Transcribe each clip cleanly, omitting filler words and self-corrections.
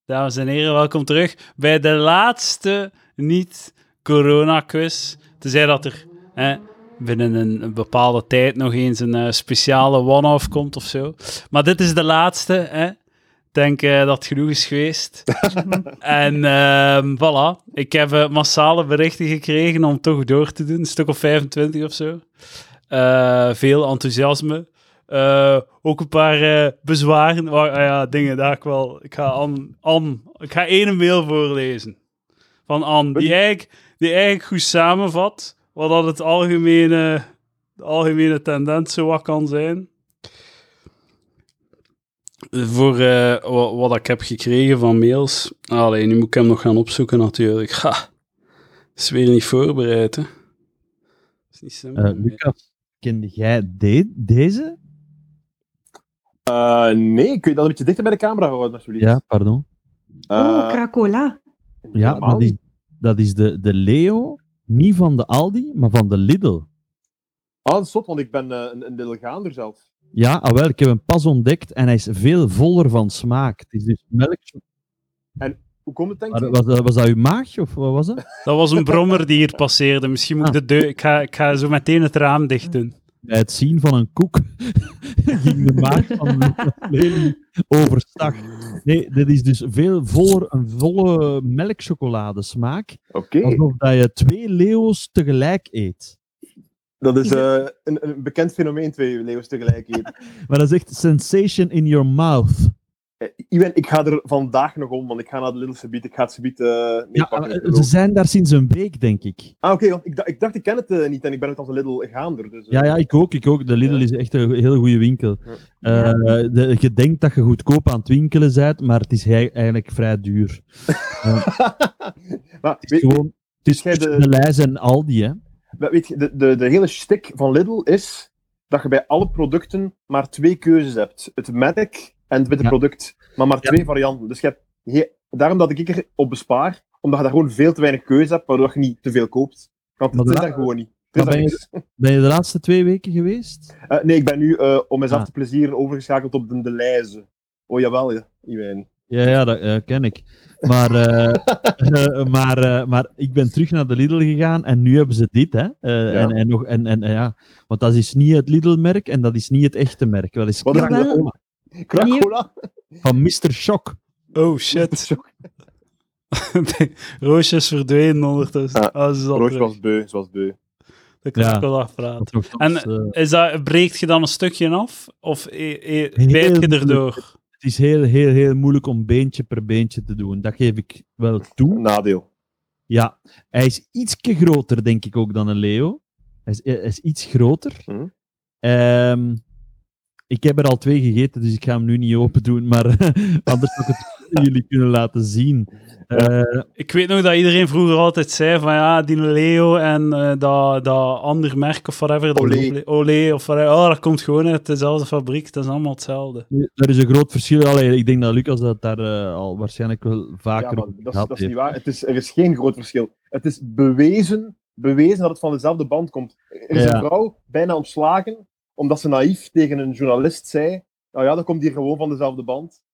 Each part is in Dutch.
dames en heren, welkom terug bij de laatste niet-corona-quiz. Tenzij dat er binnen een bepaalde tijd nog eens een speciale one-off komt of zo. Maar dit is de laatste. Ik denk dat het genoeg is geweest. En voilà. Ik heb massale berichten gekregen om toch door te doen. Een stuk of 25 of zo. Veel enthousiasme. Ook een paar bezwaren. Dingen daar ik wel... Ik ga één mail voorlezen. Van Anne, die eigenlijk goed samenvat wat dat het de algemene tendens zo wat kan zijn. Voor wat ik heb gekregen van mails. Allee, nu moet ik hem nog gaan opzoeken natuurlijk. Is weer niet voorbereid, hè. Is niet simpel. Lucas, kende jij deze? Nee, kun je dat een beetje dichter bij de camera houden, alsjeblieft? Ja, pardon. Cracola. Ja, dat is de Leo, niet van de Aldi, maar van de Lidl. Dat is zot, want ik ben een Lidl-gaander zelf. Ja, wel, ik heb hem pas ontdekt en hij is veel voller van smaak. Het is dus melk. En hoe komt het, denk je? Was dat uw maag, of wat was het? Dat was een brommer die hier passeerde. Misschien moet ik de deur... Ik ga zo meteen het raam dicht doen. Bij het zien van een koek ging de maag van Lely overstag. Nee, dit is dus veel voller, een volle melkchocoladesmaak. Oké. Alsof dat je 2 Leo's tegelijk eet. Dat is een bekend fenomeen, 2 Leeuws tegelijk eten. Maar dat is echt sensation in your mouth. Iwan, ik ga er vandaag nog om, want ik ga naar de Lidl subiet. Ik ga het subiet meepakken. Ze zijn daar sinds een week, denk ik. Oké, want ik dacht, ik ken het niet en ik ben het als een Lidl-gaander. Dus, Ja, ik ook. De Lidl is echt een hele goede winkel. Je denkt dat je goedkoop aan het winkelen bent, maar het is eigenlijk vrij duur. Maar, het is gewoon de lijst en Aldi, hè. Weet je, de hele shtick van Lidl is dat je bij alle producten maar 2 keuzes hebt. Het merk en het witte product. Maar 2 varianten. Dus je hebt daarom dat ik er op bespaar, omdat je daar gewoon veel te weinig keuze hebt, waardoor je niet te veel koopt. Want het is daar gewoon niet. Ben je de laatste 2 weken geweest? Nee, ik ben nu om mezelf te plezieren overgeschakeld op de lijzen. Oh jawel, Iwijn. Ja, dat ken ik. Maar ik ben terug naar de Lidl gegaan en nu hebben ze dit, hè. Want dat is niet het Lidl-merk en dat is niet het echte merk. Wat is Cracola? Van Mr. Shock. Oh, shit. Roosje is verdwenen ondertussen. Roosje was beu. De Cracola-apparaat. En breekt je dan een stukje af? Of bijt je erdoor? Het is heel, heel, heel moeilijk om beentje per beentje te doen. Dat geef ik wel toe. Nadeel. Ja. Hij is ietsje groter, denk ik ook, dan een Leo. Hij is iets groter. Ik heb er al 2 gegeten, dus ik ga hem nu niet open doen, maar anders zou ik het jullie kunnen laten zien. Ik weet nog dat iedereen vroeger altijd zei van ja, die Leo en dat ander merk of whatever. Olé of whatever. Oh, dat komt gewoon uit dezelfde fabriek, dat is allemaal hetzelfde. Er is een groot verschil. Allee, ik denk dat Lucas dat daar al waarschijnlijk wel vaker op gehad heeft. Dat is niet waar. Er is geen groot verschil. Het is bewezen dat het van dezelfde band komt. Er is een vrouw bijna ontslagen omdat ze naïef tegen een journalist zei, nou ja, dat komt hier gewoon van dezelfde band.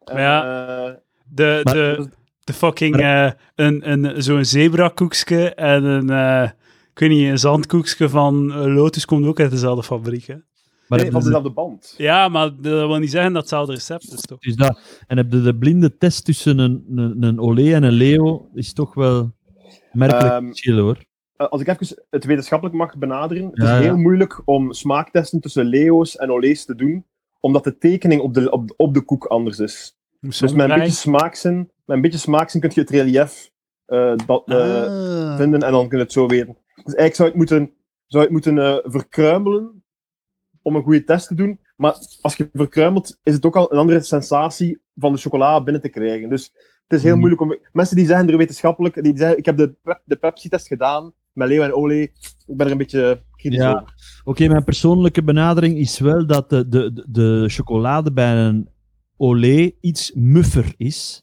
De fucking zo'n zebrakoekske en een zandkoekske van Lotus komt ook uit dezelfde fabriek, hè? Maar van dezelfde band. Ja, maar dat wil niet zeggen dat hetzelfde recept is, toch? Dus en heb je de blinde test tussen een Olé en een Leo, is toch wel merkelijk verschil, hoor. Als ik even het wetenschappelijk mag benaderen, het is heel moeilijk om smaaktesten tussen Leo's en Olés te doen, omdat de tekening op de koek anders is. Dus met een beetje smaakzin kun je het relief vinden en dan kun je het zo weten. Dus eigenlijk zou je het moeten verkruimelen om een goede test te doen, maar als je verkruimelt, is het ook al een andere sensatie van de chocola binnen te krijgen. Dus het is heel moeilijk om... Mensen die zeggen er wetenschappelijk, die zeggen, ik heb de Pepsi-test gedaan, met Leo en Olé, ik ben er een beetje kritisch over. Oké, mijn persoonlijke benadering is wel dat de chocolade bij een Olé iets muffer is.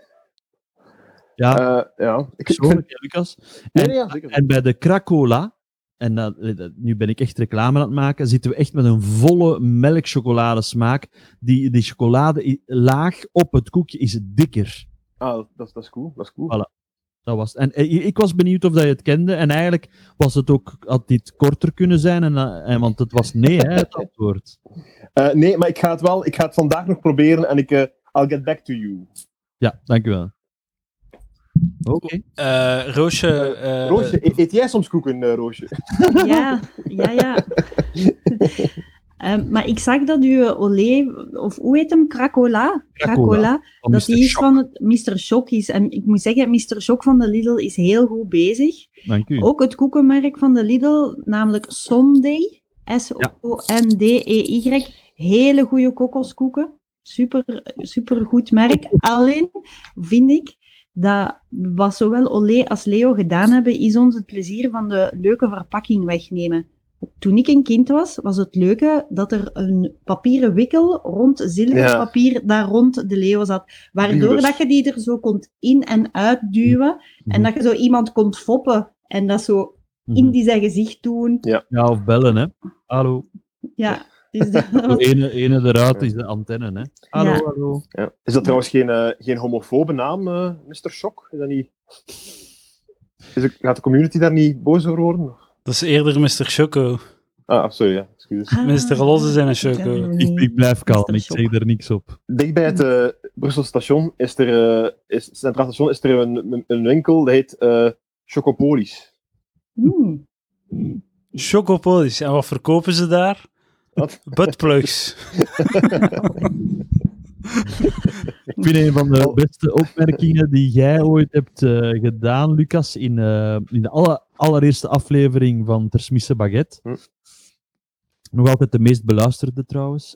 Ja, Lucas. En bij de Cracola, en nu ben ik echt reclame aan het maken, zitten we echt met een volle melkchocoladesmaak. Die chocoladelaag op het koekje is dikker. Ah, dat is cool. Dat is cool. Voilà. Dat was. En ik was benieuwd of dat je het kende. En eigenlijk was het ook, had dit korter kunnen zijn. En want het was nee, hè, het antwoord. Nee, maar ik ga het vandaag nog proberen en I'll get back to you. Ja, dankjewel. Oké. Roosje... Roosje, eet jij soms koeken, Roosje? Ja. Maar ik zag dat uw olé, of hoe heet hem? Cracola, Van dat Mr. die is Shock. van het Mr. Shock is. En ik moet zeggen, Mr. Shock van de Lidl is heel goed bezig. Dank u. Ook het koekenmerk van de Lidl, namelijk Sonday, Sondey. Hele goede kokoskoeken. Super goed merk. Alleen vind ik dat wat zowel Olé als Leo gedaan hebben, is ons het plezier van de leuke verpakking wegnemen. Toen ik een kind was het leuke dat er een papieren wikkel rond zilverpapier daar rond de Leo zat. Waardoor Duwers. dat je die er zo kon in- en uitduwen. En dat je zo iemand kon foppen en dat zo in die zijn gezicht doen. Ja, of bellen, hè. Hallo. Ja, dus dat De was- ene eruit is de antenne, hè. Hallo, Ja. hallo. Ja. Is dat trouwens geen homofobe naam, Mr. Shock? Is dat niet... Gaat de community daar niet boos over worden? Dat is eerder Mr. Choco. Ah, sorry, ja. Excuses. Mr. Los is in een choco. Ik blijf kalm, Mr. ik Shock. zeg er niks op. Dicht bij het Brussel station Centraal Station is er een winkel, dat heet Chocopolis. Hmm. Chocopolis. En wat verkopen ze daar? Wat? Buttplugs. Ik vind een van de beste opmerkingen die jij ooit hebt gedaan, Lucas, in de allereerste aflevering van Ter Smisse Baguette. Nog altijd de meest beluisterde trouwens.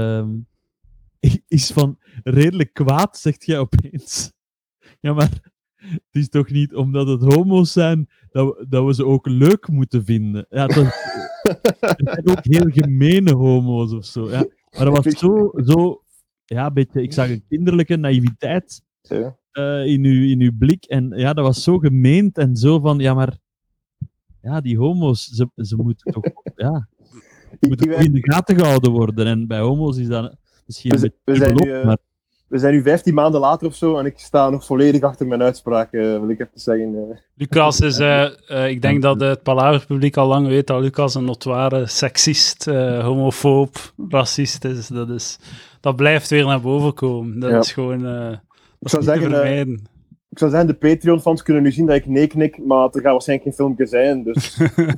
Is van redelijk kwaad, zegt jij opeens. Ja, maar het is toch niet omdat het homo's zijn dat we ze ook leuk moeten vinden. Ja, het zijn ook heel gemene homo's of zo. Ja. Maar dat was zo ja, een beetje, ik zag een kinderlijke naïviteit Ja. in uw blik. En ja, dat was zo gemeend en zo van, ja, maar ja, die homo's, ze moeten toch, ja, moeten toch in de gaten gehouden worden. En bij homo's is dat misschien een beetje dubbelop, maar We zijn nu 15 maanden later of zo en ik sta nog volledig achter mijn uitspraak, wil ik even zeggen. Lucas is... ik denk dat het Palaver-publiek al lang weet dat Lucas een notoire seksist, homofoob, racist is. Dat blijft weer naar boven komen. Dat Ja. is gewoon... dat is zou niet te zeggen, vermijden. Ik zou zeggen, de Patreon-fans kunnen nu zien dat ik nee knik, maar er gaat waarschijnlijk geen filmpje zijn, dus...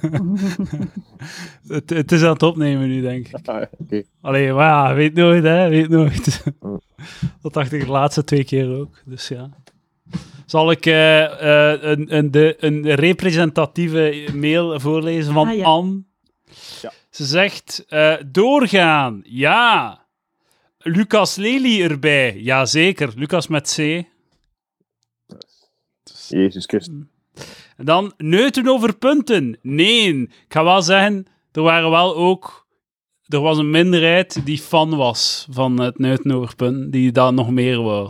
Het is aan het opnemen nu, denk ik. Oké. Allee, maar ja, weet nooit, hè. Weet nooit. Dat dacht ik de laatste 2 keer ook. Dus ja. Zal ik een representatieve mail voorlezen van Ah, ja. Anne? Ja. Ze zegt, doorgaan, ja. Lucas Lely erbij, jazeker. Lucas met C. Jezus Christus. En dan neuten over punten. Nee, ik ga wel zeggen, er was een minderheid die fan was van het neuten over punten, die dat nog meer wou.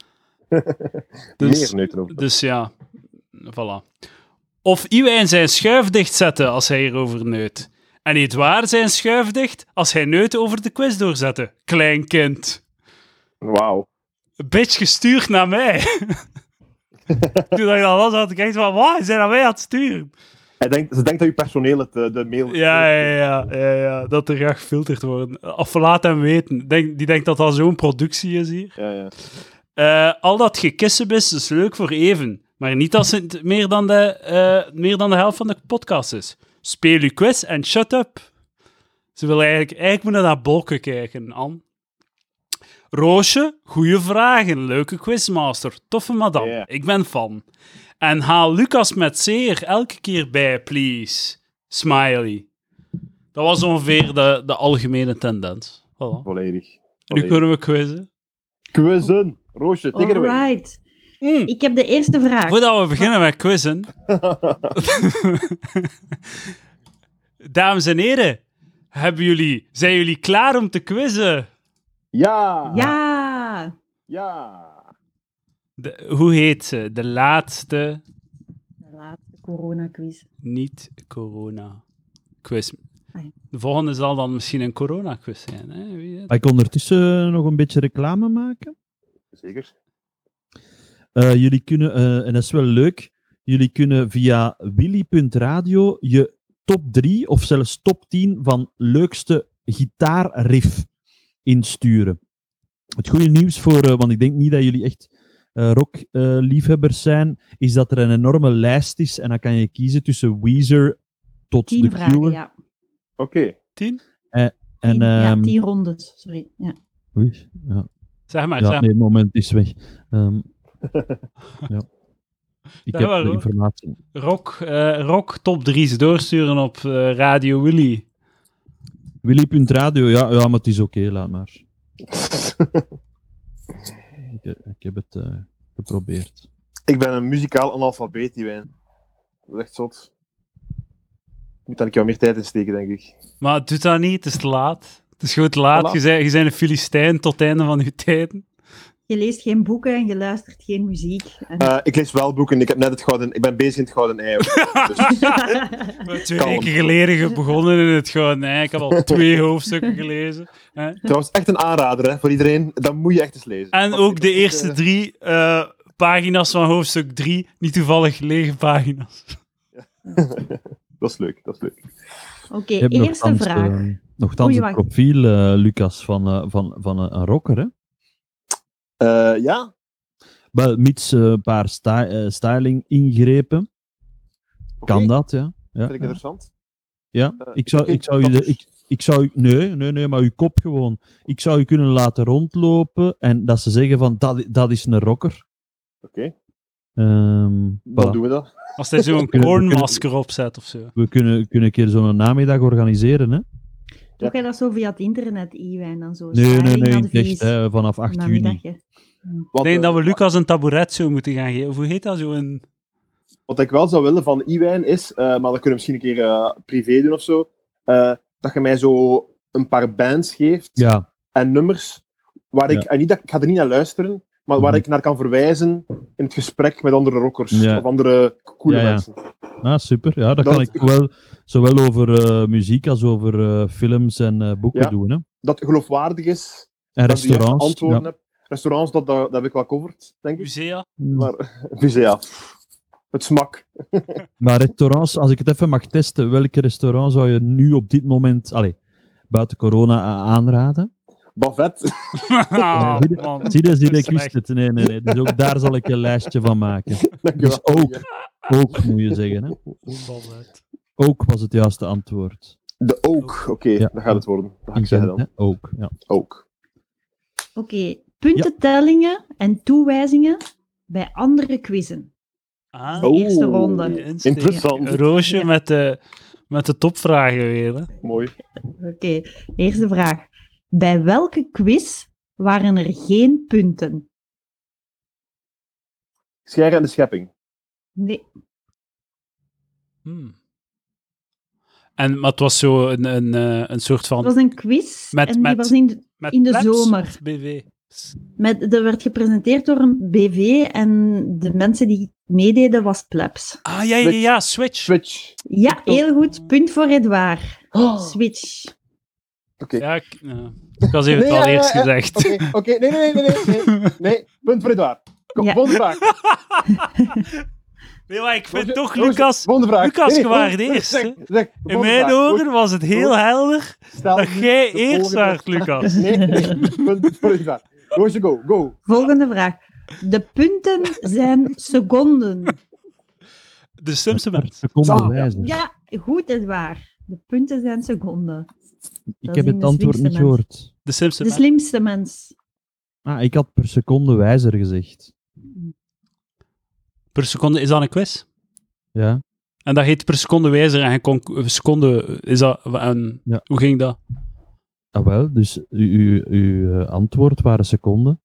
Meer neuten over. Dus ja, voilà. Of Iwijn zijn schuif dicht zetten als hij hierover neut. En Edouard zijn schuif dicht als hij neut over de quiz doorzette. Klein kind. Wauw. Een beetje gestuurd naar mij. Toen dat was, had ik echt van, wat? Ze zijn naar mij aan het sturen. Ze denkt dat uw personeel de mail... Ja, dat er graag gefilterd wordt. Of laat hem weten. Die denkt dat dat zo'n productie is hier. Ja. Al dat gekissebis is leuk voor even. Maar niet als het meer dan de helft van de podcast is. Speel uw quiz en shut up. Ze wil eigenlijk moet naar Bolken kijken, Anne. Roosje, goeie vragen. Leuke quizmaster. Toffe madame. Ja. Ik ben fan. En haal Lucas met zeer elke keer bij, please. Smiley. Dat was ongeveer de algemene tendens. Voilà. Volledig. Nu kunnen we quizzen. Quizzen. Roosje, take it away. Alright. Ik heb de eerste vraag. Voordat we beginnen met quizzen. Dames en heren, zijn jullie klaar om te quizzen? Ja. Ja. Ja. Hoe heet ze? De laatste De laatste coronaquiz. niet-corona-quiz. Ah, ja. De volgende zal dan misschien een corona-quiz zijn. Hè? Wie weet. ik ondertussen nog een beetje reclame maken. Zeker. Jullie kunnen, en dat is wel leuk, jullie kunnen via willy.radio je top 3 of zelfs top 10 van leukste gitaarriff insturen. Het goede nieuws voor, want ik denk niet dat jullie echt rockliefhebbers zijn, is dat er een enorme lijst is en dan kan je kiezen tussen Weezer tot 10 The vragen, Cure. ja. Oké. 10? En, 10 rondes, sorry. Ja. oei, ja. Zeg maar, Ja, zeg. nee, het moment is weg. Ja. Ik Ja, heb maar de hoor. informatie. Rock top 3's doorsturen op Radio Willy. Willy.radio, ja, maar het is oké, laat maar. Ik heb het geprobeerd. Ik ben een muzikaal analfabeet, die wijn. Dat is echt zot. Ik moet daar een keer wat meer tijd in steken, denk ik. Maar doe dat niet, het is te laat. Het is gewoon te laat. Voilà. Je bent een Filistijn tot het einde van je tijden. Je leest geen boeken en je luistert geen muziek. En... Ik lees wel boeken. Ik ben bezig in het Gouden Ei. Dus, We hebben 2 Kalm. weken geleden begonnen in het Gouden Ei. Ik heb al 2 hoofdstukken gelezen. Hè. trouwens, echt een aanrader hè, voor iedereen. Dat moet je echt eens lezen. En Want ook ik- de eerste 3 pagina's van hoofdstuk 3, niet toevallig lege pagina's. Dat is leuk, dat is leuk. Oké, Je hebt eerste vraag. Nochtans Oei, het wacht. profiel, Lucas, van een rocker, hè? Ja? Wel, mits een paar styling-ingrepen. Oké, Kan dat, ja. Ja, Vind ik interessant. ja. Ik zou u... toppers. Ik zou u... Nee, maar uw kop gewoon. Ik zou u kunnen laten rondlopen en dat ze zeggen van, dat is een rocker. Oké, Dan dan doen we dat. Als hij zo'n kunnen- kornmasker opzet of zo. We kunnen een keer zo'n namiddag organiseren, hè? Doe jij dat zo via het internet, Iwijn, dan zo? Nee, in stylingadvies, echt, hè, vanaf 8 juni. namiddagje. Ik Wat, denk dat we eh, Lucas een taboeret zo moeten gaan geven. Of hoe heet dat? Zo'n... Wat ik wel zou willen van Iwijn is, maar dat kunnen we misschien een keer privé doen of zo, dat je mij zo een paar bands geeft Ja, en nummers, waar ik, Ja. en niet dat, ik ga er niet naar luisteren, maar waar Mhm. ik naar kan verwijzen in het gesprek met andere rockers Ja. of andere coole Ja, ja. mensen. super. Ja, dat Dat- kan ik wel zowel over muziek als over films en boeken Ja. doen, hè? Dat geloofwaardig is, En dat je de juiste restaurants. antwoorden Ja. hebt. Restaurants, dat heb ik wel covered, denk ik. Musea. Maar musea, het smak. Maar restaurants, als ik het even mag testen, welke restaurant zou je nu op dit moment, buiten corona, aanraden? Bavet. Ah, zie je- man. Zie je, Dat ik is wist echt- het. Nee. Dus ook daar zal ik een lijstje van maken. Dus Dankjewel. ook moet je zeggen. Hè? Ook was het juiste antwoord. De ook, oké, Ja. dat gaat het worden. Dat ga ik In zeggen Gent, dan. hè? Ook, ja. Ook. Oké, puntentellingen en toewijzingen bij andere quizzen. Ah, De eerste ronde. insteek. Interessant. Een roosje Ja. met de topvragen weer. Hè. Mooi. Oké, eerste vraag. Bij welke quiz waren er geen punten? Scheren en de schepping. Nee, Maar het was zo een soort van... het was een quiz Met- en die met- was in de, met in de plebs zomer. of BV? dat werd gepresenteerd door een BV en de mensen die meededen was plebs. Ah, ja, Switch. Switch. Ja, heel goed. Punt voor Edouard. Oh, Switch. Oké. Ja, ik was even het al eerst gezegd. Oké, nee. Punt voor Edouard. Kom, Ja. volgende vraag. Nee, maar ik vind Roosje, toch, Roosje, Lucas... volgende vraag. Lucas, Nee, je waren Roosje, de eerste. Zeg, In volgende mijn vraag. ogen Roosje, was het heel helder stel dat nu jij de eerst volgende waart, Lucas. Nee, punt voor Edouard. Roosje, go. Volgende vraag. De punten zijn seconden. De slimste mens. Secondenwijze. Ja, goed Edouard. De punten zijn seconden. Ik is heb in het de antwoord slimste niet mens. gehoord. De slimste De mens. slimste mens. Ik had per seconde wijzer gezegd. Per seconde, is dat een quiz? Ja. En dat heet per seconde wijzer en je kon seconde... Is dat een... Ja. Hoe ging dat? Ah, wel, dus uw antwoord waren seconden.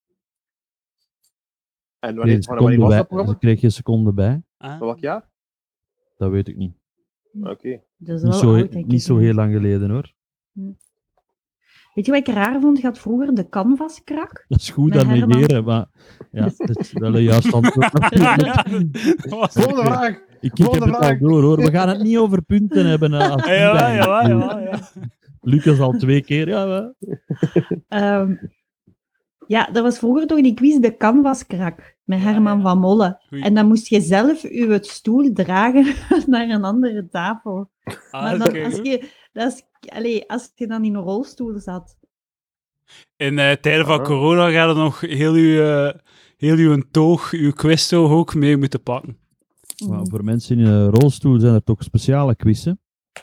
En Kreeg je wanneer was dat programma? kreeg je seconden bij. Ah. Van welk jaar? Dat weet ik niet. Oké. Dat is Niet wel zo, oud, denk niet ik. zo heel lang geleden, hoor. Weet je wat ik raar vond? Je had vroeger de canvaskrak. Dat is goed Met aan Herman. negeren, maar ja, dat is wel een juist antwoord. Dat was- Volgende vraag. Ik heb Volgende het al vraag. door, hoor. We gaan het niet over punten hebben. Als Ja. Lucas al 2 keer, ja. Ja, dat was vroeger toch die quiz de canvaskrak. Met Herman van Molle. Goeie. En dan moest je zelf je stoel dragen naar een andere tafel. Maar dan, als je dan in een rolstoel zat. In tijden van Ah. corona gaat er nog heel uw toog, uw quiztoog ook mee moeten pakken. Maar voor mensen in een rolstoel zijn er toch speciale quizzen.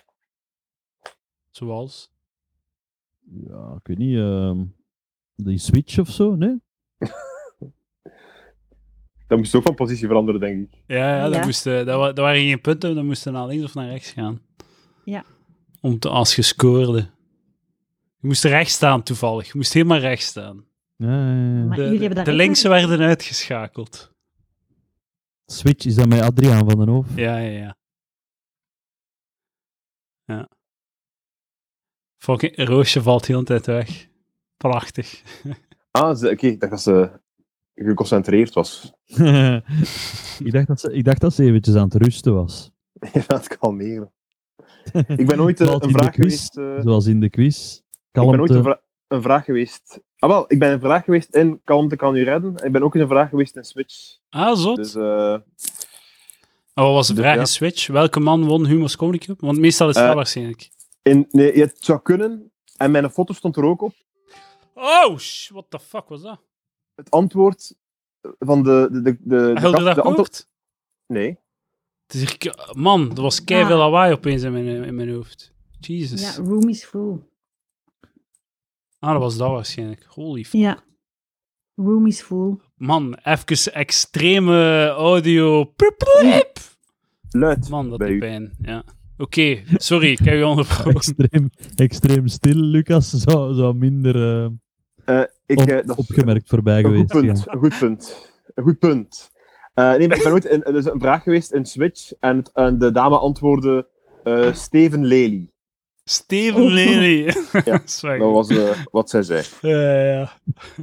Zoals? Ja, ik weet niet. Die Switch of zo, nee? Dat moest ook van positie veranderen, denk ik. Ja, Ja. dat waren geen punten, dan moesten naar links of naar rechts gaan. Ja. Als je scoorde. Je moest rechts staan toevallig. Je moest helemaal rechts staan. Ja. Maar jullie hebben daar De echt linkse nog- werden uitgeschakeld. Switch is dat met Adriaan van den Hoof. Ja. Fucking Roosje valt heel de tijd weg. Prachtig. Oké, ik dacht dat ze geconcentreerd was. ik dacht dat ze eventjes aan het rusten was. Ja, het kalmeren. Ik ben ooit Zoals een in de vraag quiz. geweest... Zoals in de quiz. ik ben ooit Kalmte. een vraag geweest... Ik ben een vraag geweest in Kalmte kan u redden. Ik ben ook in een vraag geweest in Switch. Ah, zot. Dus Wat was de dus vraag ja. in Switch? Welke man won Humo's Comedy Cup? Want meestal is dat Eh, waarschijnlijk. nee, het zou kunnen. En mijn foto stond er ook op. Oh, what the fuck was dat? Het antwoord van de Heb je dat antwoord... gehoord? Nee. Het is hier, man, er was keiveel lawaai opeens in mijn hoofd. Jesus. Ja, room is full. Ah, dat was dat waarschijnlijk. Holy fuck. Ja. Room is full. Man, even extreme audio. Piep, piep. Luid. Man, dat bij doet u. pijn. Ja. Oké, sorry, ik heb je onderbroken. Extreem stil, Lucas. Zou minder Dat is opgemerkt voorbij een goed geweest. punt. Een goed punt. Een goed punt. Nee, maar ik ben ooit dus een vraag geweest in Switch en de dame antwoordde Steven Lely. Steven Oh. Lely. Ja, Zwak. Dat was wat zij zei. Ja.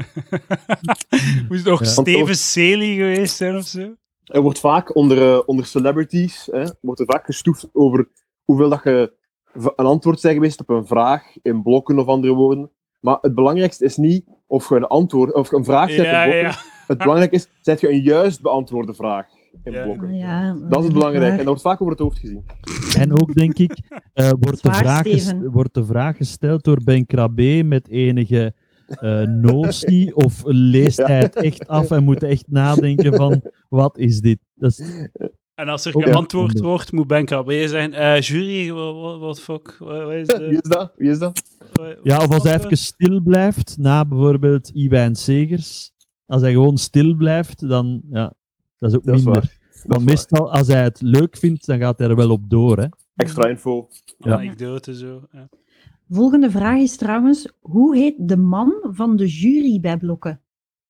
Moest nog Ja. Steven Sely geweest zijn of zo? Er wordt vaak onder celebrities wordt er vaak gestoefd over hoeveel dat je een antwoord zijn geweest op een vraag in blokken of andere woorden. Maar het belangrijkste is niet of je een antwoord of een vraag zet in Ja, blokken. ja. Het belangrijke is, zet je een juist beantwoorde vraag in Ja. blokken. Ja, Dat is het belangrijke. En dat wordt vaak over het hoofd gezien. En ook, denk ik, wordt, Zwaar, Steven. wordt de vraag gesteld door Ben Krabbe met enige notie, of leest hij het echt af en moet echt nadenken van, wat is dit? Dat is, En als er Ook geantwoord ja. wordt, moet Ben Krabbe zijn. Jury, wat fuck? Wat is Wie is dat? Wie is dat? ja, of als hij even stil blijft, na bijvoorbeeld Iwijn Segers, als hij gewoon stil blijft, dan, ja, dat is ook Dat is minder. waar. Want meestal, als hij het leuk vindt, dan gaat hij er wel op door, hè. Extra info. Ja. Anekdote zo. Ja. Volgende vraag is trouwens, hoe heet de man van de jury bij Blokken?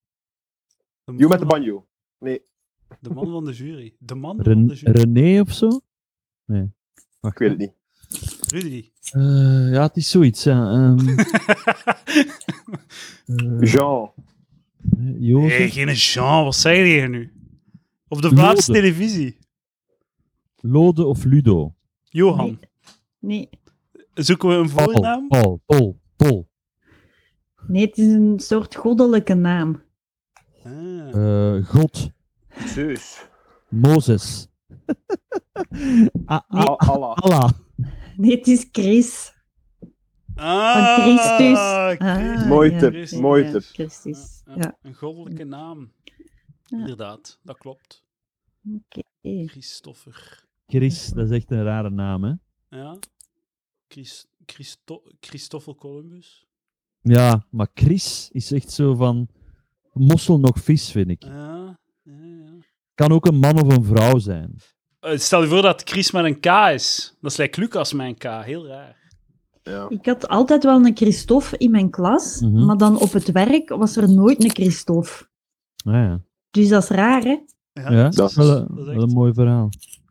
You met de banjo. Nee, De man van de jury. De man van de jury. René of zo? Nee. Wacht, ik weet het niet. Rudy. ja, het is zoiets. Ja. Jean. Jozef? Nee, geen Jean. Wat zeg je hier nu? Op de Lode. Vlaamse televisie. Lode of Ludo? Johan. Nee. Zoeken we een voornaam? Paul. Nee, het is een soort goddelijke naam. Ah. God. Zeus. Mozes. Allah. Allah. Nee, het is Chris. Van Christus. Ah, Mooi ja. tip, Christus. mooi Ja, tip. Christus. Ja, Ja, een goddelijke naam. Ja. Inderdaad, dat klopt. oké. Christopher. Chris, dat is echt een rare naam, hè? Ja. Christoffel Columbus. Ja, maar Chris is echt zo van mossel nog vis, vind ik. Ja. Kan ook een man of een vrouw zijn. Stel je voor dat Chris met een K is. Dat is like Lucas met een K. Heel raar. Ja. Ik had altijd wel een Christophe in mijn klas, Mhm. maar dan op het werk was er nooit een Christophe. Ah, ja. Dus dat is raar, hè? Ja, dat is wel, dat is wel echt een mooi verhaal.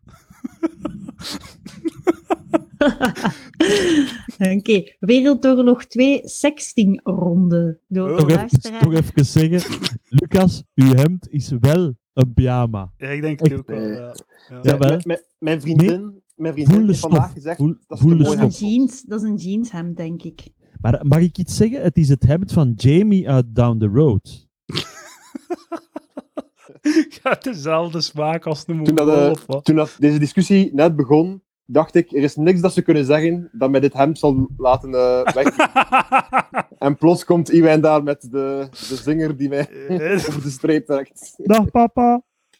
Oké, Wereldoorlog 2, sextingronde. Door Oh. Toch luisteraar. even zeggen, Lucas, uw hemd is wel een pyjama. Ja, ik denk het Echt? ook wel. Nee. Ja. Ja, wel. Mijn vriendin Voel de heeft vandaag stof. gezegd Voel- dat ze voel het de mooi Dat is stof. een jeans, dat is een jeanshemd, denk ik. Maar mag ik iets zeggen? Het is het hemd van Jamie uit Down the Road. Gaat dezelfde smaak als een Toen, Mongool of wat? toen deze discussie net begon, dacht ik, er is niks dat ze kunnen zeggen dat mij dit hemd zal laten weg. En plots komt Iwijn daar met de zinger die mij over de streep trekt. Dag papa.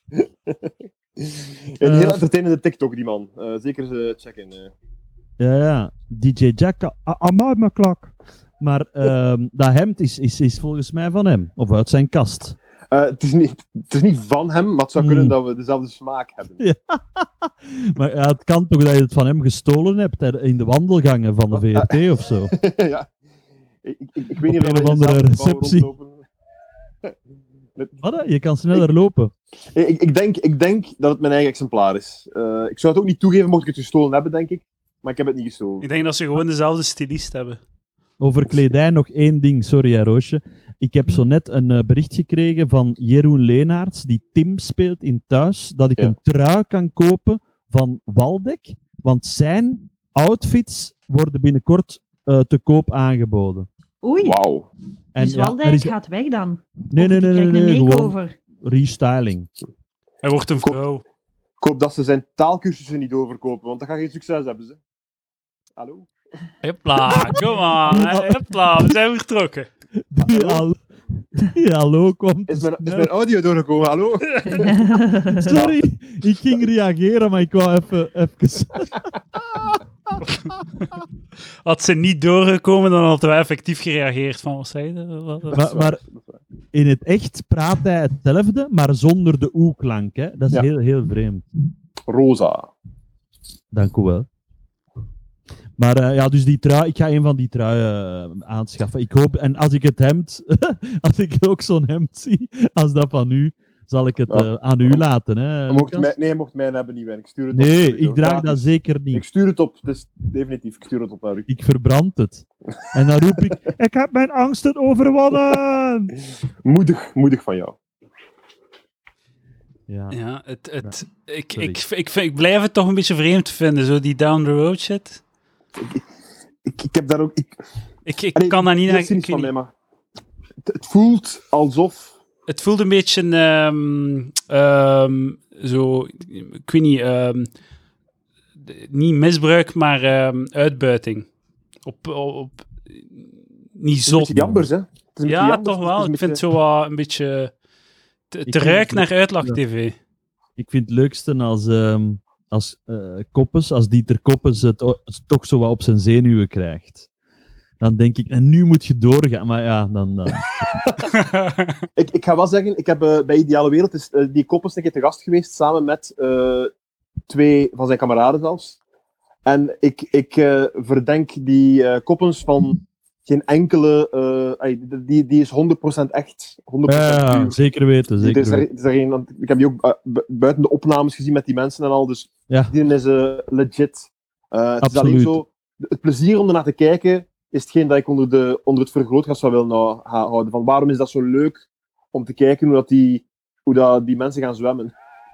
Een heel entertainende TikTok, die man. Zeker checken. Ja. DJ Jack, amai mijn klak. Maar dat hemd is volgens mij van hem. Of uit zijn kast. Het is niet van hem, maar het zou kunnen dat we dezelfde smaak hebben. Ja. Maar ja, het kan toch dat je het van hem gestolen hebt in de wandelgangen van de VRT of zo. Ja. Ik weet niet Op of een we of in andere dezelfde gebouw receptie. rondlopen. Wat? Je kan sneller lopen. Ik denk dat het mijn eigen exemplaar is. Ik zou het ook niet toegeven mocht ik het gestolen hebben, denk ik. Maar ik heb het niet gestolen. Ik denk dat ze gewoon dezelfde stylist hebben. Over kledij nog één ding, sorry hè, Roosje. Ik heb zo net een bericht gekregen van Jeroen Leenaerts, die Tim speelt in Thuis, dat ik een trui kan kopen van Waldeck, want zijn outfits worden binnenkort te koop aangeboden. Oei, Wauw. En dus Waldijk er is... gaat weg dan. Nee, Of die krijgt een gewoon makeover. restyling. Hij wordt een vrouw. Ik hoop dat ze zijn taalkursussen niet overkopen, want dat gaat geen succes hebben, ze. Hallo? Hopla, kom aan. Hopla, we zijn vertrokken. Die hallo komt. Is mijn audio doorgekomen, hallo? Sorry, ik ging reageren, maar ik wou even... Had ze niet doorgekomen, dan hadden we effectief gereageerd van wat zei je? Maar in het echt praat hij hetzelfde, maar zonder de oe-klank. Hè? Dat is heel, heel vreemd. Rosa. Dank u wel. Maar ja, dus die trui, ik ga een van die truien aanschaffen. Ik hoop, en als ik het hemd, als ik ook zo'n hemd zie, als dat van u, zal ik het aan u laten. Hè, je mocht mij hebben niet winnen. Ik stuur het nee, op. ik draag dat zeker niet. Ik stuur het op, dus definitief, ik stuur het op naar u. Ik verbrand het. En dan roep ik heb mijn angsten overwonnen! Moedig van jou. Ja. Ja, ik blijf het toch een beetje vreemd vinden, zo die down the road shit. Ik heb daar ook... Ik kan daar niet naar... van mij, maar het voelt alsof... Het voelt een beetje zo, ik weet niet, niet misbruik, maar uitbuiting. Niet zot. Het is een beetje jambers, hè? Ja, toch wel. Ik vind het zo een beetje te ruik naar uitlach-tv. Ik vind het leukste als Koppes, als Dieter Koppes het toch zo wat op zijn zenuwen krijgt. Dan denk ik, en nu moet je doorgaan. Maar ja, dan... ik ga wel zeggen, ik heb bij Ideale Wereld is die Koppes een keer te gast geweest, samen met 2 van zijn kameraden zelfs. En ik verdenk die Koppens van geen enkele... die is 100% echt. 100% ja, puur. zeker weten. Zeker weten. Ik heb die ook buiten de opnames gezien met die mensen en al, dus die is legit. Het is alleen zo... Het plezier om ernaar te kijken is hetgeen dat ik onder het vergrootglas zou willen houden. Van waarom is dat zo leuk om te kijken hoe dat die mensen gaan zwemmen?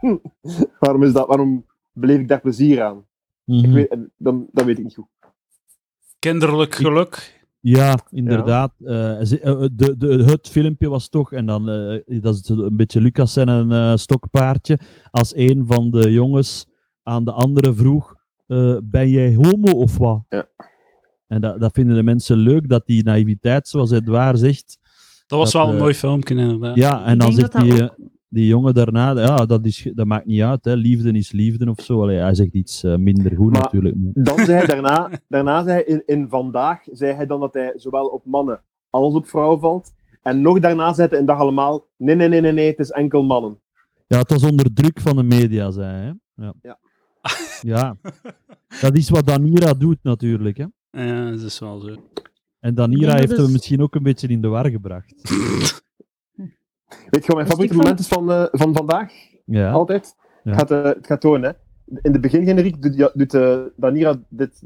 Waarom beleef ik daar plezier aan? Mm-hmm. Dat weet ik niet goed. Kinderlijk geluk. Ja, inderdaad. Ja. Het filmpje was toch, en dan dat is een beetje Lucas en een stokpaardje, als een van de jongens aan de andere vroeg, ben jij homo of wat? Ja. En dat vinden de mensen leuk, dat die naïviteit, zoals Edouard zegt... Dat was wel een mooi filmpje, inderdaad. Ja, en dan zegt die jongen daarna, ja, dat maakt niet uit, hè. Liefde is liefde of zo. Allee, hij zegt iets minder goed maar natuurlijk. Dan zei hij daarna zei hij in Vandaag, zei hij dan dat hij zowel op mannen als op vrouwen valt. En nog daarna zei hij in Dag Allemaal, nee, het is enkel mannen. Ja, het was onder druk van de media, zei hij. Ja. Ja. Dat is wat Danira doet natuurlijk, hè. Ja, dat is wel zo. En Danira heeft hem misschien ook een beetje in de war gebracht. Weet je wat mijn favoriete moment is van Vandaag? Ja. Altijd? Ja. Het gaat tonen, hè. In de begingeneriek doet Danira dit.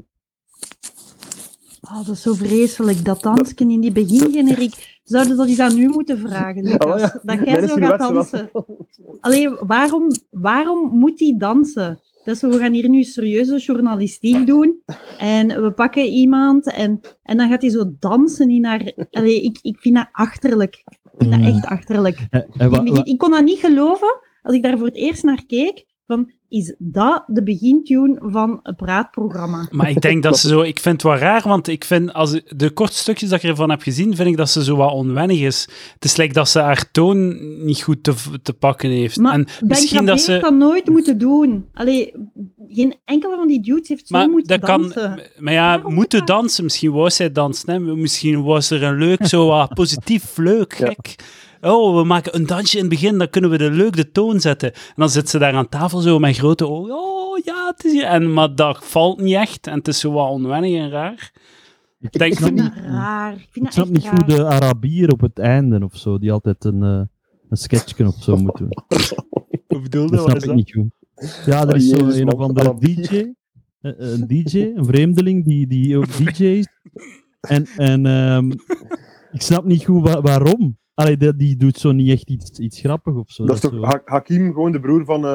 Oh, dat is zo vreselijk, dat dansken in die begingeneriek. Zouden dat eens aan u moeten vragen, Lucas? Oh, ja. Dat jij zo gaat dansen. Allee, waarom moet hij dansen? Dat is zo, we gaan hier nu serieuze journalistiek doen. En we pakken iemand en dan gaat hij zo dansen in haar... Allee, ik vind dat achterlijk. Ik vind dat echt achterlijk. Ik kon dat niet geloven als ik daar voor het eerst naar keek. Van, is dat de begintune van een praatprogramma? Maar ik denk dat ze zo... Ik vind het wel raar, want ik vind... Als de korte stukjes dat ik ervan heb gezien, vind ik dat ze zo wat onwennig is. Het is lijkt dat ze haar toon niet goed te pakken heeft. Maar en misschien dat ze dat nooit moeten doen. Allee, geen enkele van die dudes heeft zo moeten dansen. Maar ja, moeten dansen. Misschien wou zij dansen. Hè? Misschien was er een leuk, zo wat positief leuk, gek... Oh, we maken een dansje in het begin, dan kunnen we de toon zetten. En dan zit ze daar aan tafel zo met grote ogen. Oh, ja, het is hier. Maar dat valt niet echt. En het is zo wat onwennig en raar. Ik vind dat raar. Ik snap niet hoe de Arabier op het einde of zo, die altijd een sketchje of zo moet doen. Hoe bedoel je? Dat snap ik niet goed. Ja, er is zo een of andere DJ. Een DJ, een vreemdeling die ook DJ is. En ik snap niet goed waarom. Allee, die doet zo niet echt iets grappigs of zo. Dat is toch zo... Hakim, gewoon de broer van...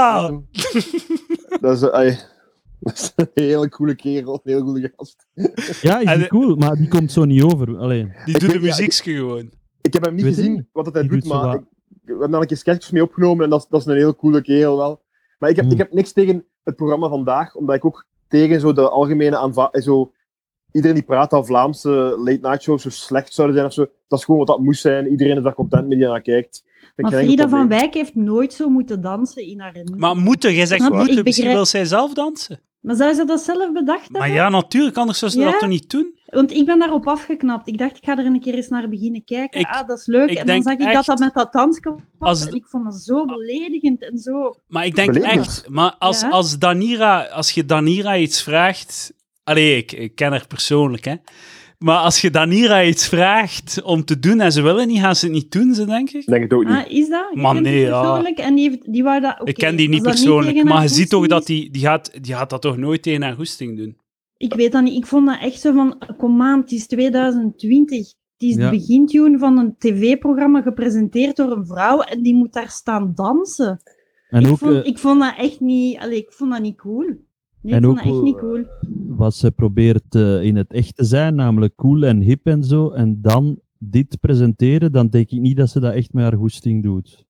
dat is een hele coole kerel, een hele coole gast. Ja, is die cool, maar die komt zo niet over. Allee. Die doet de muziekje gewoon. Ik heb hem niet gezien wat hij doet, maar we hebben daar een keer sketches mee opgenomen en dat is een hele coole kerel wel. Maar ik heb niks tegen het programma vandaag, omdat ik ook tegen zo de algemene iedereen die praat dat Vlaamse late-night shows zo slecht zouden zijn of zo. Dat is gewoon wat dat moest zijn. Iedereen is daar content mee die naar kijkt. Maar Frida van Wijk heeft nooit zo moeten dansen in haar... Maar moeten? Jij zegt moeten. Misschien wil zij zelf dansen. Maar zou ze dat zelf bedacht hebben? Maar ja, natuurlijk. Anders zou ze dat toch niet doen? Want ik ben daarop afgeknapt. Ik dacht, ik ga er een keer eens naar beginnen kijken. Dat is leuk. En dan zag ik dat met dat dansje was. En ik vond dat zo beledigend en zo... Maar ik denk echt... Maar als je Danira iets vraagt... Allee, ik ken haar persoonlijk, hè. Maar als je Danira iets vraagt om te doen en ze willen niet, gaan ze het niet doen, denk ik. Denk het ook niet. Is dat? Maar nee, ja. En die wou dat... Ik ken die niet persoonlijk, maar je ziet toch dat die gaat dat toch nooit tegen haar goesting doen. Ik weet dat niet. Ik vond dat echt zo van, kom aan, het is 2020. Het is de begintune van een tv-programma gepresenteerd door een vrouw en die moet daar staan dansen. En ik vond dat echt niet... Allee, ik vond dat niet cool. Nee, ik vond dat echt niet cool. Wat ze probeert in het echt te zijn, namelijk cool en hip en zo, en dan dit presenteren, dan denk ik niet dat ze dat echt met haar goesting doet.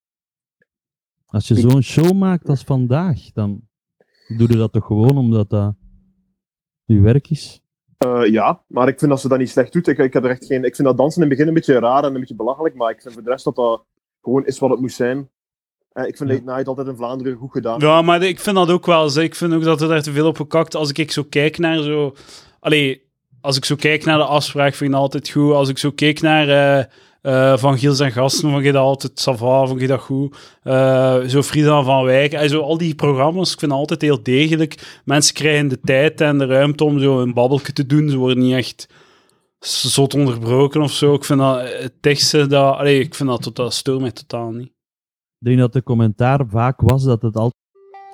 Als je zo'n show maakt als vandaag, dan doe je dat toch gewoon omdat dat je werk is? Ja, maar ik vind dat ze dat niet slecht doet. Ik heb er echt geen... Ik vind dat dansen in het begin een beetje raar en een beetje belachelijk, maar ik vind voor de rest dat gewoon is wat het moest zijn. Ik vind Late Night altijd in Vlaanderen goed gedaan. Ja, maar ik vind dat ook wel. Ik vind ook dat er daar te veel op gekakt. Als ik zo kijk naar zo... als ik zo kijk naar de afspraak, vind ik dat altijd goed. Als ik zo keek naar Van Giels en Gasten, vond ik dat altijd sava, vond ik dat goed. Zo Frida van Wijk. Zo al die programma's, ik vind dat altijd heel degelijk. Mensen krijgen de tijd en de ruimte om zo een babbeltje te doen. Ze worden niet echt zot onderbroken of zo. Ik vind dat het teksten... ik vind dat stoort mij totaal niet. Ik denk dat de commentaar vaak was dat het altijd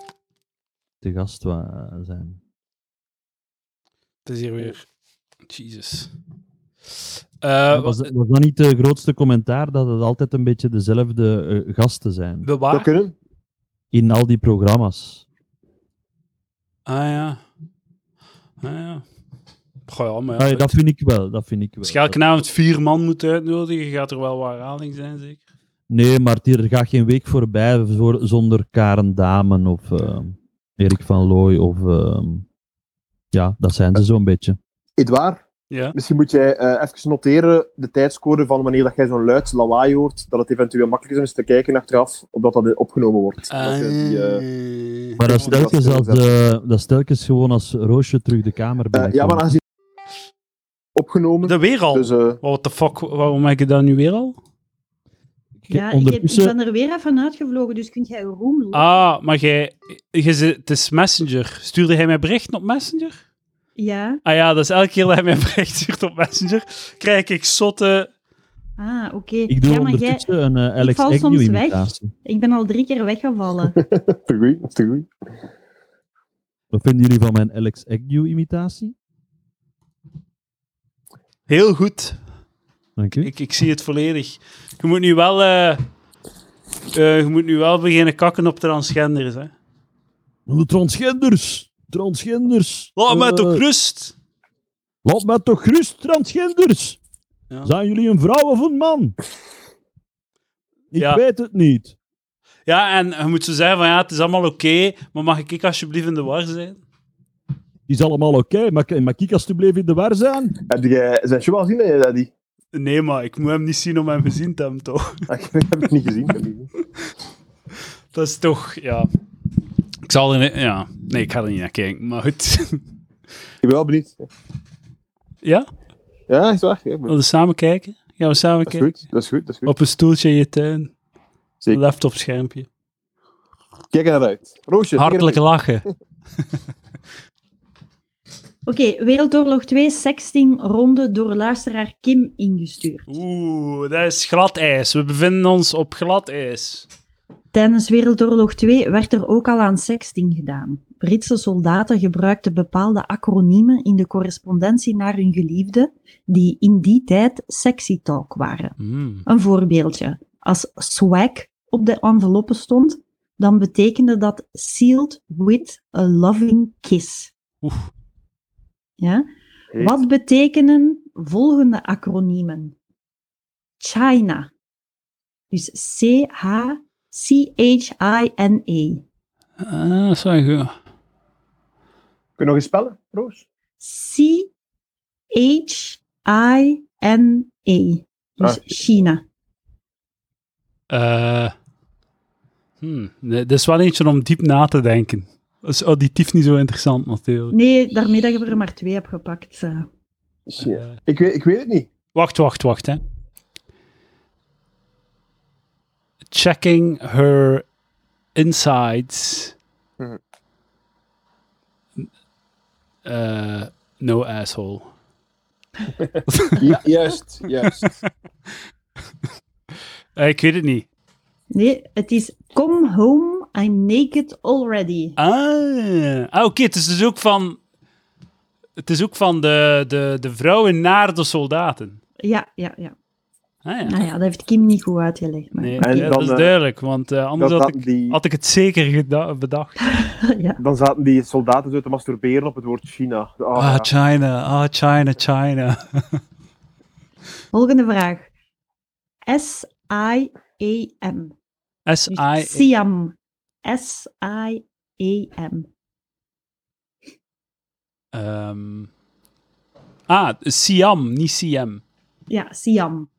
de gast zijn. Het is hier weer... Jesus. Was dat niet de grootste commentaar, dat het altijd een beetje dezelfde gasten zijn? Dat kunnen. In al die programma's. Ja. Goh, maar dat vind ik wel. Als je elke avond 4 man moet uitnodigen, gaat er wel wat herhaling zijn, zeker? Nee, maar er gaat geen week voorbij zonder Karen Damen of Erik van Looy of... dat zijn ze zo'n beetje. Edouard, misschien moet jij even noteren de tijdscode van wanneer dat jij zo'n luid lawaai hoort, dat het eventueel makkelijk is om eens te kijken achteraf, of dat opgenomen wordt. Maar dat is telkens gewoon als Roosje terug de kamer binnenkomt. Ja, maar aangezien opgenomen... Dat weer al? Dus, what the fuck, waarom maak je dat nu weer al? Ja, ik ben er weer even uitgevlogen, dus kun jij roem lopen. Maar het is Messenger. Stuurde hij mij berichten op Messenger? Ja. Ja, dat is elke keer dat hij mij bericht stuurt op Messenger, krijg ik zotte... Oké. Ik doe ondertussen een Alex Agnew-imitatie. Ik ben al 3 keer weggevallen. Dat is te goed. Wat vinden jullie van mijn Alex Agnew-imitatie? Heel goed. Dank u. Ik zie het volledig. Je moet nu wel beginnen kakken op transgenders, hè. De transgenders. Laat mij toch rust. Laat mij toch rust, transgenders. Ja. Zijn jullie een vrouw of een man? Ik Ja. weet het niet. Ja, en je moet zo zeggen van, ja, het is allemaal oké, maar mag ik alsjeblieft in de war zijn? Is allemaal oké, maar mag ik alsjeblieft in de war zijn? Heb jij zijn show al gezien, Daddy? Nee, maar ik moet hem niet zien om hem gezien te hebben, toch? Ik heb het niet gezien. Ik heb het niet gezien. Dat is toch, ja... Ik zal er niet... Ja, nee, ik ga er niet naar kijken, maar goed. Ik ben wel benieuwd. Ja? Ja, is waar. Ja, Willen we samen kijken? Gaan we samen dat is kijken? goed. Dat is goed. Dat is goed. Op een stoeltje in je tuin. Zeker. Laptopschermpje. Kijk er naar uit. Roosje. Hartelijk lachen. Oké, Wereldoorlog 2, sexting ronde door luisteraar Kim ingestuurd. Oeh, dat is glad ijs. We bevinden ons op glad ijs. Tijdens Wereldoorlog 2 werd er ook al aan sexting gedaan. Britse soldaten gebruikten bepaalde acroniemen in de correspondentie naar hun geliefde, die in die tijd sexy talk waren. Een voorbeeldje. Als swag op de enveloppe stond, dan betekende dat sealed with a loving kiss. Oeh. Ja? Heet. Wat betekenen volgende acroniemen? China. Dus C-H-C-H-I-N-E. Dat is wel goed. Kun je nog eens spellen, Roos? C-H-I-N-E. Dus Ah. China. Nee, dat is wel eentje om diep na te denken. Dat is auditief niet zo interessant, natuurlijk. Nee, daarmee dat je er maar 2 hebt gepakt. Ik weet het niet. Wacht, hè. Checking her insides. Mhm. No asshole. Ja, juist. Ik weet het niet. Nee, het is Come home, I'm naked already. Oké, het is dus ook van... Het is ook van de vrouwen naar de soldaten. Ja. Ja. Nou ja, dat heeft Kim niet goed uitgelegd. Maar... Nee, En ja, dan, dat is duidelijk, want anders dat had ik het zeker bedacht. ja. Dan zaten die soldaten zo te masturberen op het woord China. Ja. China. Volgende vraag. S-I-A-M. Dus S-I... Siam. S-I-A-M. Siam, niet Siam. Ja, Siam.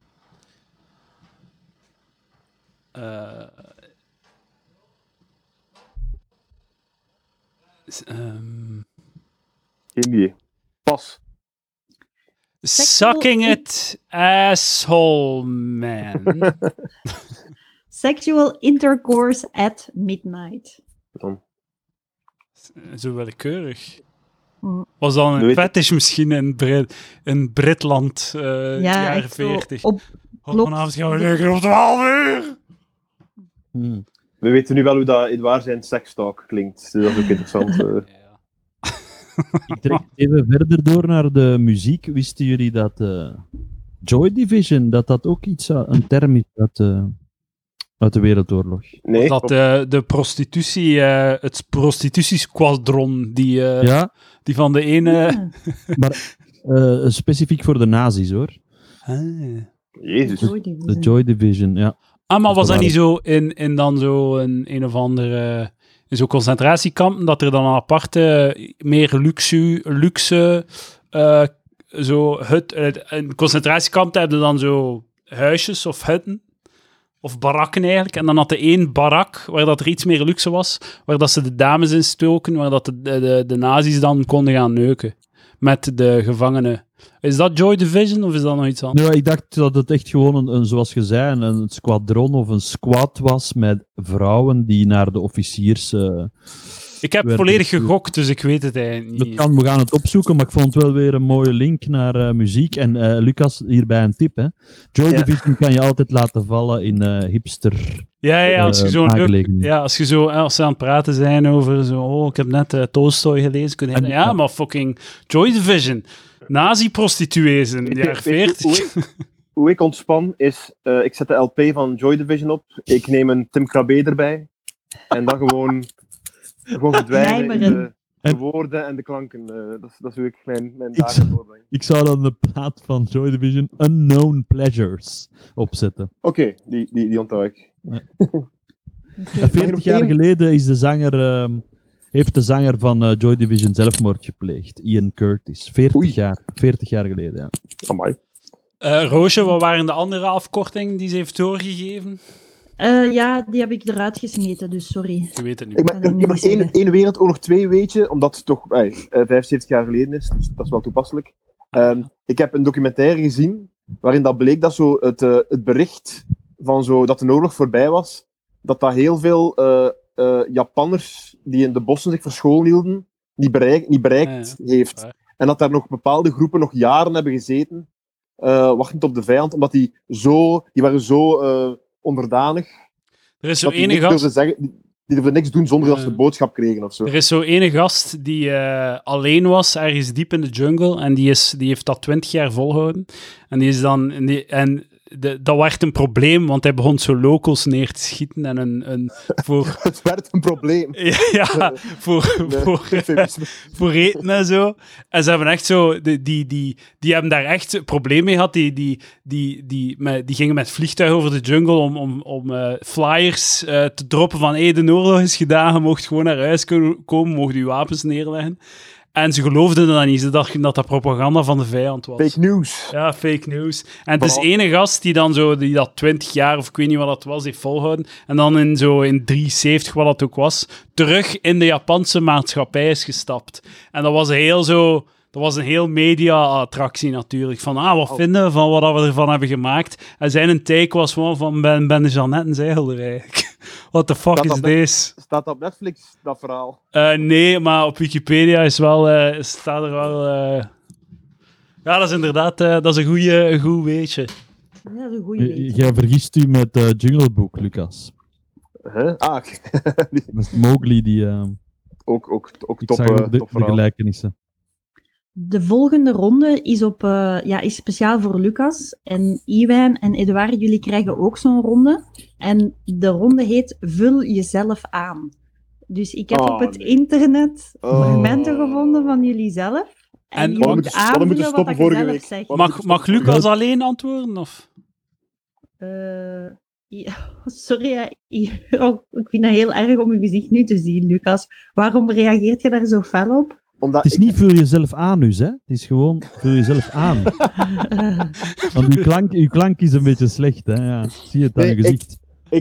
Geen idee. Pas. Sucking it, asshole man. Sexual intercourse at midnight. Zo willekeurig. Mm. Was dan een Weet- fetish misschien in Britland, Ja, jaren echt zo 40. op Vanavond gaan we lekker op 12 uur. We weten nu wel hoe dat Edouard zijn sekstalk klinkt. Dus dat is ook interessant. Ik trek even verder door naar de muziek. Wisten jullie dat Joy Division, dat ook iets, een term is uit de Wereldoorlog? Nee, Dat de prostitutie, het prostitutiesquadron, Ja, die van de ene... maar specifiek voor de nazi's hoor. Jezus. De Joy Division, ja. Maar was dat Dat niet zo in dan zo een of andere... in zo'n concentratiekampen, dat er dan een aparte, meer luxe zo hut... een concentratiekamp hebben dan zo huisjes of hutten, of barakken eigenlijk. En dan had de één barak, waar dat er iets meer luxe was, waar dat ze de dames in stoken, waar dat de nazi's dan konden gaan neuken met de gevangenen. Is dat Joy Division of is dat nog iets anders? Nou, ik dacht dat het echt gewoon een zoals je zei, een squadron of een squad was met vrouwen die naar de officiers... Ik heb werd volledig gestuurd. gegokt, dus ik weet het eigenlijk Dat niet. kan, we gaan het opzoeken, maar ik vond het wel weer een mooie link naar muziek. En Lucas, hierbij een tip. Hè. Joy Ja. Division kan je altijd laten vallen in hipster Ja, als je zo leuk, aangelegenheden. ja, als ze aan het praten zijn over zo, ik heb net Tolstoy gelezen, kun je En- ja, maar fucking Joy Division, nazi-prostituees in de jaren Weet je 40. hoe ik ontspan is, ik zet de LP van Joy Division op, ik neem een Tim Krabbe erbij, en dan gewoon verdwijnen in Mijmeren. De En- woorden en de klanken, dat is hoe ik mijn dagen doorbrengen. Ik zou dan de plaat van Joy Division Unknown Pleasures opzetten. Oké, die onthoud ik. En Mag je 40 nog jaar één? geleden is heeft de zanger van Joy Division zelfmoord gepleegd. Ian Curtis. 40 jaar geleden, ja. Amai. Roosje, wat waren de andere afkortingen die ze heeft doorgegeven? Ja, die heb ik eruit gesmeten, dus sorry. Ik weet het niet. Ik kan dat heb niet nog zeggen. één Wereldoorlog 2 weetje, omdat het toch 75 jaar geleden is, dus dat is wel toepasselijk. Ik heb een documentaire gezien, waarin dat bleek dat zo het bericht van zo, dat de oorlog voorbij was, dat heel veel Japanners die in de bossen zich verscholen hielden, niet bereikt heeft. Ja. En dat daar nog bepaalde groepen nog jaren hebben gezeten, wachtend op de vijand, omdat die waren zo onderdanig, Er is zo dat die ene niks gast... durfden zeggen, die durfden niks doen zonder dat ze de boodschap kregen of zo. Er is zo ene gast die alleen was, ergens diep in de jungle, en die heeft dat 20 jaar volgehouden. En die is dan... dat werd een probleem, want hij begon zo locals neer te schieten en voor... Het werd een probleem. Ja, voor eten en zo. En ze hebben echt zo... Die hebben daar echt een probleem mee gehad. Die gingen met vliegtuig over de jungle om flyers te droppen van de oorlog is gedaan, je mocht gewoon naar huis komen, mocht je wapens neerleggen. En ze geloofden dat niet. Ze dachten dat dat propaganda van de vijand was. Fake news. Ja, fake news. En het is Vooral- ene gast die dan zo, die dat 20 jaar, of ik weet niet wat dat was, heeft volgehouden. En dan in 73, wat dat ook was, terug in de Japanse maatschappij is gestapt. En dat was een heel media-attractie natuurlijk. Van, wat vinden we van wat we ervan hebben gemaakt? En zijn take was gewoon van, ben de Jeannette en Zeigel eigenlijk. What the fuck is this? Staat dat op Netflix, dat verhaal? Nee, maar op Wikipedia staat er wel... Ja, dat is inderdaad dat is een goed weetje. Ja, dat is een goede weetje. Jij vergist u met Jungle Book, Lucas. Huh? Met Mowgli, die... Ook ik top, zag ook de top verhaal. gelijkenissen. De volgende ronde is speciaal voor Lucas. En Iwijn en Edouard, jullie krijgen ook zo'n ronde. En de ronde heet Vul jezelf aan. Dus ik heb op het internet fragmenten gevonden van jullie zelf. En En je we moet moeten aanvullen wat stoppen je vorige zelf week. zegt. Mag Lucas alleen antwoorden? Of? Ja, sorry, hè. ik vind het heel erg om je gezicht nu te zien, Lucas. Waarom reageert je daar zo fel op? Omdat Het is niet vul jezelf aan, dus, hè. Het is gewoon vul jezelf aan. Want uw klank is een beetje slecht, hè. Ja, zie je het aan Nee, je gezicht.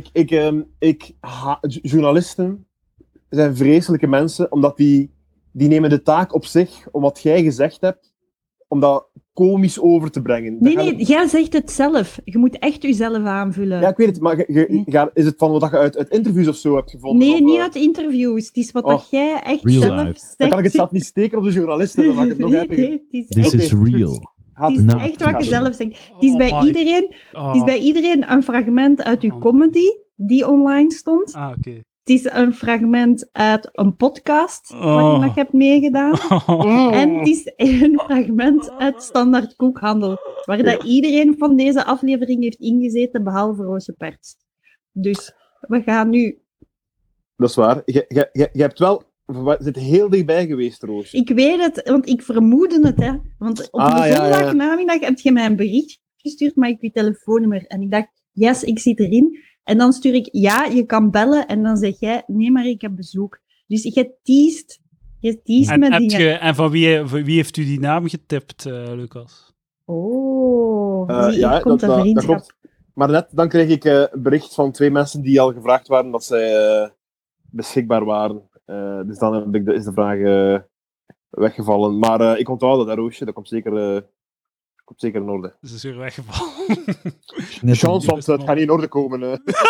journalisten zijn vreselijke mensen, omdat die nemen de taak op zich om wat jij gezegd hebt, om dat komisch over te brengen. Nee, jij zegt het zelf. Je moet echt jezelf aanvullen. Ja, ik weet het, maar is het van wat je uit interviews of zo hebt gevonden? Nee, of, niet uit interviews. Het is wat dat jij echt Real zelf life. zegt. Dan kan ik het zelf niet steken op de journalisten, dan mag ik het nog Nee, hebben. nee, het is This echt, is real. het is Nou, echt wat je nou. zelf zegt. Het is bij iedereen, Oh. het is bij iedereen een fragment uit uw comedy die online stond. Ah, oké. Het is een fragment uit een podcast waarin Oh. dat je hebt meegedaan. En het is een fragment uit Standaard Koekhandel, waar dat iedereen van deze aflevering heeft ingezeten, behalve Roosje Perts. Dus we gaan nu... Dat is waar. Je hebt wel... Je zit heel dichtbij geweest, Roosje. Ik weet het, want ik vermoedde het, hè. Want op Ah, de ja, zondagnamiddag heb je mij een bericht gestuurd, maar ik je telefoonnummer. En ik dacht, yes, ik zit erin. En dan stuur ik, ja, je kan bellen. En dan zeg jij, nee, maar ik heb bezoek. Dus je teest met dingen. En van wie heeft u die naam getipt, Lucas? Oh, zie, Ja, hier komt de dat vriendschap. klopt. Maar net dan kreeg ik een bericht van 2 mensen die al gevraagd waren dat zij beschikbaar waren. Dus dan is de vraag weggevallen. Maar ik onthoud dat, hè, Roosje. Dat komt zeker in orde. Ze is weer weggevallen. Net Chance, want het gaat niet in orde komen.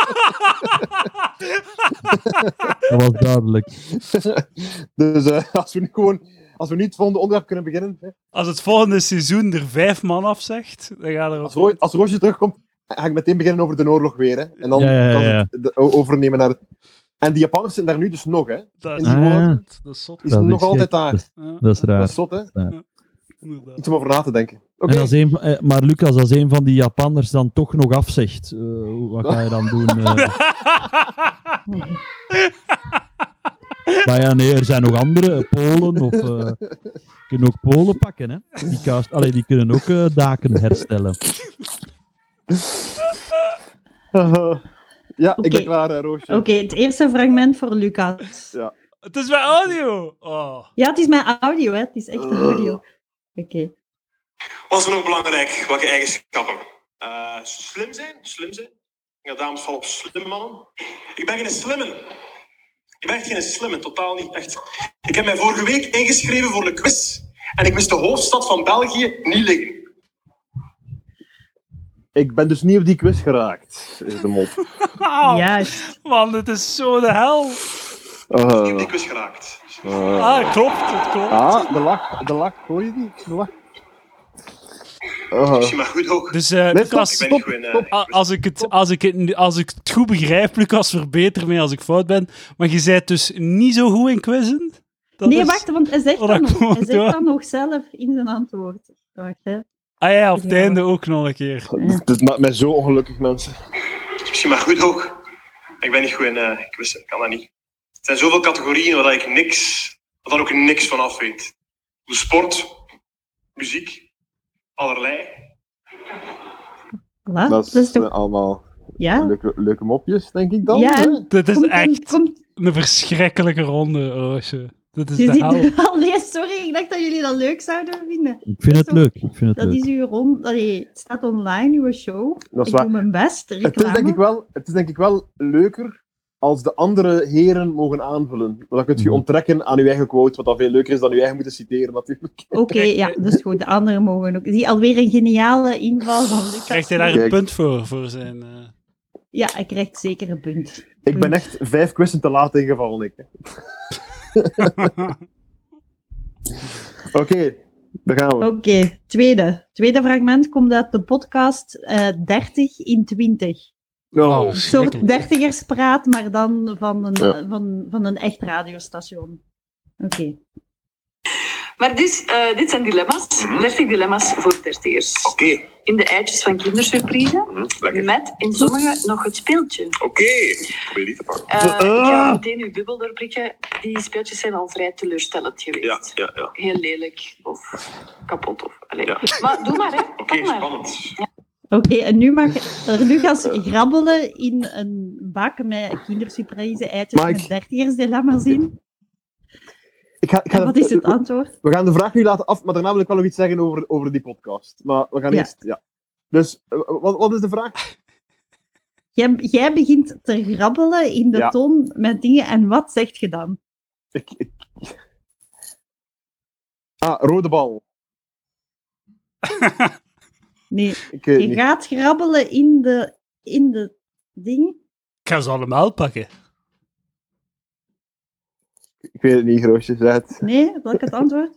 Dat was duidelijk. Dus als we nu het volgende onderwerp kunnen beginnen. Hè. Als het volgende seizoen er 5 man afzegt, dan gaat er... Als Roosje terugkomt, ga ik meteen beginnen over de oorlog weer. Hè. En dan Ja. kan het overnemen naar... En die Japanners zijn daar nu dus nog, hè. Dat in is, die woorden. dat is zot. Die zijn nog altijd daar. Dat is raar. Dat is zot, hè. Inderdaad. Iets om over na te denken. Oké. En maar Lucas, als een van die Japanners dan toch nog afzegt, wat ga je dan doen? Maar ja, nee, er zijn nog andere, Polen of... Je kunt ook Polen pakken, hè. Die kunnen ook daken herstellen. Ja, Oké. ik ben klaar, Roosje. Oké, het eerste fragment voor Lucas. Ja. Het is mijn audio! Oh. Ja, het is mijn audio, hè. Het is echt een audio. Oké. Wat is er nog belangrijk? Welke eigenschappen? Slim zijn. Slim zijn. Ja, dames vallen op slimme mannen. Ik ben geen slimme. Ik ben echt geen slimme, totaal niet. Echt. Ik heb mij vorige week ingeschreven voor een quiz. En ik wist de hoofdstad van België niet liggen. Ik ben dus niet op die quiz geraakt, is de mop. Juist. Man, dit is zo de hel. Niet op die quiz geraakt. Ah, klopt, het klopt. De lach, hoor je die? De lach. Zie maar goed ook. Dus Nee, Lucas, Ik ben niet goed in... als ik het goed begrijp, Lucas, verbeter mij als ik fout ben, maar je bent dus niet zo goed in quizzen? Dat Nee, is- wacht, want hij zegt, Oh, dat dat nog, komt hij zegt door. dat nog zelf in zijn antwoord. Wacht, hè. Ah ja, op het einde ook nog een keer. Dit maakt mij zo ongelukkig, mensen. Zie maar goed ook. Ik ben niet goed in quizzen. Ik kan dat niet. Er zijn zoveel categorieën waar ik daar ook niks van af weet. De sport, muziek, allerlei. Voilà, Dat is toch... allemaal Ja? leuke mopjes, denk ik dan. Ja, hè? en Dit is komt echt komt... een verschrikkelijke ronde, Roosje. Dit is Je de hel. ziet... Oh, nee, sorry, ik dacht dat jullie dat leuk zouden vinden. Ik vind het leuk. Ik vind het Dat leuk. is uw rond... Allee, het staat online, uw show. Dat is Ik waar. doe mijn best, Het reclame. is denk ik wel leuker als de andere heren mogen aanvullen. Dan kun je Mhm. onttrekken aan uw eigen quote, wat dan veel leuker is dan uw eigen moeten citeren, natuurlijk. Oké, ja, dus goed, de anderen mogen ook. Zie, alweer een geniale inval van Lucas. Krijgt hij daar een Kijk. punt voor zijn... Ja, hij krijgt zeker een punt. Ik ben echt 5 quizzen te laat ingevallen, ik. Oké, daar gaan we. Oké, tweede fragment komt uit de podcast 30 in 20. Oh, Een soort dertigerspraat, maar dan van een, Ja. van een echt radiostation. Oké. Maar dus, dit zijn dilemma's. 30 dilemma's voor dertigers. Oké. In de eitjes van kindersurprise. Lekker. Met in sommige nog het speeltje. Oké. Probeer die te pakken. Ik ga meteen uw bubbel doorprikken. Die speeltjes zijn al vrij teleurstellend geweest. Ja. Heel lelijk of kapot. Of, allee. Ja. Maar doe maar, hè. Oké, Kom maar. spannend. Oké, en nu mag Lucas grabbelen in een bak met kindersurprise eitjes Maar met dertigersdilemma's in. En wat is het antwoord? We gaan de vraag nu laten af, maar daarna wil ik wel nog iets zeggen over die podcast. Maar we gaan Ja. eerst... Ja. Dus, wat is de vraag? Jij begint te grabbelen in de Ja. ton met dingen en wat zegt je dan? Rode bal. Nee, Ik weet het je niet. gaat grabbelen in de ding. Ik ga ze allemaal pakken. Ik weet het niet, Roosje. Zeg het. Nee, welk het antwoord?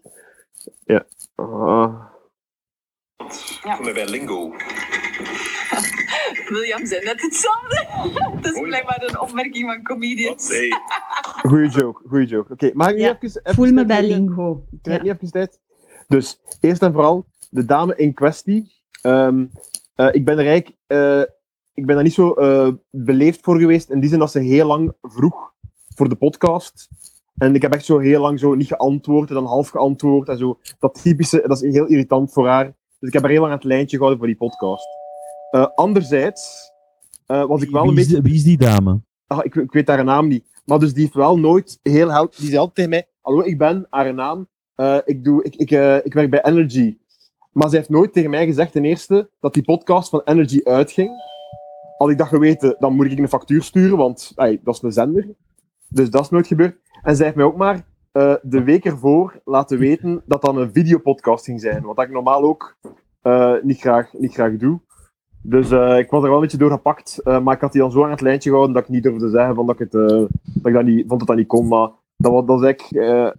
Ah. Voor mij bij Lingo. William zei net hetzelfde. Dat is Oei. blijkbaar een opmerking van comedians. Nee. Goeie joke. Oké, mag ik nu Ja, even Voel me tijd bij krijgen? Lingo. Krijg ik Ja. niet even tijd? Dus, eerst en vooral, de dame in kwestie. Ik ben er eigenlijk... ik ben daar niet zo beleefd voor geweest, in die zin dat ze heel lang vroeg voor de podcast. En ik heb echt zo heel lang zo niet geantwoord en dan half geantwoord en zo. Dat typische, dat is heel irritant voor haar. Dus ik heb haar heel lang aan het lijntje gehouden voor die podcast. Anderzijds was ik wel een beetje... Wie is die dame? Ik weet haar naam niet. Maar dus die heeft wel nooit heel help. Die zei altijd tegen mij: hallo, ik ben haar naam. Ik werk bij Energy. Maar zij heeft nooit tegen mij gezegd, ten eerste, dat die podcast van Energy uitging. Had ik dat geweten, dan moet ik een factuur sturen, want dat is een zender. Dus dat is nooit gebeurd. En zij heeft mij ook maar de week ervoor laten weten dat dat een videopodcast ging zijn. Wat ik normaal ook niet graag doe. Dus ik was er wel een beetje door gepakt, maar ik had die dan zo aan het lijntje gehouden dat ik niet durfde zeggen van dat ik dat niet vond dat dat niet kon. Maar dat was eigenlijk,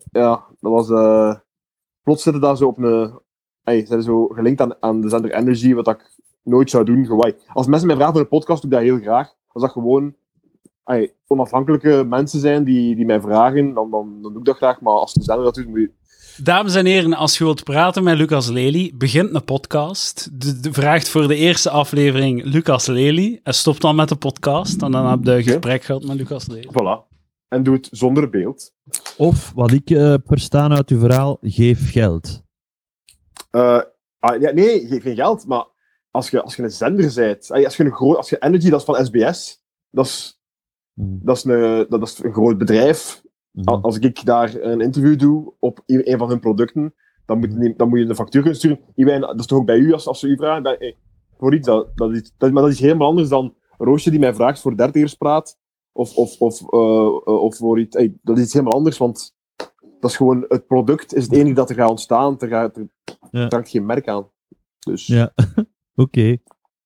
plots zitten daar zo op een, zijn zo gelinkt aan de zender Energy, wat ik nooit zou doen. Gewoon, als mensen mij vragen voor een podcast, doe ik dat heel graag. Als dat gewoon onafhankelijke mensen zijn die mij vragen, dan doe ik dat graag. Maar als de zender dat doet, moet je... Dames en heren, als je wilt praten met Lucas Lely, begint een podcast. Vraagt voor de eerste aflevering Lucas Lely en stopt dan met de podcast. En dan heb je een gesprek gehad met Lucas Lely. Voilà. en doe het zonder beeld. Of, wat ik verstaan uit uw verhaal, geef geld. Nee, geef geen geld, maar als je een zender bent, als je Energy, dat is van SBS, dat is een groot bedrijf. Als ik daar een interview doe op een van hun producten, dan moet je een factuur kunnen sturen. Iwijn, dat is toch ook bij u, als ze u vragen, voor iets, maar dat is helemaal anders dan Roosje die mij vraagt voor dertigerspraat, of voor iets. Dat is iets helemaal anders, want dat is gewoon, het product is het enige dat er gaat ontstaan, er hangt geen merk aan. Dus. Ja, oké.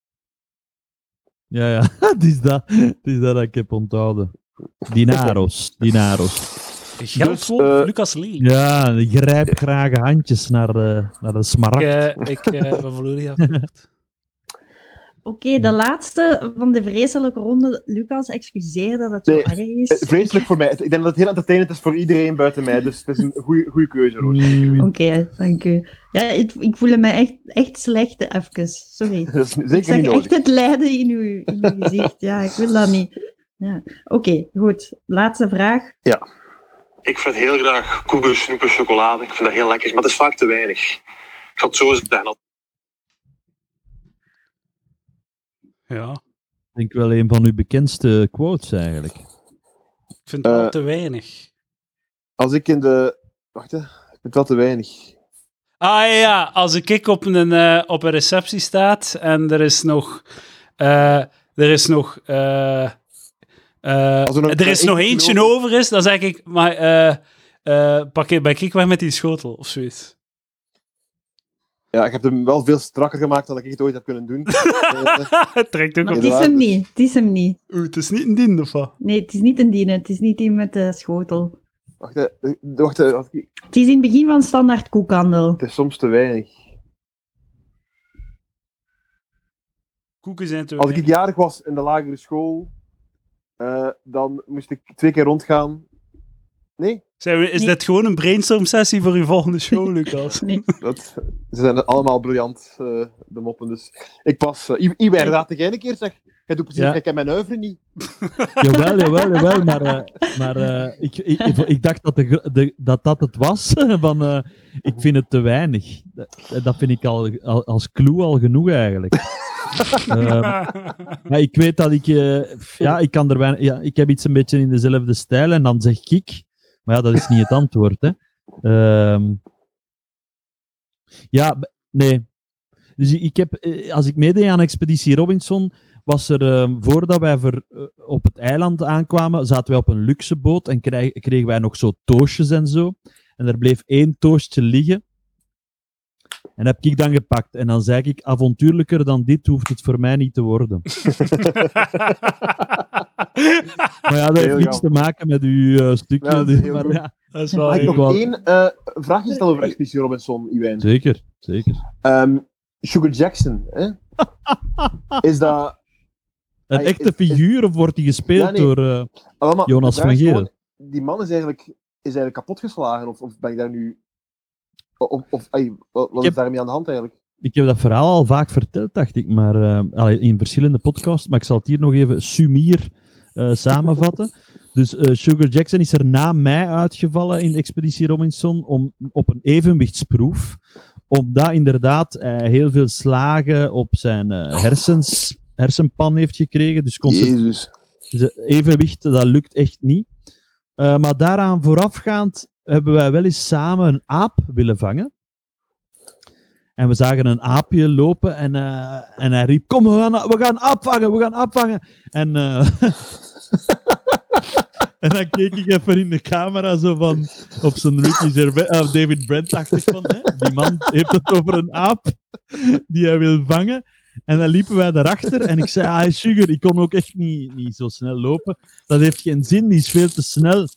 Ja, het is dat ik heb onthouden. Dinaros. Geldwolf Lucas Lee. Ja, ik grijp graag handjes naar de smaragd. Ik ben Valoria Voort. Oké, de laatste van de vreselijke ronde. Lucas, excuseer dat het zo erg is. Vreselijk voor mij. Ik denk dat het heel entertainend is voor iedereen buiten mij, dus het is een goede keuze, Roos. Oké, dank u. Ja, ik voel me echt slecht, even. Sorry. Dat is zeker Ik zag niet nodig. echt het lijden in uw gezicht. Ja, ik wil dat niet. Ja. Oké, goed. Laatste vraag. Ja. Ik vind heel graag koekjes, snoepjes, chocolade. Ik vind dat heel lekker, maar het is vaak te weinig. Ik ga het zo zeggen. Ja, Ik denk wel een van uw bekendste quotes, eigenlijk. ik vind het wel te weinig. Als ik in de... Wacht, ik vind het wel te weinig. Ja, als ik op een receptie staat en er is nog eentje over is, dan zeg ik, maar ben ik weg met die schotel of zoiets. Ja, ik heb hem wel veel strakker gemaakt dan ik het ooit heb kunnen doen. Het trekt ook Maar op. het is hem niet. Het is niet een dien, of wat? Nee, het is niet een dienen. Het is niet die met de schotel. Wacht, Het is in het begin van standaard koekhandel. het is soms te weinig. Koeken zijn te Als weinig. ik jarig was in de lagere school, dan moest ik 2 keer rondgaan. Nee, Is dit gewoon een brainstorm sessie voor uw volgende show, Lucas? Nee. ze zijn allemaal briljant, de moppen. Dus ik pas... Iwijn, raad jij een keer, zeg. Jij doet precies, ik heb mijn oeuvre niet. Jawel, maar ik dacht dat het was, van ik vind het te weinig. Dat vind ik als clue al genoeg, eigenlijk. Maar ik weet dat ik kan er weinig... ik heb iets een beetje in dezelfde stijl en dan zeg ik... Maar ja, dat is niet het antwoord, hè. Nee. Dus ik heb, als ik meedeed aan Expeditie Robinson, was er, voordat wij op het eiland aankwamen, zaten wij op een luxe boot en kregen wij nog zo toastjes en zo. En er bleef 1 toastje liggen. En heb ik dan gepakt. En dan zei ik, avontuurlijker dan dit hoeft het voor mij niet te worden. Maar ja, dat heeft niets te maken met uw stukje. Ja, dat is heel maar goed. ja, Dat is wel Mag ik heel nog wou- 1 vraagje stellen over Expeditie Robinson, Iwijn? zeker. Sugar Jackson, hè? Is dat... Een echte figuur of wordt die gespeeld Ja, nee. door... allemaal, Jonas de vraag van is Geren. gewoon, die man is eigenlijk kapotgeslagen, of ben ik daar nu... Wat is daarmee aan de hand eigenlijk? Ik heb dat verhaal al vaak verteld, dacht ik, maar in verschillende podcasts, maar ik zal het hier nog even sumier samenvatten. Dus Sugar Jackson is er na mij uitgevallen in Expeditie Robinson op een evenwichtsproef, omdat inderdaad hij heel veel slagen op zijn hersenpan heeft gekregen, dus Jezus. evenwicht, dat lukt echt niet. Maar daaraan voorafgaand hebben wij wel eens samen een aap willen vangen. En we zagen een aapje lopen en hij riep, kom, we gaan aap vangen. En en dan keek ik even in de camera zo van, op zijn Ricky Gervais, David Brent-achtig van, die man heeft het over een aap die hij wil vangen. En dan liepen wij daarachter en ik zei, Sugar, ik kon ook echt niet zo snel lopen. Dat heeft geen zin, die is veel te snel.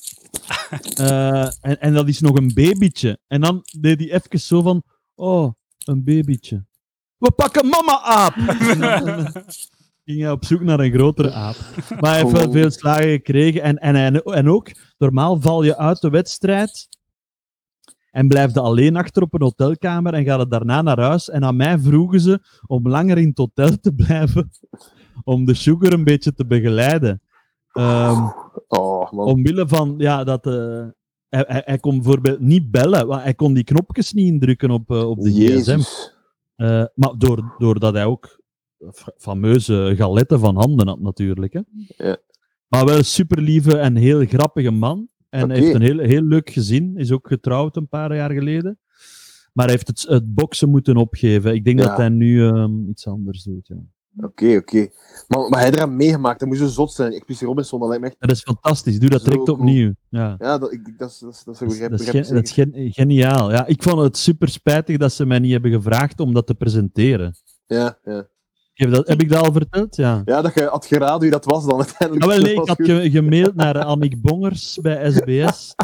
En dat is nog een babytje. En dan deed hij even zo van, oh, een babytje. We pakken mama-aap! Ging hij op zoek naar een grotere aap. Maar hij heeft wel veel slagen gekregen. En ook, normaal val je uit de wedstrijd en blijf je alleen achter op een hotelkamer en ga je daarna naar huis. En aan mij vroegen ze om langer in het hotel te blijven, om de Sugar een beetje te begeleiden. Oh, man. Omwille van, ja, dat... hij kon bijvoorbeeld niet bellen, want hij kon die knopjes niet indrukken op de gsm. Jezus. Maar doordat hij ook fameuze galetten van handen had, natuurlijk. Hè. Ja. Maar wel een superlieve en heel grappige man. En Oké. hij heeft een heel leuk gezin. Is ook getrouwd een paar jaar geleden. Maar hij heeft het boksen moeten opgeven. Ik denk Ja. dat hij nu iets anders doet. Ja. Oké. Maar hij heeft eraan meegemaakt. Dat moet zo zot zijn. Expeditie Robinson, dat lijkt me echt... Dat is fantastisch. Doe dat Zo direct cool. opnieuw. Ja. Ja, dat is een begrijp. Dat is geniaal. Ja, ik vond het super spijtig dat ze mij niet hebben gevraagd om dat te presenteren. Ja. Heb ik dat al verteld? Ja. Ja, dat je had geraden wie dat was dan uiteindelijk. Ah, wel, nee, Dat ik was had goed. gemaild naar Annick Bongers bij SBS.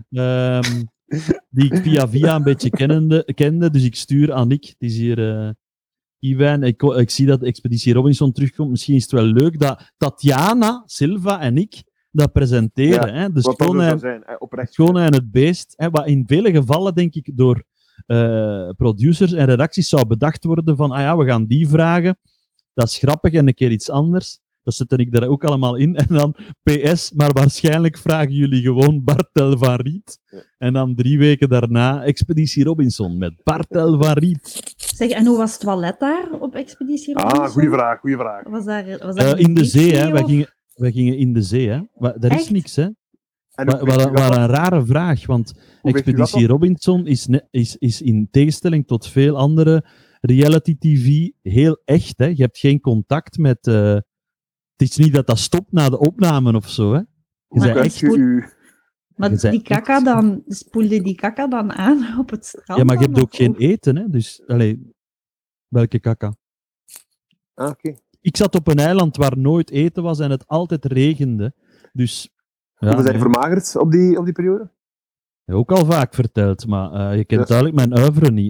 Die ik via een beetje kende. Dus ik stuur Annick, die is hier... Iwijn, ik zie dat Expeditie Robinson terugkomt. Misschien is het wel leuk dat Tatjana, Silva en ik dat presenteren. Ja, hè? De Wat dat zo zou schoonheid, zijn, oprecht. en het beest. Hè? Wat in vele gevallen, denk ik, door producers en redacties zou bedacht worden van, we gaan die vragen. Dat is grappig en een keer iets anders. Dat zette ik daar ook allemaal in. En dan PS, maar waarschijnlijk vragen jullie gewoon Bartel van Riet. Ja. En dan 3 weken daarna Expeditie Robinson met Bartel van Riet. Zeg, en hoe was het toilet daar op Expeditie Robinson? Goeie vraag. Was daar In de zee, hè. Of... Wij gingen in de zee, hè. Daar is Echt? niks, hè. En Wat een rare vraag, want Hoe weet u dat Expeditie Robinson is in tegenstelling tot veel andere reality-tv heel echt, hè. Je hebt geen contact met... het is niet dat stopt na de opnamen of zo, hè. Je Maar bent echt echt... Maar Je zei die kaka dan, spoelde die kaka dan aan op het strand? Ja, maar je dan, hebt ook of- geen eten, hè. Dus, welke kaka? Oké. Ik zat op een eiland waar nooit eten was en het altijd regende. Dus... Ja, Hoeveel zijn je nee. vermagerd op die periode? Ook al vaak verteld, maar je kent Dus- duidelijk mijn oeuvre niet.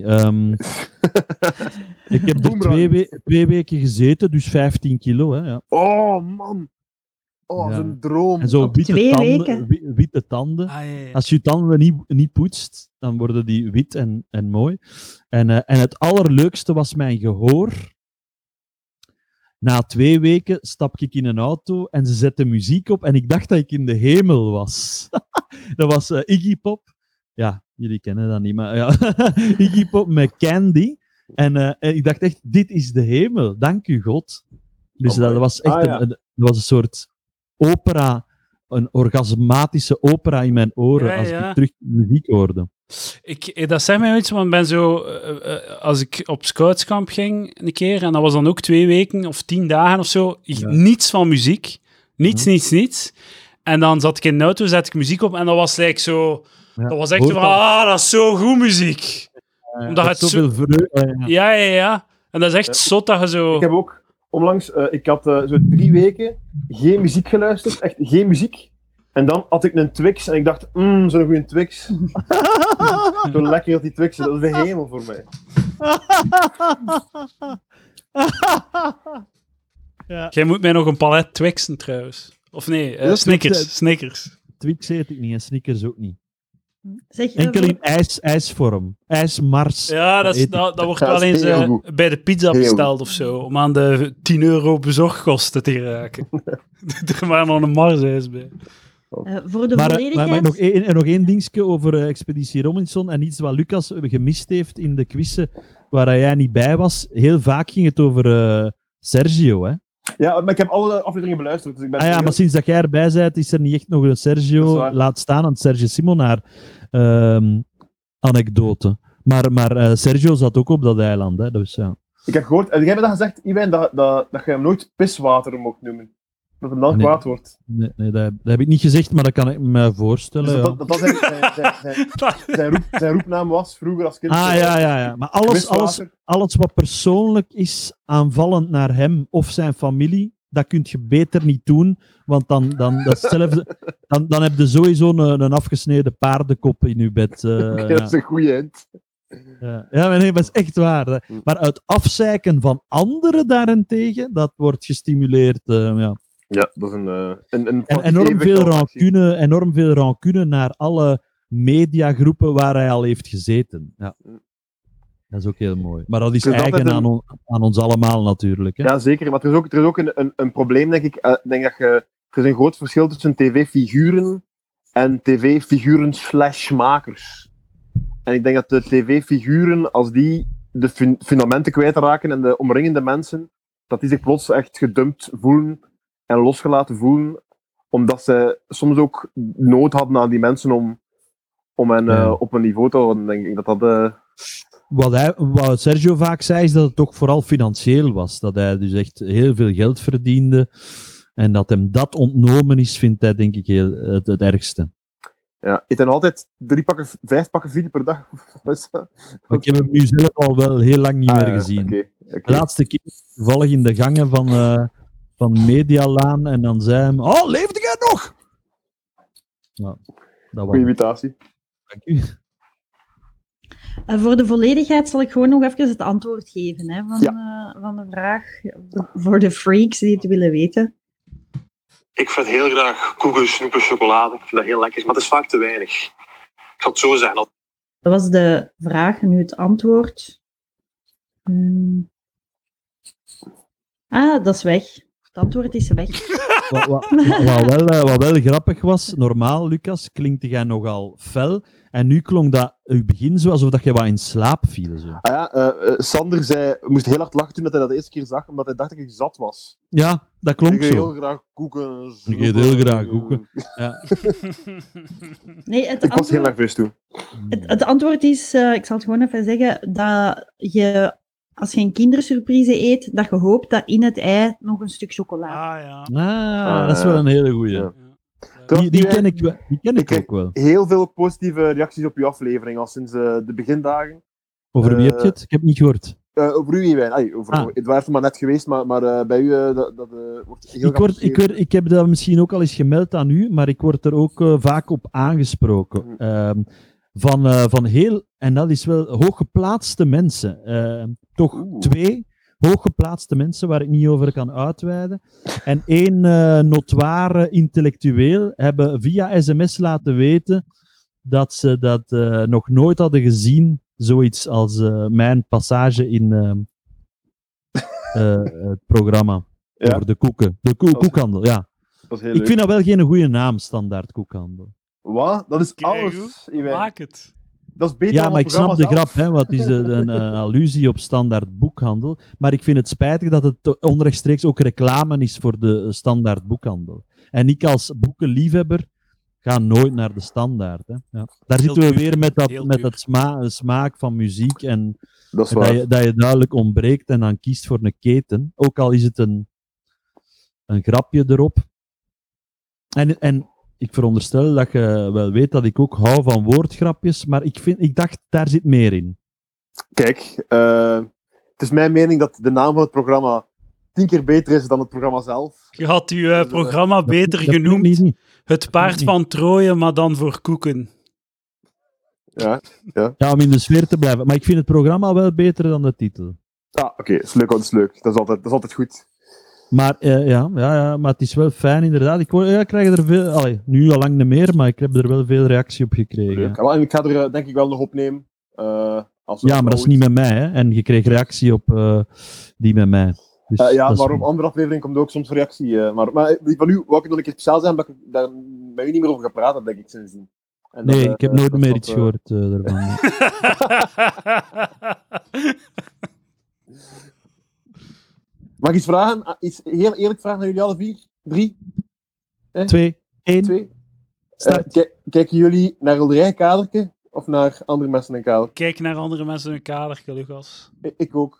Ik heb er Boomerang. 2 weken gezeten, dus 15 kilo. Hè, ja. Oh, man. Oh, Ja. dat is een droom. En zo Op witte 2 tanden. weken? Witte tanden. Ah, ja. Als je je tanden niet poetst, dan worden die wit en mooi. En het allerleukste was mijn gehoor. Na 2 weken stap ik in een auto en ze zetten muziek op en ik dacht dat ik in de hemel was. Dat was Iggy Pop. Ja, jullie kennen dat niet, maar ja. Iggy Pop met Candy. En ik dacht echt, dit is de hemel. Dank u, God. Dus Amai. dat was echt Ja. dat was een soort opera, een orgasmatische opera in mijn oren Ja, als ja. ik terug muziek hoorde. Dat zegt mij iets, want ik ben zo... als ik op scoutskamp ging een keer, en dat was dan ook 2 weken of 10 dagen of zo, Ja. niets van muziek. Ja. Niets. En dan zat ik in de auto, zet ik muziek op, en dat was like zo... Ja. Dat was echt Hoort van, dat? dat is zo goed muziek. Omdat Met het zoveel vreugde. Ja. En dat is echt zot dat je zo... Ik heb ook onlangs, ik had zo 3 weken geen muziek geluisterd, echt geen muziek. En dan had ik een Twix en ik dacht, zo'n goede Twix. Zo lekker dat die Twix is, dat is de hemel voor mij. Ja. Jij moet mij nog een palet Twixen trouwens. Of nee, dat Snickers. Twix eet ik niet en Snickers ook niet. Zeg, Enkel in ijsvorm. IJsmars. Ja, eet ik. dat wordt Ja, wel dat is eens heel goed. bij de pizza Heel besteld of zo, om aan de 10 euro bezorgkosten te geraken. Er maar nog een Marsijs bij. voor de Maar volledigheid... nog één dingetje over Expeditie Robinson en iets wat Lucas gemist heeft in de quizzen waar jij niet bij was. Heel vaak ging het over Sergio, hè? Ja, maar ik heb alle afleveringen beluisterd, dus ik ben... Ah ja, maar sinds dat jij erbij bent, is er niet echt nog een Dat is Sergio, waar. laat staan een Sergio Simonaar anekdote. Maar Sergio zat ook op dat eiland, hè? Dus ja. Ik heb gehoord, en jij hebt dat gezegd, Iwijn, dat je hem nooit piswater mocht noemen. Dat hem dan Nee. kwaad wordt. Nee, dat heb ik niet gezegd, maar dat kan ik me voorstellen. Dus ja. dat eigenlijk zijn roepnaam was vroeger als kind. Ja. Maar alles wat persoonlijk is aanvallend naar hem of zijn familie, dat kun je beter niet doen, want dan heb je sowieso een afgesneden paardenkop in je bed. Dat Ja. is een goeie eind. Ja, maar nee, dat is echt waar. Hè. Maar uit afzeiken van anderen daarentegen, dat wordt gestimuleerd. Ja. Ja, dat is een En enorm veel rancune naar alle mediagroepen waar hij al heeft gezeten. Ja. Dat is ook heel mooi. Maar dat is Dus dat eigen is aan ons allemaal natuurlijk. Hè. Ja, zeker. Maar er is ook een probleem, denk ik. Ik denk dat je er is een groot verschil tussen tv-figuren en tv-figuren/makers. En ik denk dat de tv-figuren, als die de fundamenten kwijtraken en de omringende mensen, dat die zich plots echt gedumpt voelen en losgelaten voelen, omdat ze soms ook nood hadden aan die mensen om hen op een niveau te houden, denk ik. Dat Wat Sergio vaak zei, is dat het toch vooral financieel was. Dat hij dus echt heel veel geld verdiende. En dat hem dat ontnomen is, vindt hij denk ik het ergste. Ja, eet dan altijd 5 pakken video per dag? Ik heb hem nu zelf al wel heel lang niet meer gezien. Okay. De laatste keer toevallig in de gangen van Medialaan en dan zei hem: oh, leefde jij nog? Nou, dat was Goeie imitatie. Dank u. Voor de volledigheid zal ik gewoon nog even het antwoord geven van de vraag voor de freaks die het willen weten. Ik vind heel graag koeken, snoepen, chocolade. Ik vind dat heel lekker, maar het is vaak te weinig. Ik zal het zo zeggen. Dat was de vraag en nu het antwoord. Dat is weg. Het antwoord is weg. Wat wel grappig was, normaal, Lucas, klinkte jij nogal fel. En nu klonk dat uw begin zo alsof je wat in slaap viel. Zo. Sander moest heel hard lachen toen hij dat de eerste keer zag, omdat hij dacht dat ik zat was. Ja, dat klonk ik zo. Ik heel graag koeken. Ik eet heel graag koeken. Ja. Nee, ik was heel nerveus toen. Het antwoord is, ik zal het gewoon even zeggen, dat je, als je een kindersurprise eet, dat je hoopt dat in het ei nog een stuk chocola. Dat is wel een hele goeie. Ja. Die ken ik ook wel. Heel veel positieve reacties op uw aflevering, al sinds de begindagen. Over wie heb je het? Ik heb het niet gehoord. Over u, Iwijn. Het was maar net geweest, maar bij u dat wordt heel ik heb dat misschien ook al eens gemeld aan u, maar ik word er ook vaak op aangesproken. Van heel, en dat is wel hooggeplaatste mensen. Toch 2 hooggeplaatste mensen waar ik niet over kan uitweiden. En 1 notoire intellectueel hebben via sms laten weten dat ze dat nog nooit hadden gezien. Zoiets als mijn passage in het programma over de koeken. De koekhandel, ja. Ik vind dat wel geen goede naam, standaard koekhandel. Wat? Dat is alles. Maak het. Dat is beter ja, dan maar ik snap de zelf. grap, hè, want het is een allusie op standaard boekhandel. Maar ik vind het spijtig dat het onrechtstreeks ook reclame is voor de standaard boekhandel. En ik als boekenliefhebber ga nooit naar de standaard. Hè. Ja. Daar zitten we weer met het smaak van muziek en dat je duidelijk ontbreekt en dan kiest voor een keten. Ook al is het een grapje erop. En ik veronderstel dat je wel weet dat ik ook hou van woordgrapjes, maar ik dacht, daar zit meer in. Kijk, het is mijn mening dat de naam van het programma 10 keer beter is dan het programma zelf. Je had uw programma beter genoemd. Het paard van Troje, maar dan voor koeken. Ja, om in de sfeer te blijven. Maar ik vind het programma wel beter dan de titel. Ja, oké, is leuk, dat is leuk. Dat is altijd goed. Maar maar het is wel fijn inderdaad. Ik krijg er veel, nu al lang niet meer, maar ik heb er wel veel reactie op gekregen. Ja. En ik ga er denk ik wel nog opnemen. Maar dat is niet met mij, hè? En je kreeg reactie op die met mij. Dus maar op andere afleveringen komt ook soms reactie. Maar van u wou ik nog een keer speciaal zijn, omdat ik daar met u niet meer over gepraat heb, denk ik, sindsdien. Nee, ik heb nooit meer iets gehoord daarvan. Mag ik iets vragen? Iets heel eerlijk vragen aan jullie alle 4? 3? 2, 1. Kijken jullie naar hun eigen kadertje of naar andere mensen in kader? Kijk naar andere mensen in kadertje, Lucas. Ik ook.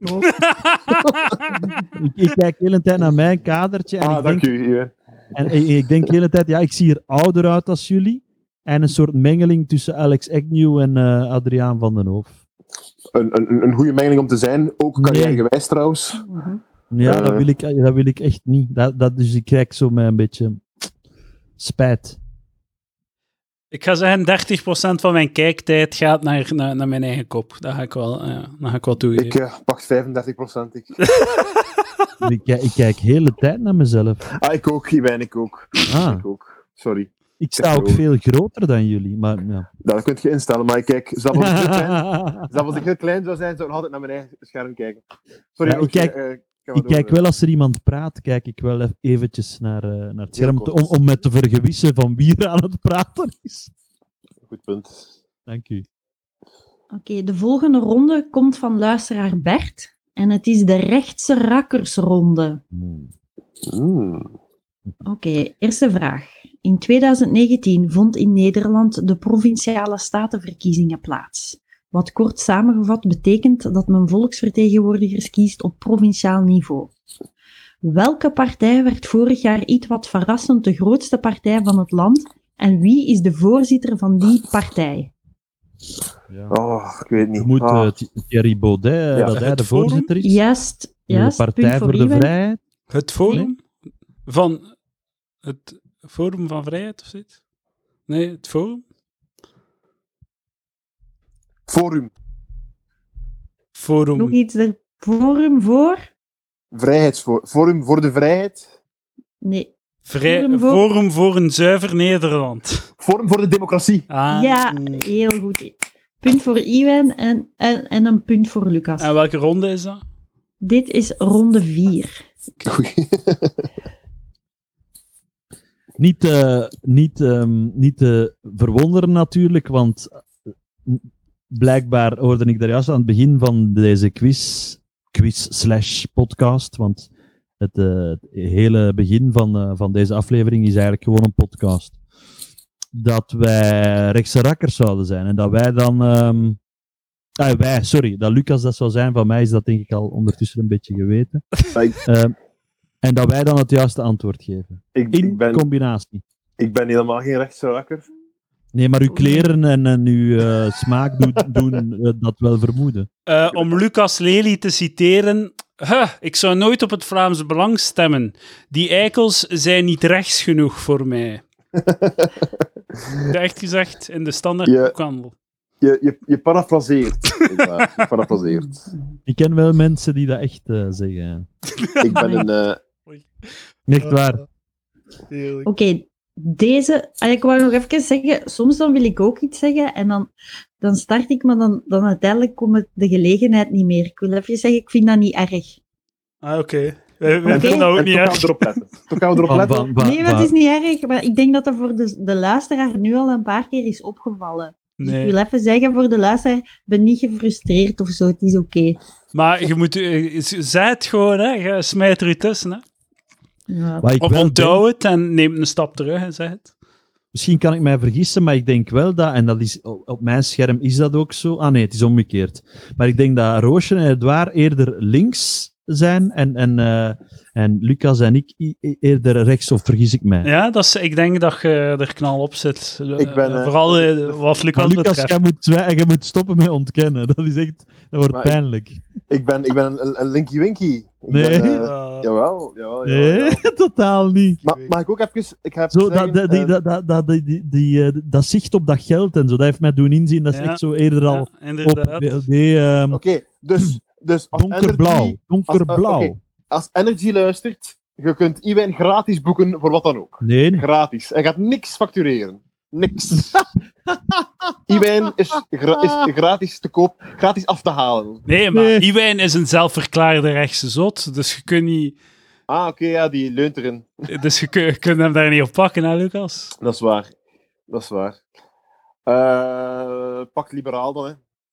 Ik kijk de hele tijd naar mijn kadertje. En dank u. En ik denk de hele tijd, ik zie er ouder uit als jullie. En een soort mengeling tussen Alex Agnew en Adriaan van den Hoof. Een goede mengeling om te zijn, ook carrièregewijs trouwens. Ja, dat wil ik echt niet. Dus ik kijk zo met een beetje spijt. Ik ga zeggen, 30% van mijn kijktijd gaat naar mijn eigen kop. Dat ga ik wel toegeven. Ik pak 35%. Ik kijk de hele tijd naar mezelf. Ik ook, Iwijn, ik ook. Ik ook. Sorry. Ik sta ook veel groter dan jullie, maar ja. Dat kun je instellen, maar ik kijk, zelfs als ik heel klein zou zijn, zou ik altijd naar mijn eigen scherm kijken. Sorry, Ik kijk wel als er iemand praat, kijk ik wel eventjes naar het scherm kort. om me te vergewissen van wie er aan het praten is. Goed punt. Dank u. Oké, de volgende ronde komt van luisteraar Bert. En het is de rechtse rakkersronde. Oké, eerste vraag. In 2019 vond in Nederland de provinciale statenverkiezingen plaats. Wat kort samengevat betekent dat men volksvertegenwoordigers kiest op provinciaal niveau. Welke partij werd vorig jaar iets wat verrassend de grootste partij van het land? En wie is de voorzitter van die partij? Ja. Oh, ik weet het niet. Je moet Thierry Baudet, Ja, dat hij het de voorzitter is. Juist, de Partij voor de Iwan. Vrijheid. Het Forum van... Het Forum van Vrijheid of zoiets? Nee, het Forum? Forum. Forum. Nog iets er Forum voor? Forum voor de Vrijheid. Nee. Forum voor- Forum voor een zuiver Nederland. Forum voor de Democratie. Ah. Ja, heel goed. Punt voor Iwan en een punt voor Lucas. En welke ronde is dat? Dit is ronde 4. Oei. Niet te verwonderen natuurlijk, want blijkbaar hoorde ik daar juist aan het begin van deze quiz/podcast, want het hele begin van deze aflevering is eigenlijk gewoon een podcast. Dat wij rechtse rakkers zouden zijn en dat wij dan... dat Lucas dat zou zijn, van mij is dat denk ik al ondertussen een beetje geweten. En dat wij dan het juiste antwoord geven. In combinatie. Ik ben helemaal geen rechtse rakker. Nee, maar uw kleren en uw smaak doen dat wel vermoeden. Om Lucas Lely te citeren... ik zou nooit op het Vlaams Belang stemmen. Die eikels zijn niet rechts genoeg voor mij. Echt gezegd in de standaard boekhandel. Je parafraseert. Je parafraseert. Ik ken wel mensen die dat echt zeggen. Ik ben een... Echt waar. Oké, deze... Ik wou nog even zeggen, soms dan wil ik ook iets zeggen en dan start ik, maar dan uiteindelijk komt de gelegenheid niet meer. Ik wil even zeggen, ik vind dat niet erg. Ah, oké. Wij vinden dat ook niet erg. Toch gaan we erop letten. Nee, maar het is niet erg, maar ik denk dat dat voor de luisteraar nu al een paar keer is opgevallen. Dus Nee. ik wil even zeggen voor de luisteraar, ik ben niet gefrustreerd of zo, het is oké. Maar je moet... Zeg het gewoon, hè. Je smijt er je tussen, hè. Ja. Wat ik Of wel onthoud denk- het en neem een stap terug en zeg het. Misschien kan ik mij vergissen, maar ik denk wel dat, en dat is, op mijn scherm is dat ook zo. Ah nee, het is omgekeerd. Maar ik denk dat Roosje en Edouard eerder links zijn en Lucas en ik eerder rechts, of vergis ik mij? Ja, ik denk dat je er knal op zit. Ik ben, Vooral wat Lucas Maar Lucas, betreft. jij moet stoppen met ontkennen. Dat is echt, dat wordt Maar pijnlijk. Ik ben een Linky Winky. Nee. Jawel. Nee, totaal niet. Maar mag ik ook even... Ik heb Zo, zeggen, dat zicht op dat geld en zo, dat heeft mij doen inzien. Dat is Ja. echt zo eerder al Ja, op inderdaad. BLD, Oké, dus als donkerblauw. Energy- Donkerblauw. oké. Als Energy luistert, je kunt Iwijn gratis boeken voor wat dan ook. Nee, Gratis. Hij gaat niks factureren. Niks. Iwijn is gratis te koop, gratis af te halen. Nee, maar Nee. Iwijn is een zelfverklaarde rechtse zot, dus je kunt niet... Ah, oké, ja, die leunt erin. Dus je kunt hem daar niet op pakken, hè, Lucas? Dat is waar. Pak liberaal dan, hè.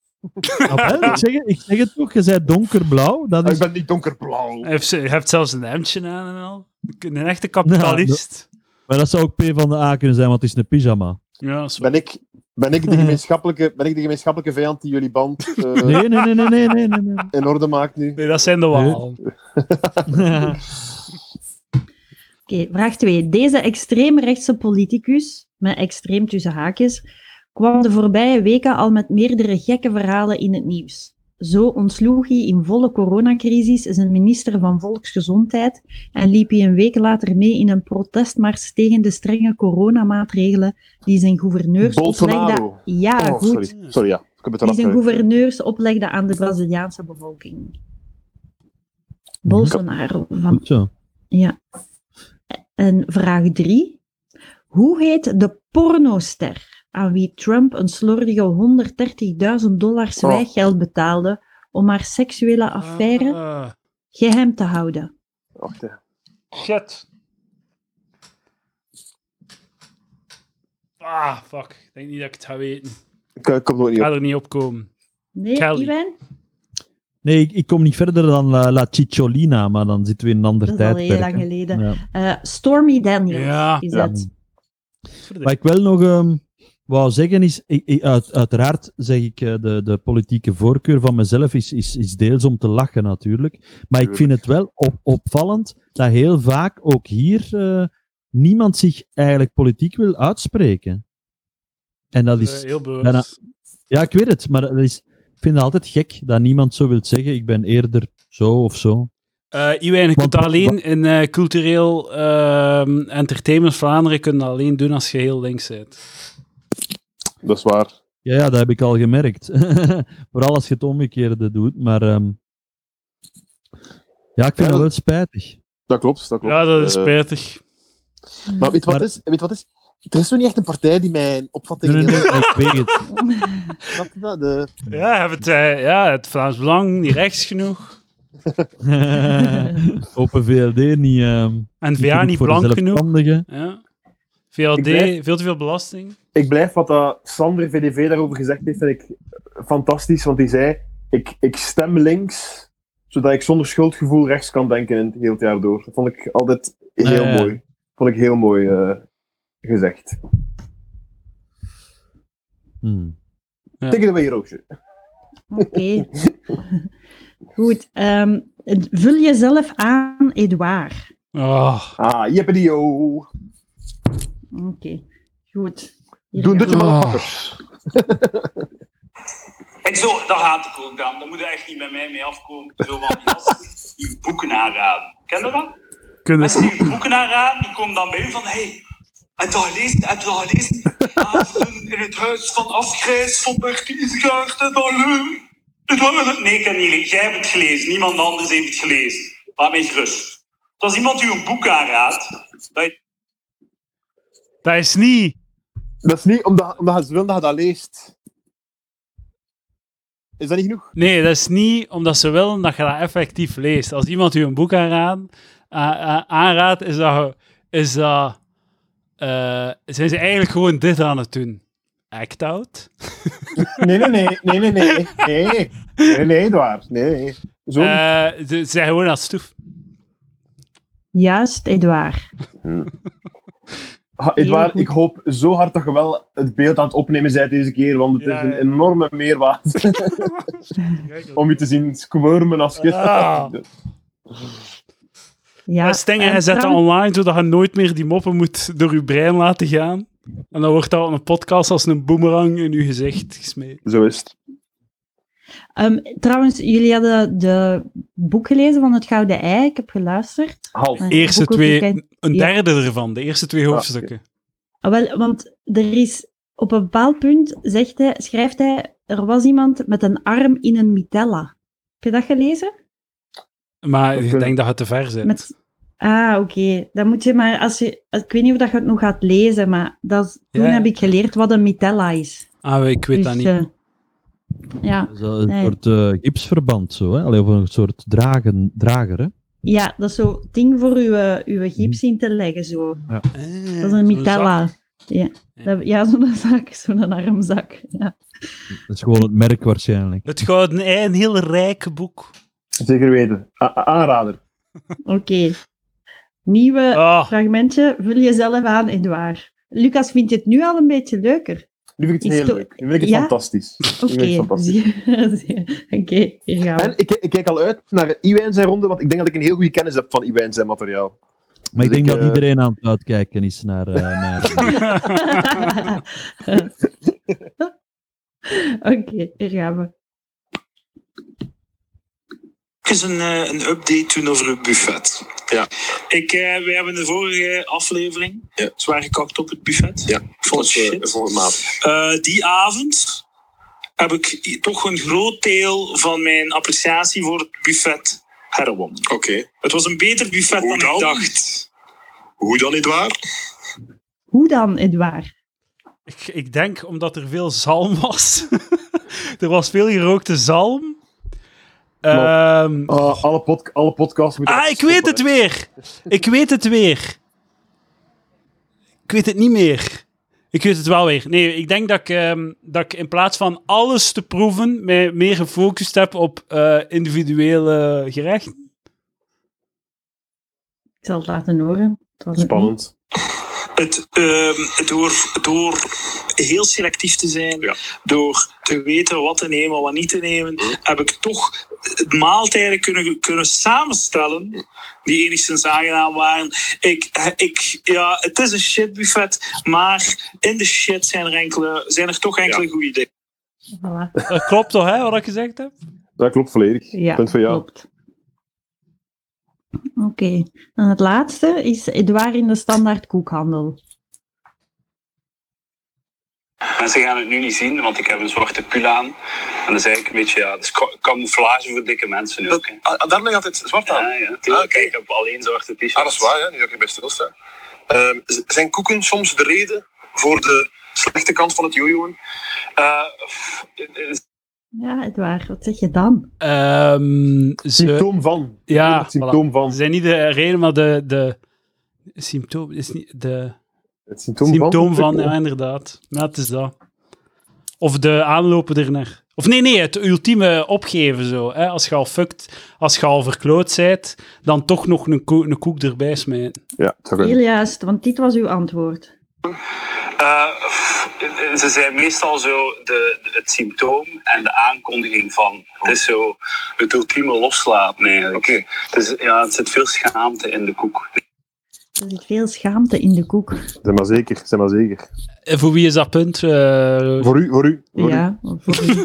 ik zeg het toch, je zei donkerblauw. Dat Ik is, ben niet donkerblauw. Hij heeft zelfs een hemdje aan en al. Een echte kapitalist. maar dat zou ook P van de A kunnen zijn, want het is een pyjama. Ja, dat is waar. Ben ik de gemeenschappelijke vijand die jullie band Nee. in orde maakt nu? Nee, dat zijn de walen. Oké, vraag 2. Deze extreemrechtse politicus, met extreem tussen haakjes, kwam de voorbije weken al met meerdere gekke verhalen in het nieuws. Zo ontsloeg hij in volle coronacrisis zijn minister van Volksgezondheid en liep hij een week later mee in een protestmars tegen de strenge coronamaatregelen die zijn gouverneurs oplegden. Bolsonaro. Ja, Oh, goed. sorry, ja. Ik heb het Die eraf zijn gewerkt. gouverneurs oplegden aan de Braziliaanse bevolking. Bolsonaro. Goed zo. Ja. En vraag 3. Hoe heet de pornoster aan wie Trump een slordige $130.000 zwijggeld betaalde om haar seksuele affaire geheim te houden. Wacht, hè. Shit. Ah, fuck. Ik denk niet dat ik het ga weten. Ik kom nog Ik niet ga op. er niet op komen. Nee, Kelly. Iwan? Nee, ik kom niet verder dan La Cicciolina, maar dan zitten we in een ander Dat is al tijdperk. heel lang hè. geleden. Ja. Stormy Daniels Ja. is Ja. dat. Wat ik wel nog wou zeggen is, uiteraard zeg ik, de politieke voorkeur van mezelf is deels om te lachen natuurlijk, maar ik vind het wel opvallend dat heel vaak ook hier niemand zich eigenlijk politiek wil uitspreken. En dat is... Heel bewust. bijna- Ja, ik weet het, maar ik vind het altijd gek dat niemand zo wil zeggen, ik ben eerder zo of zo. Iwijn, je kunt Want- dat alleen in cultureel entertainment Vlaanderen kun je dat alleen doen als je heel links bent. Dat is waar. Ja, dat heb ik al gemerkt. Vooral als je het omgekeerde doet, maar ja, ik vind dat wel spijtig. Dat klopt. Ja, dat is spijtig. Maar weet je wat Maar- is? Weet je wat is? Er is zo niet echt een partij die mijn opvatting... Nee, ik weet het. Snap je dat? De... Ja, het Vlaams Belang niet rechts genoeg. Open VLD niet... En niet VA genoeg niet voor de blank genoeg. zelfstandigen. Ja. VLD, Ik blijf- veel te veel belasting. Ik blijf wat dat Sander VDV daarover gezegd heeft, vind ik fantastisch. Want die zei, ik stem links, zodat ik zonder schuldgevoel rechts kan denken in het heel jaar door. Dat vond ik altijd heel Ja. mooi. Vond ik heel mooi gezegd. Hmm. Ja. Take it away, Roosje. Oké. Goed. Vul jezelf aan, Edouard. Oh. Ah, jippedio. Oké. Goed. Hier Doe gaan dit we. maar pakkers. En zo, daar haat ik ook dan. Daar moet je echt niet bij mij mee afkomen. Zo van die gasten die boeken aanraden. Ken je dat? Mensen die boeken aanraden, die komen dan bij u van... Hey, heb je dat gelezen? Heb je dat gelezen? Avonden in het huis van Afgrijs van Bertie Isgaard en Alleur. Nee, ik heb niet gelezen. Jij hebt het gelezen. Niemand anders heeft het gelezen. Laat mij gerust. Als iemand u een boek aanraadt... Dat is niet... Dat is niet omdat ze willen dat je dat leest. Is dat niet genoeg? Nee, dat is niet omdat ze willen dat je dat effectief leest. Als iemand u een boek aanraadt, zijn ze eigenlijk gewoon dit aan het doen. Act out. Nee, Edouard. Nee. Zo. Ze zijn gewoon aan het stoef. Juist, Edouard. Edouard, goed. ik hoop zo hard dat je wel het beeld aan het opnemen bent deze keer, want het Ja, is een ja. enorme meerwaarde om je te zien squirmen als je... Ah. Ja, Stingen, en hij zet dat trouwens- online, zodat je nooit meer die moppen moet door je brein laten gaan. En dan wordt dat op een podcast als een boemerang in je gezicht gesmeed. Zo is het. Trouwens, jullie hadden de boek gelezen van Het Gouden Ei. Ik heb geluisterd. Half. Eerste Boek ook gekend. een Ja. derde ervan, de eerste 2 hoofdstukken. Wel, want er is op een bepaald punt, schrijft hij, er was iemand met een arm in een mitella. Heb je dat gelezen? Maar ik Oké. denk dat het te ver zit. Oké. Dan moet je maar, ik weet niet of dat je het nog gaat lezen, maar toen Ja. heb ik geleerd wat een mitella is. Ik weet dat niet. Ja. Zo een Nee. soort gipsverband, zo, hè? Allee, of een soort drager, hè? Ja, dat is zo'n ding voor uw gips in te leggen, zo. Dat is een mitella. Ja, zo'n zak, zo'n armzak. Ja. Dat is gewoon het merk waarschijnlijk. Het Gouden Ei, een heel rijk boek. Zeker weten. Aanrader. Oké. Nieuwe Ah, fragmentje. Vul jezelf aan, Edouard. Lucas, vind je het nu al een beetje leuker? Nu vind ik het Is heel het- leuk. Nu vind ik het Ja? fantastisch. Nu vind ik Oké. het fantastisch. Oké, hier gaan we. En ik kijk al uit naar Iwijn zijn ronde, want ik denk dat ik een heel goede kennis heb van Iwijn zijn materiaal. Maar ik Dus denk ik, dat iedereen aan het uitkijken is naar... Oké, hier gaan we. Even een update doen over het buffet. Ja. Wij hebben de vorige aflevering zwaar gekakt op het buffet. Ja, volgens die avond heb ik toch een groot deel van mijn appreciatie voor het buffet herwonnen. Oké. Het was een beter buffet Hoe dan ik dan? dacht. Hoe dan, Edouard? Hoe dan, Edouard? ik denk omdat er veel zalm was. Er was veel gerookte zalm. Alle podcasts moeten... Ik weet het weer! Ik weet het weer! Ik weet het niet meer. Ik weet het wel weer. Nee, ik denk dat ik in plaats van alles te proeven, mij meer gefocust heb op individuele gerechten. Ik zal het laten horen. Het was het Spannend. Door heel selectief te zijn, door te weten wat te nemen, wat niet te nemen, heb ik toch maaltijden kunnen samenstellen die enigszins aangenaam waren. Het is een shitbuffet, maar in de shit zijn er toch enkele goede dingen. niet. Voilà. Dat klopt toch, hè, wat ik gezegd heb? Dat klopt volledig. Ja, Punt voor jou. klopt. Oké. En het laatste is Edouard in de standaard koekhandel. Mensen gaan het nu niet zien, want ik heb een zwarte pul aan. En dat is eigenlijk een beetje, het is camouflage voor dikke mensen nu ook. Hè. Daar ligt altijd zwart aan. Ja, tuurlijk. Kijk, ik heb alleen zwarte t-shirts. Dat is waar, ja. Nu dat ik bij stilstaan. Zijn koeken soms de reden voor de slechte kant van het jojoen? Ja, Edouard, wat zeg je dan? Symptoom van. Ja, Het symptoom van. Ze zijn niet de reden, maar de symptoom is niet de Het symptoom, symptoom van, ja, inderdaad. Ja, het is dat. Of de aanlopen ernaar. Of nee, het ultieme opgeven zo. Hè? Als je al verkloot bent, dan toch nog een koek erbij smijten. Ja, het zou Heel kunnen. juist, want dit was uw antwoord. Ze zijn meestal zo het symptoom en de aankondiging van. Het is zo het ultieme loslaten eigenlijk. Oké. Dus, er zit veel schaamte in de koek. Er zit veel schaamte in de koek. Zeg maar zeker. En voor wie is dat punt? Voor u. Ja, voor u.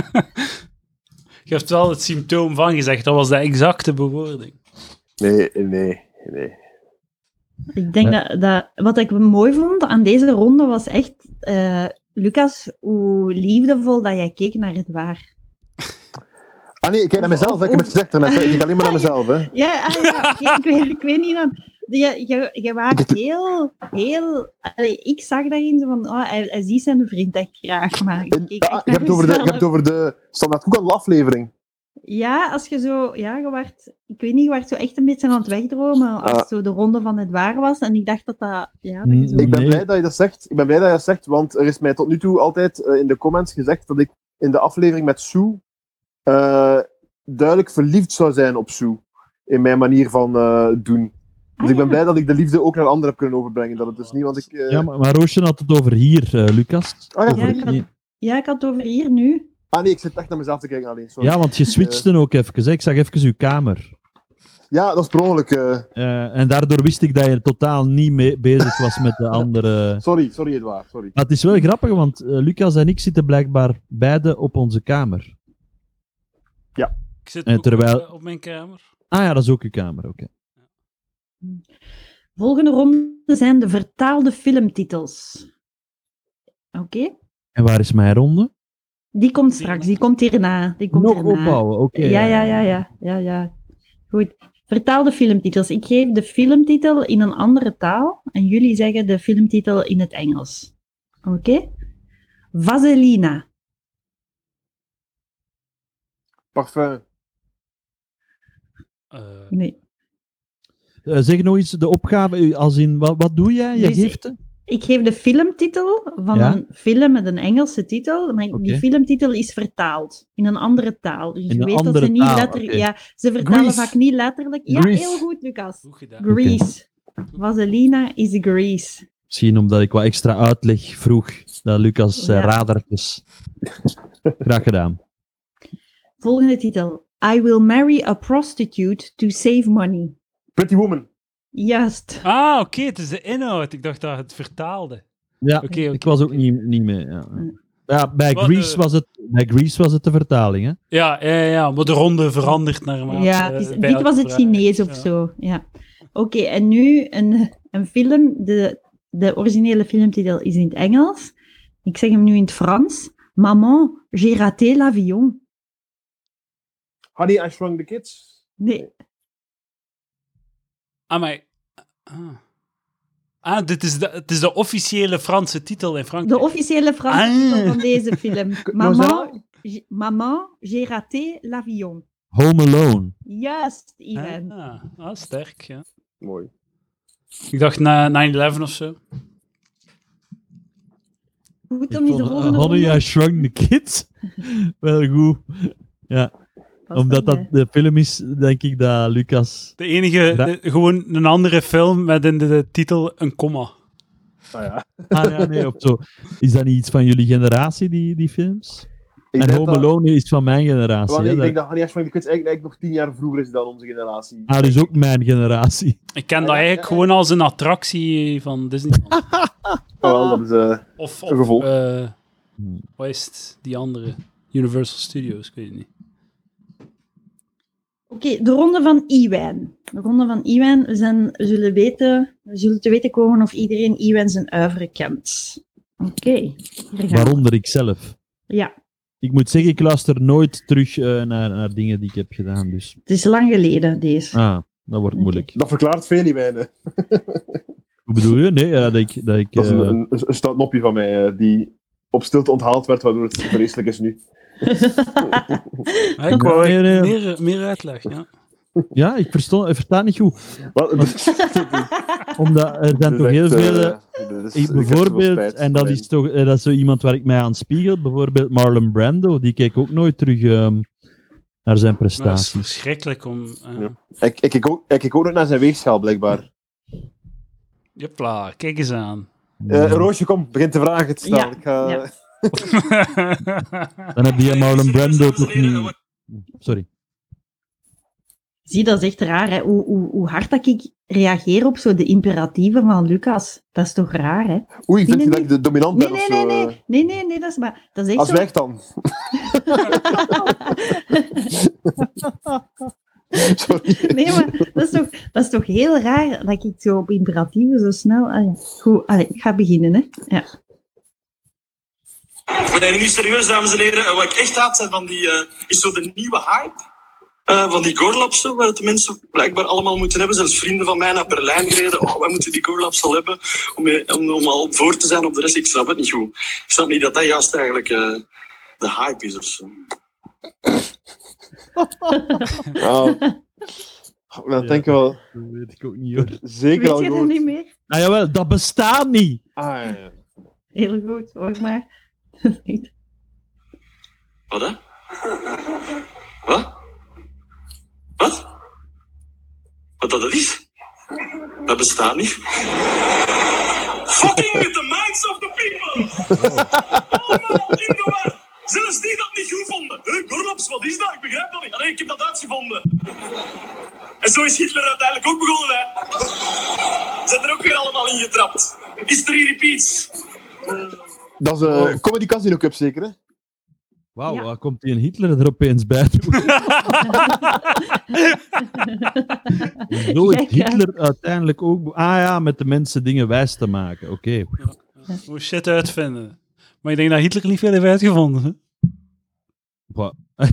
Je hebt wel het symptoom van gezegd. Dat was de exacte bewoording. Nee. Ik denk dat wat ik mooi vond aan deze ronde was echt, Lucas, hoe liefdevol dat jij keek naar het waar. Ah nee, ik kijk naar mezelf. Ik heb het gezegd daarnet. Ik kijk alleen maar naar mezelf. Hè. Ja, ik weet niet aan. Je waart heel... ik zag daarin zo van, hij ziet zijn vriend echt graag, maar ik keek echt Je naar hebt het over de standaard koekhandel aflevering. Ja, als je zo... Ja, ik weet niet, je werd zo echt een beetje aan het wegdromen als zo de ronde van het waar was. En ik dacht dat dat... Ja, dat je zo... Ik ben blij dat je dat zegt. Want er is mij tot nu toe altijd in de comments gezegd dat ik in de aflevering met Sue duidelijk verliefd zou zijn op Sue. In mijn manier van doen. Dus ik ben blij dat ik de liefde ook naar anderen heb kunnen overbrengen. Dat het dus niet, want ik... Ja, maar Roosje had het over hier, Lucas. Ah, ja, ik had het over hier nu. Ah nee, ik zit echt naar mezelf te kijken alleen. Sorry. Ja, want je switchte ook even. Hè. Ik zag even uw kamer. Ja, dat is per ongeluk. En daardoor wist ik dat je totaal niet bezig was met de andere... Sorry Edouard, sorry. Maar het is wel grappig, want Lucas en ik zitten blijkbaar beide op onze kamer. Ik zit En ook terwijl- op mijn kamer. Ah ja, dat is ook uw kamer, oké. Volgende ronde zijn de vertaalde filmtitels. Oké? En waar is mijn ronde? Die komt straks, die komt hierna. Nog opbouwen, oké. Ja. Goed. Vertaalde filmtitels. Ik geef de filmtitel in een andere taal en jullie zeggen de filmtitel in het Engels. Oké? Vaselina. Parfum. Nee. Zeg nog iets, de opgave, als in, wat doe jij? Je Dus geeft... Ik geef de filmtitel van Ja? een film met een Engelse titel, maar die Oké. filmtitel is vertaald in een andere taal. Dus In je een weet dat andere ze niet taal, letterlijk... oké. Ja, ze vertalen Grease. vaak niet letterlijk... Ja, Grease. heel goed, Lucas. Goed gedaan. Grease. Vaselina is Grease. Misschien omdat ik wat extra uitleg vroeg, dat Lucas Ja. radertjes. Graag gedaan. Volgende titel. I will marry a prostitute to save money. Pretty Woman. Juist. Ah, oké, het is de inhoud. Ik dacht dat het vertaalde. Ja, Oké. ik was ook niet mee. Ja. Ja, bij Wat, Grease was het de vertaling, hè? Ja, maar de ronde verandert naarmate... Ja, dit was het Chinees of zo. Ja. Oké, en nu een film. De originele filmtitel is in het Engels. Ik zeg hem nu in het Frans. Maman, j'ai raté l'avion. Honey, I Shrunk the Kids. Nee. Het is de officiële Franse titel in Frankrijk. De officiële Franse titel van deze film. Nou, Maman, j'ai raté l'avion. Home Alone. Juist, Iwan. Sterk, ja. Mooi. Ik dacht 9/11 of zo. Goed om je de volgende Honey, ronde... I Shrunk the Kids. Wel goed. Ja, Past omdat dat erbij. de film is, denk ik dat Lucas... De enige, gewoon een andere film met in de titel een komma. Ah ja. Ah ja, nee, of zo. Is dat niet iets van jullie generatie, die films? Ik En denk Home dat- Alone is van mijn generatie. Want hè, ik denk dat- dat Honey, I Shrunk the Kids eigenlijk nog 10 jaar vroeger is dan onze generatie. Ah, dus ook mijn generatie. Ik ken Ah, dat ja, eigenlijk ja, ja. gewoon als een attractie van Disney. Wel, dat is Of een gevolg. wat is het? Die andere? Universal Studios, ik weet het niet. Oké, de ronde van Iwan. De ronde van Iwan. We zullen te weten komen of iedereen Iwan zijn uiveren kent. Oké, hier gaan we. Waaronder ik zelf. Ja, Ik moet zeggen, ik luister nooit terug naar dingen die ik heb gedaan. Dus. het is lang geleden, deze. Ah, dat wordt moeilijk. Dat verklaart veel in mij. Hoe bedoel je? Nee, ja, dat ik... Dat is een stout nopje van mij die op stilte onthaald werd, waardoor het vreselijk is nu. Ik wou Nee. meer uitleg, ja. Ja, ik versta niet goed. Wat? Omdat er zijn toch heel veel... bijvoorbeeld, en dat is toch dat is zo iemand waar ik mij aan spiegel, bijvoorbeeld Marlon Brando, die keek ook nooit terug naar zijn Maar dat is prestaties. verschrikkelijk om... Ja. Ik kijk ook nog naar zijn weegschaal, blijkbaar. Jepla, kijk eens aan. Roosje, kom, begin te vragen te stellen. Ja, Ik ga... ja. Dan heb je Marlon Brando toch niet... Sorry. Zie, dat is echt raar, hè? Hoe hard dat ik reageer op zo de imperatieven van Lucas. Dat is toch raar, hè? Oei, vind je Nee, dat ik de dominant ben of zo? Nee, dat is echt Als zo... weg dan. Sorry. Nee, maar dat is toch heel raar dat ik zo op imperatieven zo snel... Goed, ik ga beginnen, hè. Ja. Maar nee, nu serieus, dames en heren. Wat ik echt haat zijn van die... is zo de nieuwe hype. Van die Gorlaps, waar het de mensen blijkbaar allemaal moeten hebben. Zelfs vrienden van mij naar Berlijn gereden. Oh, wij moeten die Gorlaps al hebben om al voor te zijn op de rest. Ik snap het niet goed. Ik snap niet dat dat juist eigenlijk de hype is of zo. Nou, dat denk ik wel Dat weet ik ook niet, hoor. zeker Weet al je dat gehoord. niet meer? Ah jawel, dat bestaat niet! Ah, ja. Heel goed, hoor maar. Wat, hè? Wat? Wat? Wat dat is? Dat bestaat niet. Fucking with the minds of the people! Allemaal in de war! Zelfs die dat niet goed vonden. Gorlaps, wat is dat? Ik begrijp dat niet. Allee, ik heb dat uitgevonden. En zo is Hitler uiteindelijk ook begonnen, hè. Zijn er ook weer allemaal in getrapt. History repeats. Dat is een Comedy Casino Cup zeker, hè? Wauw, Ja. waar komt die een Hitler er opeens bij doen? Zo is Kijk, ja. Hitler uiteindelijk ook... Ah ja, met de mensen dingen wijs te maken. Oké. Hoe shit uitvinden. Maar ik denk dat Hitler niet veel heeft uitgevonden. Hè? Wat?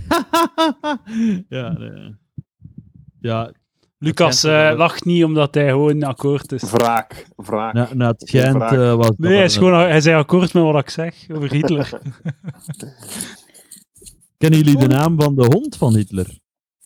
Ja, nee. Ja, Lucas lacht niet omdat hij gewoon akkoord is. Wraak. na het schijnt was dat Nee, hij zei akkoord met wat ik zeg over Hitler. Kennen jullie de naam van de hond van Hitler?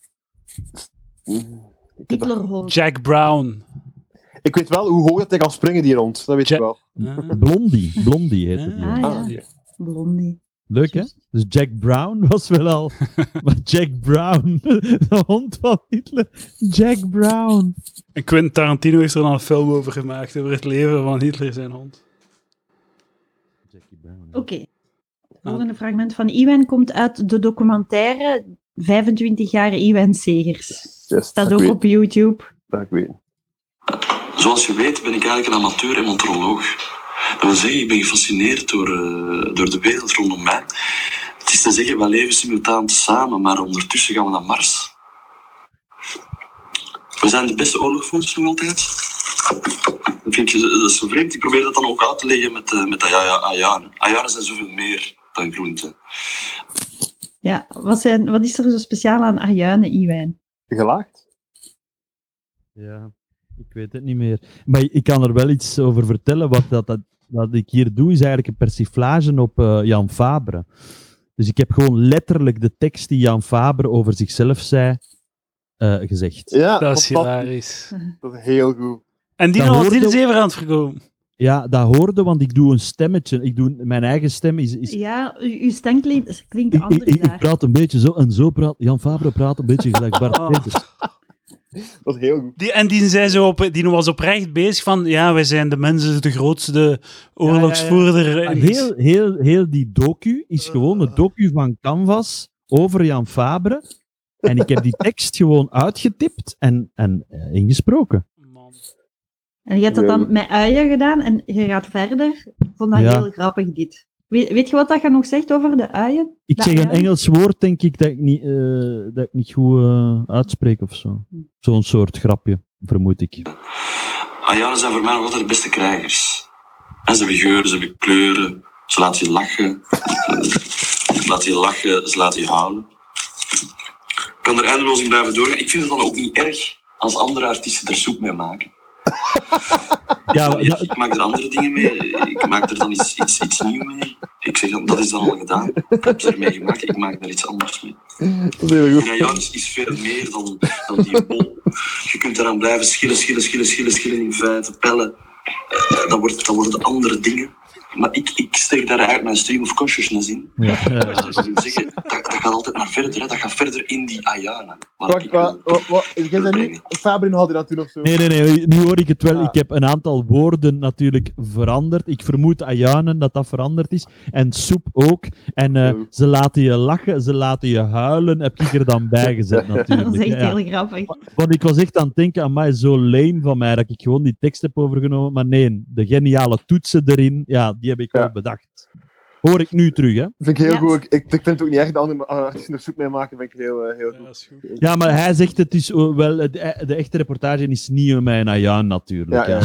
Hitlerhond. Jack Brown. Ik weet wel hoe hoog dat hij kan springen, die hond. Dat weet ik wel. Blondie. Blondie heette die. Ah ja, Blondie. Leuk, hè? Dus Jack Brown was wel al... Maar Jack Brown, de hond van Hitler. Jack Brown. En Quentin Tarantino heeft er dan een film over gemaakt, over het leven van Hitler zijn hond. Oké. Het volgende fragment van Iwan komt uit de documentaire 25 jaar Iwan Segers. Yes, Staat ook op YouTube. Dat ik weet. Zoals je weet ben ik eigenlijk een amateur-hematoloog. Dat wil zeggen, ik ben gefascineerd door de wereld rondom mij. Het is te zeggen, wij leven simultaan samen, maar ondertussen gaan we naar Mars. We zijn de beste oorlogvoerders nog altijd. Dat vind je, dat is zo vreemd. Ik probeer dat dan ook uit te leggen met ajuinen. Ajuinen zijn zoveel meer dan groenten. Ja, wat is er zo speciaal aan ajuinen, Iwan? Gelaagd? Ja, ik weet het niet meer. Maar ik kan er wel iets over vertellen. Wat ik hier doe, is eigenlijk een persiflage op Jan Fabre. Dus ik heb gewoon letterlijk de tekst die Jan Fabre over zichzelf zei, gezegd. Ja, Dat is fantastisch. hilarisch. Dat is heel goed. En die Dat was hoorde- hier zeven aan het voorkomen. Ja, dat hoorde, want ik doe een stemmetje. Mijn eigen stem is... Ja, uw stem klinkt Ik anders daar. praat een beetje zo, en zo praat... Jan Fabre praat een beetje gelijk Bart Oh. Peters. Dat is heel goed. Die zei zo die was oprecht bezig van, ja, wij zijn de mensen, de grootste oorlogsvoerder. Maar heel die docu is gewoon een docu van Canvas over Jan Fabre. En ik heb die tekst gewoon uitgetipt en ingesproken. En je hebt dat dan met uien gedaan en je gaat verder. Ik vond dat Ja. heel grappig, dit. Weet je wat dat je nog zegt over de uien? Ik De zeg een uien? Engels woord, denk ik, dat ik niet goed uitspreek of zo. Zo'n soort grapje, vermoed ik. Ajanen zijn voor mij nog altijd de beste krijgers. En ze hebben geuren, ze hebben kleuren. Ze laten je lachen. Ze laten je lachen, ze laten je huilen. Ik kan er eindeloos in blijven doorgaan. Ik vind het dan ook niet erg als andere artiesten er soep mee maken. Ja, Ik maak er andere dingen mee. Ik maak er dan iets nieuws mee. Ik zeg dan, dat is dan al gedaan. Ik heb ze ermee gemaakt. Ik maak er iets anders mee. Dat is heel goed. En ja, is veel meer dan die bol. Je kunt eraan blijven schillen in feite, pellen. Dat worden andere dingen. Maar ik steek daar eigenlijk mijn stream of consciousness in. Ja. Dus ik wil zeggen, dat gaat altijd maar verder. Hè. Dat gaat verder in die Ayana. Wacht, jij bent nu Fabre nog altijd aan het doen of zo? Nee, nu hoor ik het wel. Ik heb een aantal woorden natuurlijk veranderd. Ik vermoed Ayanen dat veranderd is. En soep ook. En ze laten je lachen, ze laten je huilen. Heb ik er dan bij gezet natuurlijk. Dat is echt Ja. heel grappig. Want ik was echt aan het denken, aan mij zo lame van mij, dat ik gewoon die tekst heb overgenomen. Maar nee, de geniale toetsen erin, ja, die heb ik wel bedacht. Hoor ik nu terug, hè? Vind ik heel goed. Ik vind het ook niet echt de andere artiesten er zoek mee maken. Vind ik heel goed. Ja, maar hij zegt het is wel... De echte reportage is niet met een Ayaan natuurlijk. Ja,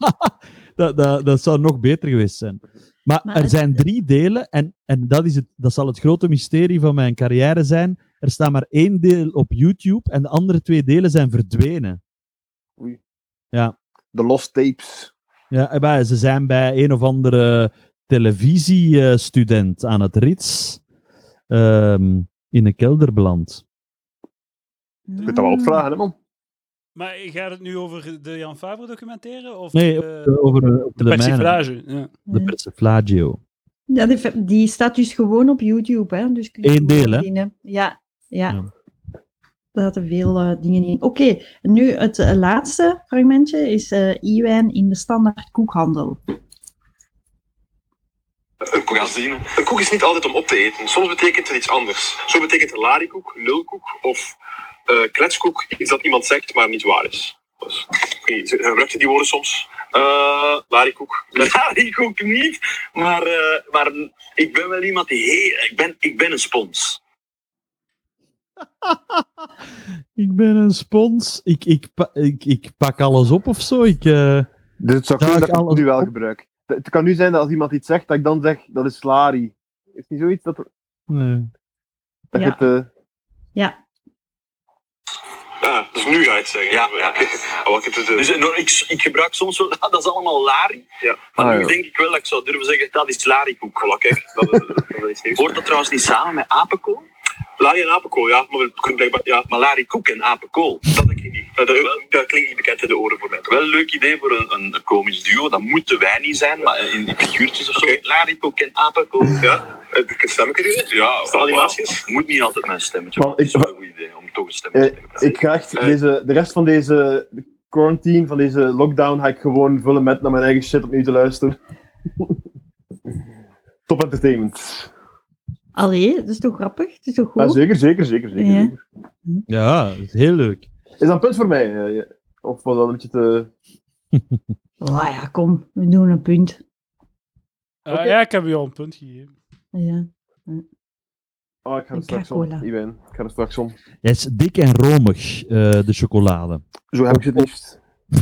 Dat zou nog beter geweest zijn. Maar er zijn 3 delen en dat zal het grote mysterie van mijn carrière zijn. Er staat maar 1 deel op YouTube en de andere 2 delen zijn verdwenen. Oei. Ja. De lost tapes. Ja, maar ze zijn bij een of andere televisiestudent aan het Rits in een kelder beland. Je kunt dat wel opvragen, hè, man. Maar gaat het nu over de Jan Fabre documentaire? Of Nee, over de de persiflage? Ja. De persiflagio. Ja, die staat dus gewoon op YouTube, hè. Dus kun je 1 deel, hè? vinden. Ja. Daar zaten veel dingen in. Oké, nu het laatste fragmentje is Iwijn in de standaard koekhandel. Een koek is niet altijd om op te eten. Soms betekent het iets anders. Zo betekent larikoek, lulkoek of kletskoek iets dat iemand zegt, maar niet waar is. Dus, gebruik je die woorden soms? Larikoek. Larikoek niet, maar ik ben wel iemand die ik ben een spons. Ik ben een spons. Ik pak alles op of zo. Dus het zou kunnen dat ik nu wel gebruik. Het kan nu zijn dat als iemand iets zegt, dat ik dan zeg, dat is Lari. Is het niet zoiets dat... Nee. Dat Ja. je het... Ja. Ja, dus nu ga je het zeggen. Dus ik gebruik soms wel, dat is allemaal lari. Ja. Maar nu denk ik wel dat ik zou durven zeggen, dat is larikoek. Voilà, kijk. Dat is niks. Hoort dat trouwens niet samen met apenkool? Lari en apenkool, ja. Maar we kunnen blijkbaar... Ja. Maar larikoek en apenkool, dat denk ik niet. Dat klinkt niet bekend in de oren voor mij. Wel een leuk idee voor een komisch duo. Dat moeten wij niet zijn, maar in figuurtjes of zo. Larikoek en apenkool. Ja? Een stemmetje? Ja, Is dat animaties? Moet niet altijd mijn stemmetje. Man, Maar het is wel een goed idee om toch een stemmetje te Ik ga echt de rest van deze quarantine, van deze lockdown, ga ik gewoon vullen met naar mijn eigen shit opnieuw te luisteren. Top entertainment. Allee, dat is toch grappig? Het is toch goed? Ja, zeker. Ja. Ja, dat is heel leuk. Is dat een punt voor mij? Of was dat een beetje te... Oh ja, kom. We doen een punt. Ja, ik heb je al een punt gegeven. Ja. Oh, ik ga er Een straks Coca-Cola. om. Iwijn, ik ga er straks om. Het is dik en romig, de chocolade. Zo heb ik het liefst.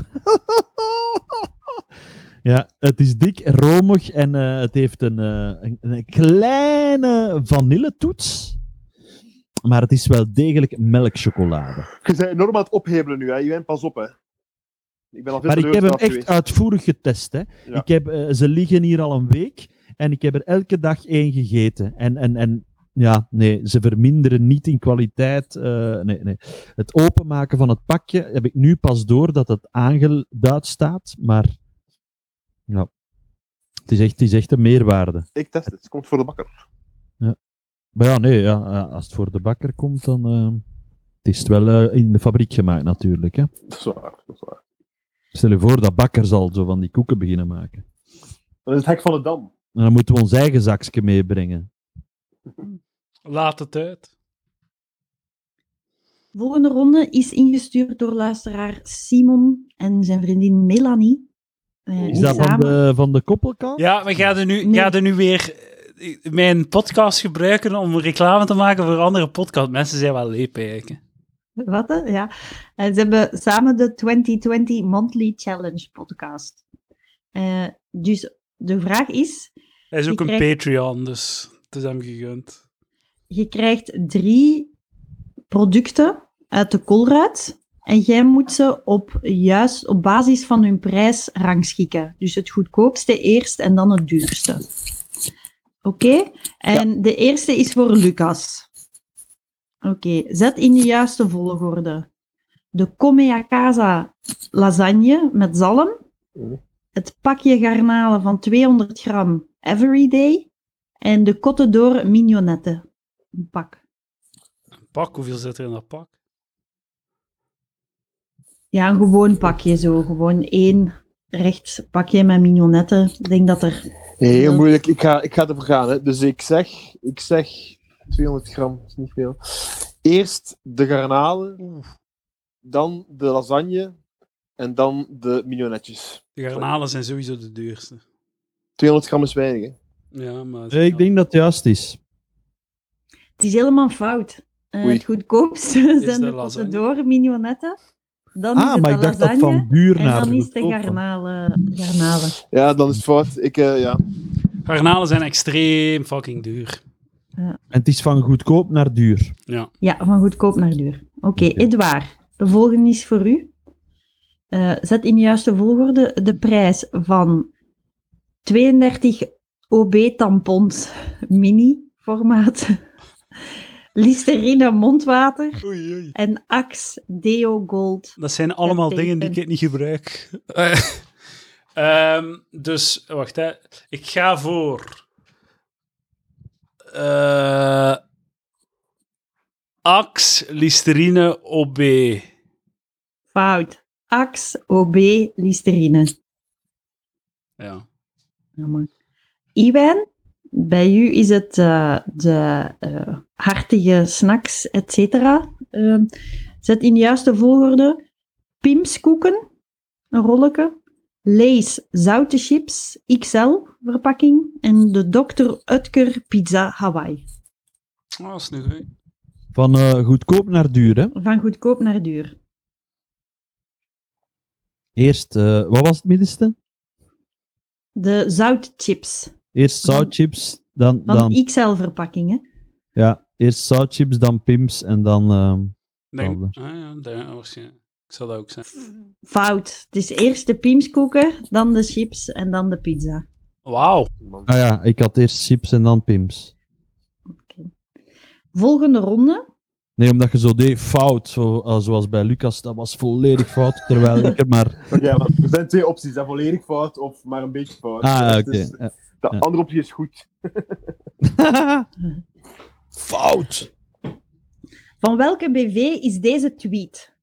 Ja, het is dik, romig en het heeft een kleine vanilletoets. Maar het is wel degelijk melkchocolade. Je bent enorm aan het ophebelen nu, hè, Iwijn. Pas op, hè. Ik ben al veel Maar ik heb hem teleurgesteld echt geweest. uitvoerig getest. Hè. Ja. Ze liggen hier al een week en ik heb er elke dag 1 gegeten. En Ja, nee, ze verminderen niet in kwaliteit. Nee. Het openmaken van het pakje heb ik nu pas door dat het aangeduid staat, maar ja, het is echt een meerwaarde. Ik test het. Het komt voor de bakker. Maar ja, nee, als het voor de bakker komt, dan het is het wel in de fabriek gemaakt natuurlijk. Hè. Dat is waar. Stel je voor dat bakkers al zo van die koeken beginnen maken. Dat is het hek van de dam. En dan moeten we ons eigen zakje meebrengen. Laat het uit. Volgende ronde is ingestuurd door luisteraar Simon en zijn vriendin Melanie. Is die dat samen- van de koppelkant? Ja, maar ga Nee. je nu weer mijn podcast gebruiken om reclame te maken voor andere podcasts? Mensen zijn wel leep eigenlijk. Wat? Hè? Ja. En ze hebben samen de 2020 Monthly Challenge podcast. Dus de vraag is, Hij is ook Je een krijgt- Patreon, dus het is hem gegund. je krijgt 3 producten uit de koolruit en jij moet ze op basis van hun prijs rangschikken. Dus het goedkoopste eerst en dan het duurste. Oké? En de eerste is voor Lucas. Oké, zet in de juiste volgorde. De Come a Casa lasagne met zalm. Het pakje garnalen van 200 gram Everyday. En de Côte d'Or mignonette. Een pak. Pak, hoeveel zit er in dat pak? Ja, een gewoon pakje zo. Gewoon 1 recht pakje met mignonette. Ik denk dat er... Nee, heel moeilijk. Ik ga ervoor gaan. Hè. Dus ik zeg 200 gram, is niet veel. Eerst de garnalen, dan de lasagne en dan de mignonetjes. De garnalen zijn sowieso de duurste. 200 gram is weinig, hè. Ja, maar... Ik denk dat het juist is. Het is helemaal fout. Oei. Het goedkoopste Is zijn de de lasagne. Côte d'Or mignonette. Dan is het Maar de ik dacht dat lasagne. van duur En naar dan is de goedkoop garnalen. Ja, dan is het fout. Ja. Garnalen zijn extreem fucking duur. En het is van goedkoop naar duur. Ja. Ja, van goedkoop naar duur. Oké, Edouard. De volgende is voor u. Zet in de juiste volgorde de prijs van 32 OB-tampons mini-formaat, Listerine mondwater Oei, oei. en Axe Deo Gold. Dat zijn allemaal Ja, dingen die ik niet gebruik. Dus, wacht hè. Ik ga voor... Axe Listerine OB. Fout. Axe OB Listerine. Ja. Jammer. Iwijn, bij u is het de hartige snacks, et cetera. Zet in de juiste volgorde Pimskoeken, een rolletje, Lay's zoute chips, XL verpakking en de Dr. Utker pizza Hawaii. Oh, dat is nu goed. Van goedkoop naar duur, hè? Van goedkoop naar duur. Eerst, wat was het middenste? De zoutchips Eerst zoutchips, van dan XL verpakkingen. ja, eerst zoutchips, dan Pims en dan... Denk, waarschijnlijk. Ik zal dat ook zijn. Fout. Het is eerst de Pimskoeken, dan de chips en dan de pizza. Wauw. Ah ja, ik had eerst chips en dan Pims. Volgende ronde. Nee, omdat je zo deed fout, zoals bij Lucas, dat was volledig fout, terwijl ik er maar... Oké, maar er zijn 2 opties, hè. Volledig fout of maar een beetje fout. Oké. Dus de andere optie is goed. Fout! Van welke BV is deze tweet?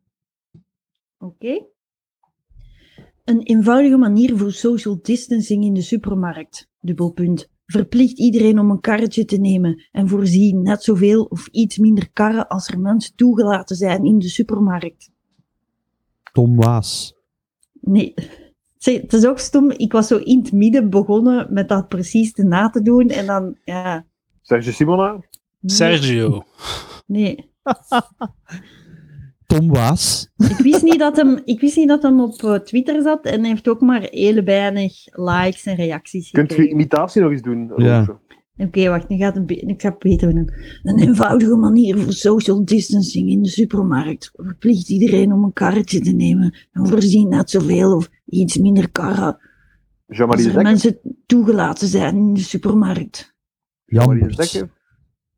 Oké. Een eenvoudige manier voor social distancing in de supermarkt. Dubbelpunt. Verplicht iedereen om een karretje te nemen en voorzie net zoveel of iets minder karren als er mensen toegelaten zijn in de supermarkt. Tom Waas. Nee. Zeg, het is ook stom. Ik was zo in het midden begonnen met dat precies te na te doen en dan, ja... Sergio Simona? Nee. Sergio. Nee. Tom Waas. Ik wist niet dat hem op Twitter zat en hij heeft ook maar heel weinig likes en reacties Kunt je gekregen. imitatie nog eens doen? Ja. Roosje? Oké, wacht, nu gaat ik ga het beter doen. Een eenvoudige manier voor social distancing in de supermarkt. Verplicht iedereen om een karretje te nemen en voorzien net zoveel of iets minder karren als Jean-Marie de er Dekker? mensen toegelaten zijn in de supermarkt. Jean-Marie de Jambers. Dekker?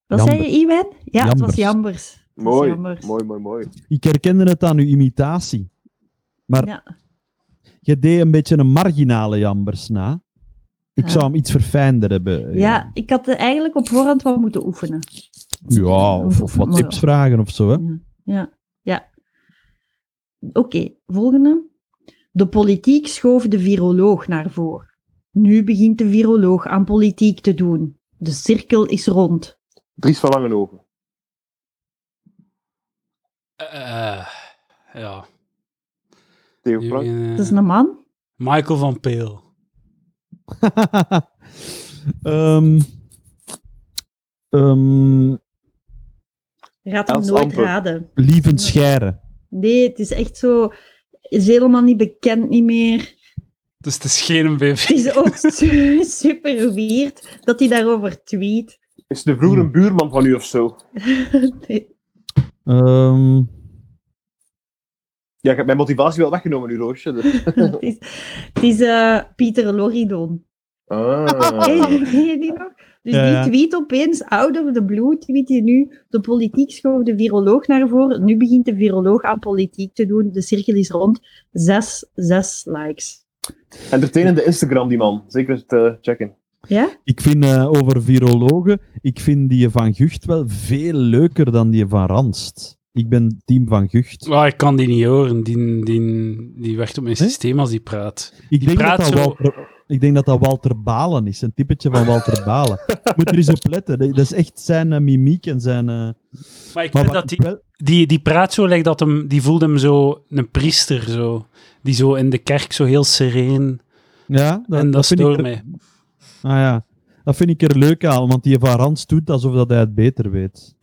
Wat zei je, Iwan? Ja, het was Jambers. Jambers. Het was Mooi, Jambers. mooi. Ik herkende het aan uw imitatie. Maar Ja. je deed een beetje een marginale Jambers na. Ik zou hem iets verfijnder hebben. Ja, ik had er eigenlijk op voorhand wel moeten oefenen. Ja, of wat tips vragen of zo. Hè? Ja. Oké, volgende. De politiek schoof de viroloog naar voren. Nu begint de viroloog aan politiek te doen. De cirkel is rond. Dries van Langenhoven. Ja. Theo Frank. Dat is een man. Michael van Peel. Je gaat hem Els nooit Amper. raden. Lieven Scheire. Nee, het is echt zo... Is helemaal niet bekend niet meer. Dus het is geen BV. Het is ook super weird dat hij daarover tweet. Is de vroeger een buurman van u of zo? Nee. Ja, ik heb mijn motivatie wel weggenomen nu, Roosje. Dus. Het is Pieter Loridon. Ken je die nog? Dus Ja. die tweet opeens, out of the blue, tweet hij nu, de politiek schoof de viroloog naar voren, nu begint de viroloog aan politiek te doen, de cirkel is rond, 6 likes. Entertainende Instagram, die man. Zeker te checken. Ja? Ik vind over virologen, ik vind die van Gucht wel veel leuker dan die van Ranst. Ik ben team van Gucht. Oh, ik kan die niet horen. Die werkt op mijn systeem als die praat. Ik denk dat dat Walter Balen is, een typetje van Walter Balen. Moet er eens op letten. Dat is echt zijn mimiek en zijn... Maar ik vind dat die praat zo, like dat die voelt hem zo een priester, zo. Die zo in de kerk zo heel sereen. Ja, en dat vind stoort ik mij. Ah ja, dat vind ik er leuk aan, want die van Rans doet alsof dat hij het beter weet.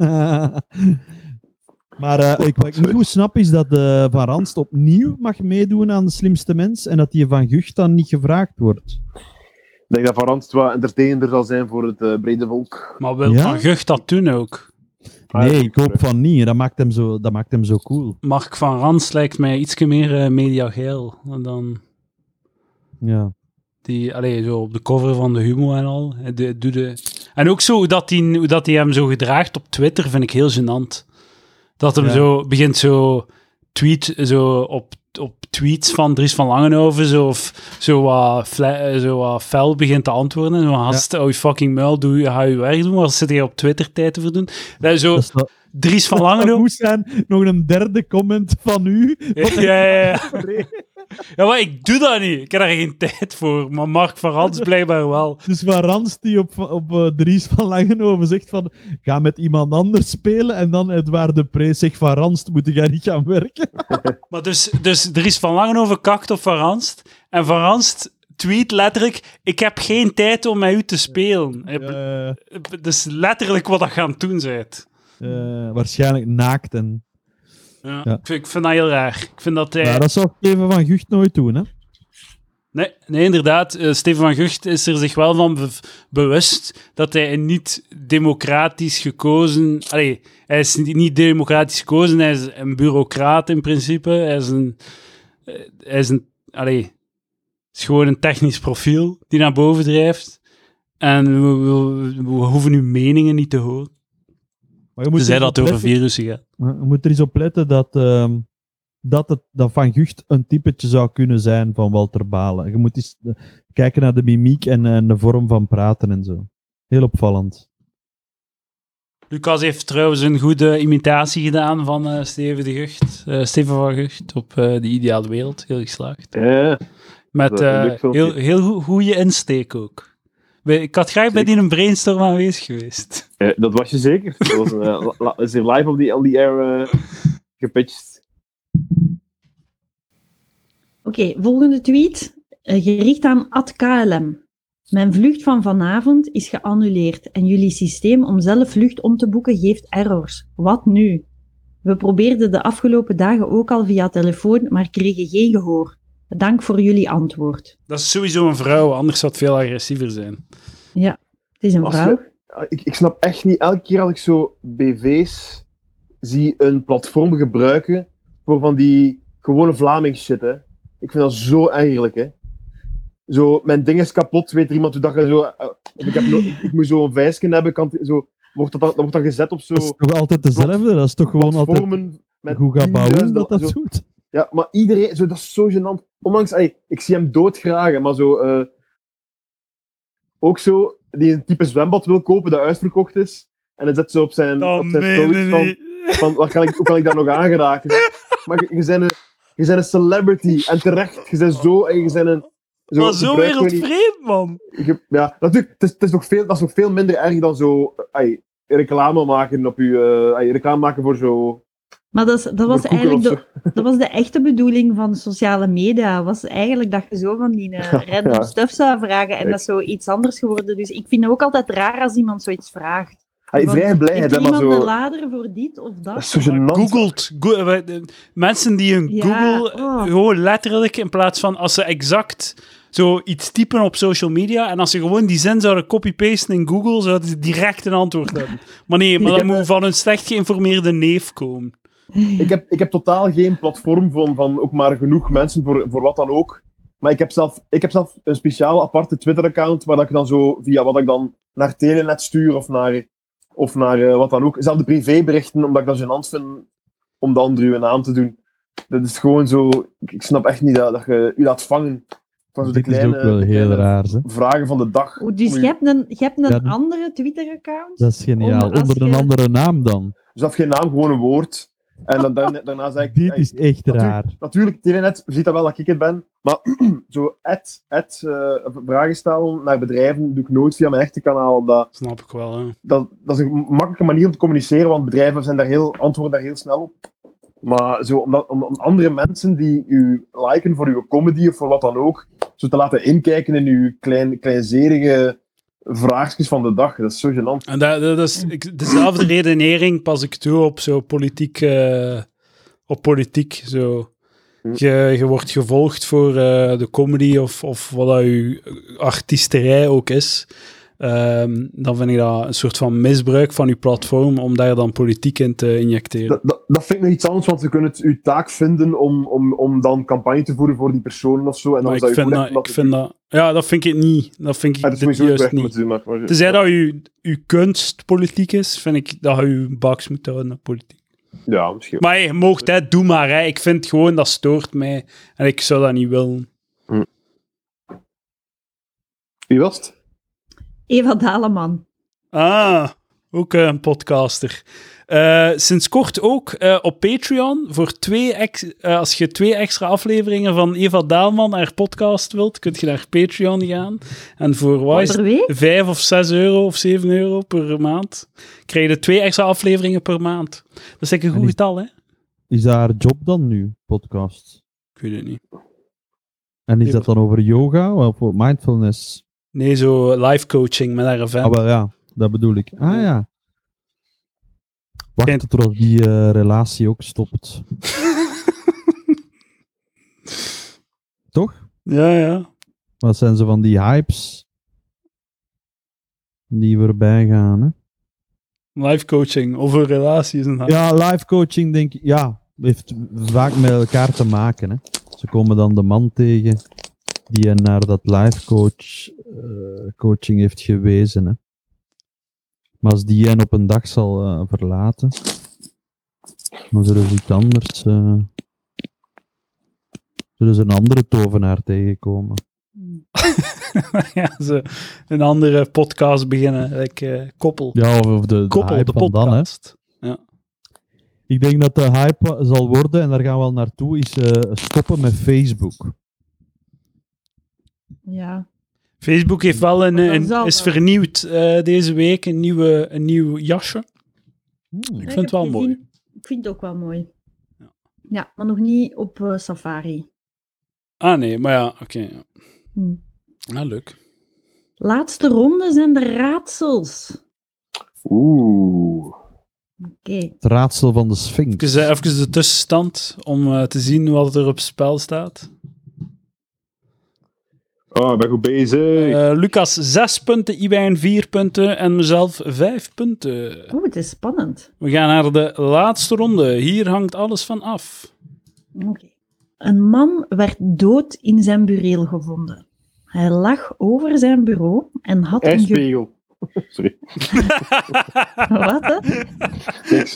Maar wat ik niet goed snap is dat Van Ranst opnieuw mag meedoen aan de slimste mens en dat die van Gucht dan niet gevraagd wordt. Ik denk dat Van Ranst wat entertainender zal zijn voor het brede volk. Maar wil Van Gucht dat doen ook? Nee, ik hoop van niet. Dat maakt hem zo cool. Mark van Rans lijkt mij ietsje meer mediageil dan... Ja. Die, zo op de cover van de Humo en al. En ook zo hoe dat hij hem zo gedraagt op Twitter vind ik heel gênant. Dat hem zo begint zo op tweets van Dries van Langenhoven zo wat fel begint te antwoorden. Zo, hou je fucking muil, ga je werk doen, wat zit je op Twitter tijd te verdoen? Dries van Langenhoven... moest zijn nog een derde comment van u. Ja. Ja, maar ik doe dat niet. Ik heb daar geen tijd voor. Maar Mark van Rans blijkbaar wel. Dus Van Rans die op Dries van Langenhoven zegt van ga met iemand anders spelen en dan Edouard de Pre zegt Van Rans moet jij niet gaan werken. Maar dus Dries van Langenhoven kakt op Van Rans en Van Rans tweet letterlijk ik heb geen tijd om met u te spelen. Dus letterlijk wat dat gaan doen zijt. Waarschijnlijk naakt en... Ja. Ik vind dat heel raar. Ik vind dat hij... Ja, dat zou Steven van Gucht nooit doen, hè? Nee, inderdaad. Steven van Gucht is er zich wel van bewust dat hij een niet democratisch gekozen... hij is niet democratisch gekozen, hij is een bureaucraat in principe. Hij is gewoon een technisch profiel die naar boven drijft. En we hoeven uw meningen niet te horen. Maar je moet dat het over virussen gaat. Je moet er eens op letten dat Van Gucht een typetje zou kunnen zijn van Walter Balen. Je moet eens kijken naar de mimiek en de vorm van praten en zo. Heel opvallend. Lucas heeft trouwens een goede imitatie gedaan van Steven van Gucht op De Ideale Wereld. Heel geslaagd. Ja. Met heel goede insteek ook. Ik had graag bij die een brainstorm aanwezig geweest. Dat was je zeker. Dat was is hier live op die air gepitcht. Oké, volgende tweet. Gericht aan @KLM. Mijn vlucht van vanavond is geannuleerd en jullie systeem om zelf vlucht om te boeken geeft errors. Wat nu? We probeerden de afgelopen dagen ook al via telefoon, maar kregen geen gehoor. Dank voor jullie antwoord. Dat is sowieso een vrouw, anders zou het veel agressiever zijn. Ja, het is een vrouw. Ik snap echt niet, elke keer als ik zo BV's zie een platform gebruiken voor van die gewone Vlaming shit, hè. Ik vind dat zo eigenlijk, hè. Zo, mijn ding is kapot, weet er iemand hoe dat je zo... ik moet zo een vijsje hebben, wordt dat gezet op zo... Dat is toch altijd dezelfde? Dat is toch gewoon altijd platformen met Guga Baoen 10.000 dat zo. doet? Ja, maar iedereen... dat is zo gênant. Ondanks... ik zie hem doodgraag, maar zo... ook zo... Die een type zwembad wil kopen dat uitverkocht is. En hij zet zo op zijn stories van hoe kan ik daar nog aangeraken? Maar je bent een celebrity. En terecht. Je bent zo... Je bent een... Maar zo wereldvreemd, man. Ja, natuurlijk. Dat is nog veel minder erg dan zo... reclame maken op je... reclame maken voor zo... Maar dat was eigenlijk dat was de echte bedoeling van sociale media. Was eigenlijk dat je zo van die random stuff zou vragen en dat is zo iets anders geworden. Dus ik vind het ook altijd raar als iemand zoiets vraagt. Vrij blijheid, heeft iemand maar zo... een lader voor dit of dat? Dat is zo gênant. Mensen die hun Google gewoon letterlijk in plaats van als ze exact zo iets typen op social media en als ze gewoon die zin zouden copy-pasten in Google, zouden ze direct een antwoord hebben. Maar nee, dat moet van een slecht geïnformeerde neef komen. Ik heb totaal geen platform van ook maar genoeg mensen voor wat dan ook. Maar ik heb zelf een speciaal aparte Twitter-account waar ik dan zo via wat ik dan naar Telenet stuur of naar wat dan ook. Zelf de privéberichten, omdat ik dat gênant vind om de andere uw naam te doen. Dat is gewoon zo... Ik snap echt niet dat je u laat vangen van zo de Dit is ook wel heel raar, hè? vragen van de dag. Dus je hebt een andere Twitter-account? Dat is geniaal. Onder een andere naam dan. Dus dat geen naam, gewoon een woord. En dan daarna zei ik... Dit is echt raar. Natuurlijk, Telenet ziet dat wel dat ik het ben, maar zo vragen stellen naar bedrijven doe ik nooit via mijn echte kanaal, omdat... Snap ik wel, hè. Dat is een makkelijke manier om te communiceren, want bedrijven zijn antwoorden daar heel snel op. Maar zo, om andere mensen die u liken voor uw comedy of voor wat dan ook, zo te laten inkijken in uw kleinzerige vraagjes van de dag, dat is zo gênant. En dat is dezelfde redenering pas ik toe op zo politiek. Zo. Je wordt gevolgd voor de comedy of wat dat je artiesterij ook is. Dan vind ik dat een soort van misbruik van je platform om daar dan politiek in te injecteren. Dat vind ik nog iets anders, want je kunt het uw taak vinden om dan campagne te voeren voor die personen of zo. En dan dat vind ik niet. Dat vind ik juist niet. Tenzij dat uw kunst politiek is, vind ik dat je je baks moet houden naar politiek. Ja, misschien. Maar je moogt het, doe maar. Hè. Ik vind gewoon, dat stoort mij. En ik zou dat niet willen. Wie was het? Eva Daleman. Ook een podcaster. Sinds kort ook op Patreon. Als je 2 extra afleveringen van Eva Daleman haar podcast wilt, kun je naar Patreon gaan. En voor €5 of €6 of €7 per maand krijg je 2 extra afleveringen per maand. Dat is eigenlijk een goed getal, hè? Is dat haar job dan nu, podcast? Ik weet het niet. En is dat dan over yoga of over mindfulness? Nee, zo live coaching met haar event. Ah, wel ja, dat bedoel ik. Ah ja. Wacht tot die relatie ook stopt. Toch? Ja. Wat zijn ze van die hypes die voorbij gaan, hè? Live coaching over relaties en ja, live coaching denk ik, heeft vaak met elkaar te maken, hè. Ze komen dan de man tegen die hen naar dat live coaching heeft gewezen, hè. Maar als die hen op een dag zal verlaten, dan zullen ze iets anders... zullen ze een andere tovenaar tegenkomen. Ja, een andere podcast beginnen, Koppel. Ja, of de Koppel, hype de van podcast. Dan, hè. Ja. Ik denk dat de hype zal worden, en daar gaan we al naartoe, is stoppen met Facebook. Ja. Facebook heeft wel is vernieuwd deze week, een nieuw jasje. Ik vind het wel mooi. Ik vind het ook wel mooi. Ja, maar nog niet op Safari. Ah nee, maar ja, oké. Ja. Leuk. Laatste ronde zijn de raadsels. Oeh. Oké. Het raadsel van de Sphinx. Even de tussenstand om te zien wat er op spel staat. Ik ben goed bezig. Lucas 6 punten, Iwijn 4 punten en mezelf 5 punten. Het is spannend. We gaan naar de laatste ronde. Hier hangt alles van af. Oké. Een man werd dood in zijn bureel gevonden. Hij lag over zijn bureau en had IJsspiegel. Sorry. Wat, hè? Niks.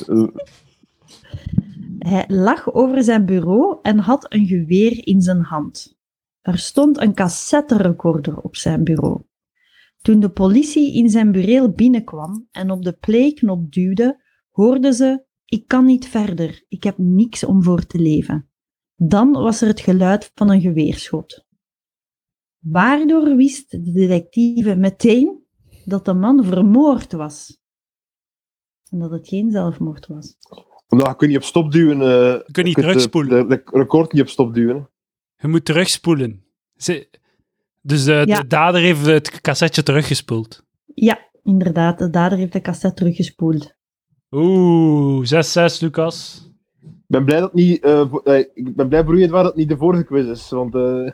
Hij lag over zijn bureau en had een geweer in zijn hand. Er stond een cassetterecorder op zijn bureau. Toen de politie in zijn bureel binnenkwam en op de play-knop duwde, hoorden ze: "Ik kan niet verder, ik heb niks om voor te leven." Dan was er het geluid van een geweerschot. Waardoor wist de detectieve meteen dat de man vermoord was. En dat het geen zelfmoord was. Omdat je kunt niet op stop duwen. Je kunt niet terugspoelen. De record niet op stop duwen. Je moet terugspoelen. Dus de dader heeft het cassetje teruggespoeld. Ja, inderdaad. De dader heeft de cassette teruggespoeld. Oeh, 6-6, Lucas. Ik ben blij dat niet... ik ben blij voor u, Edouard, dat het niet de vorige quiz is. Want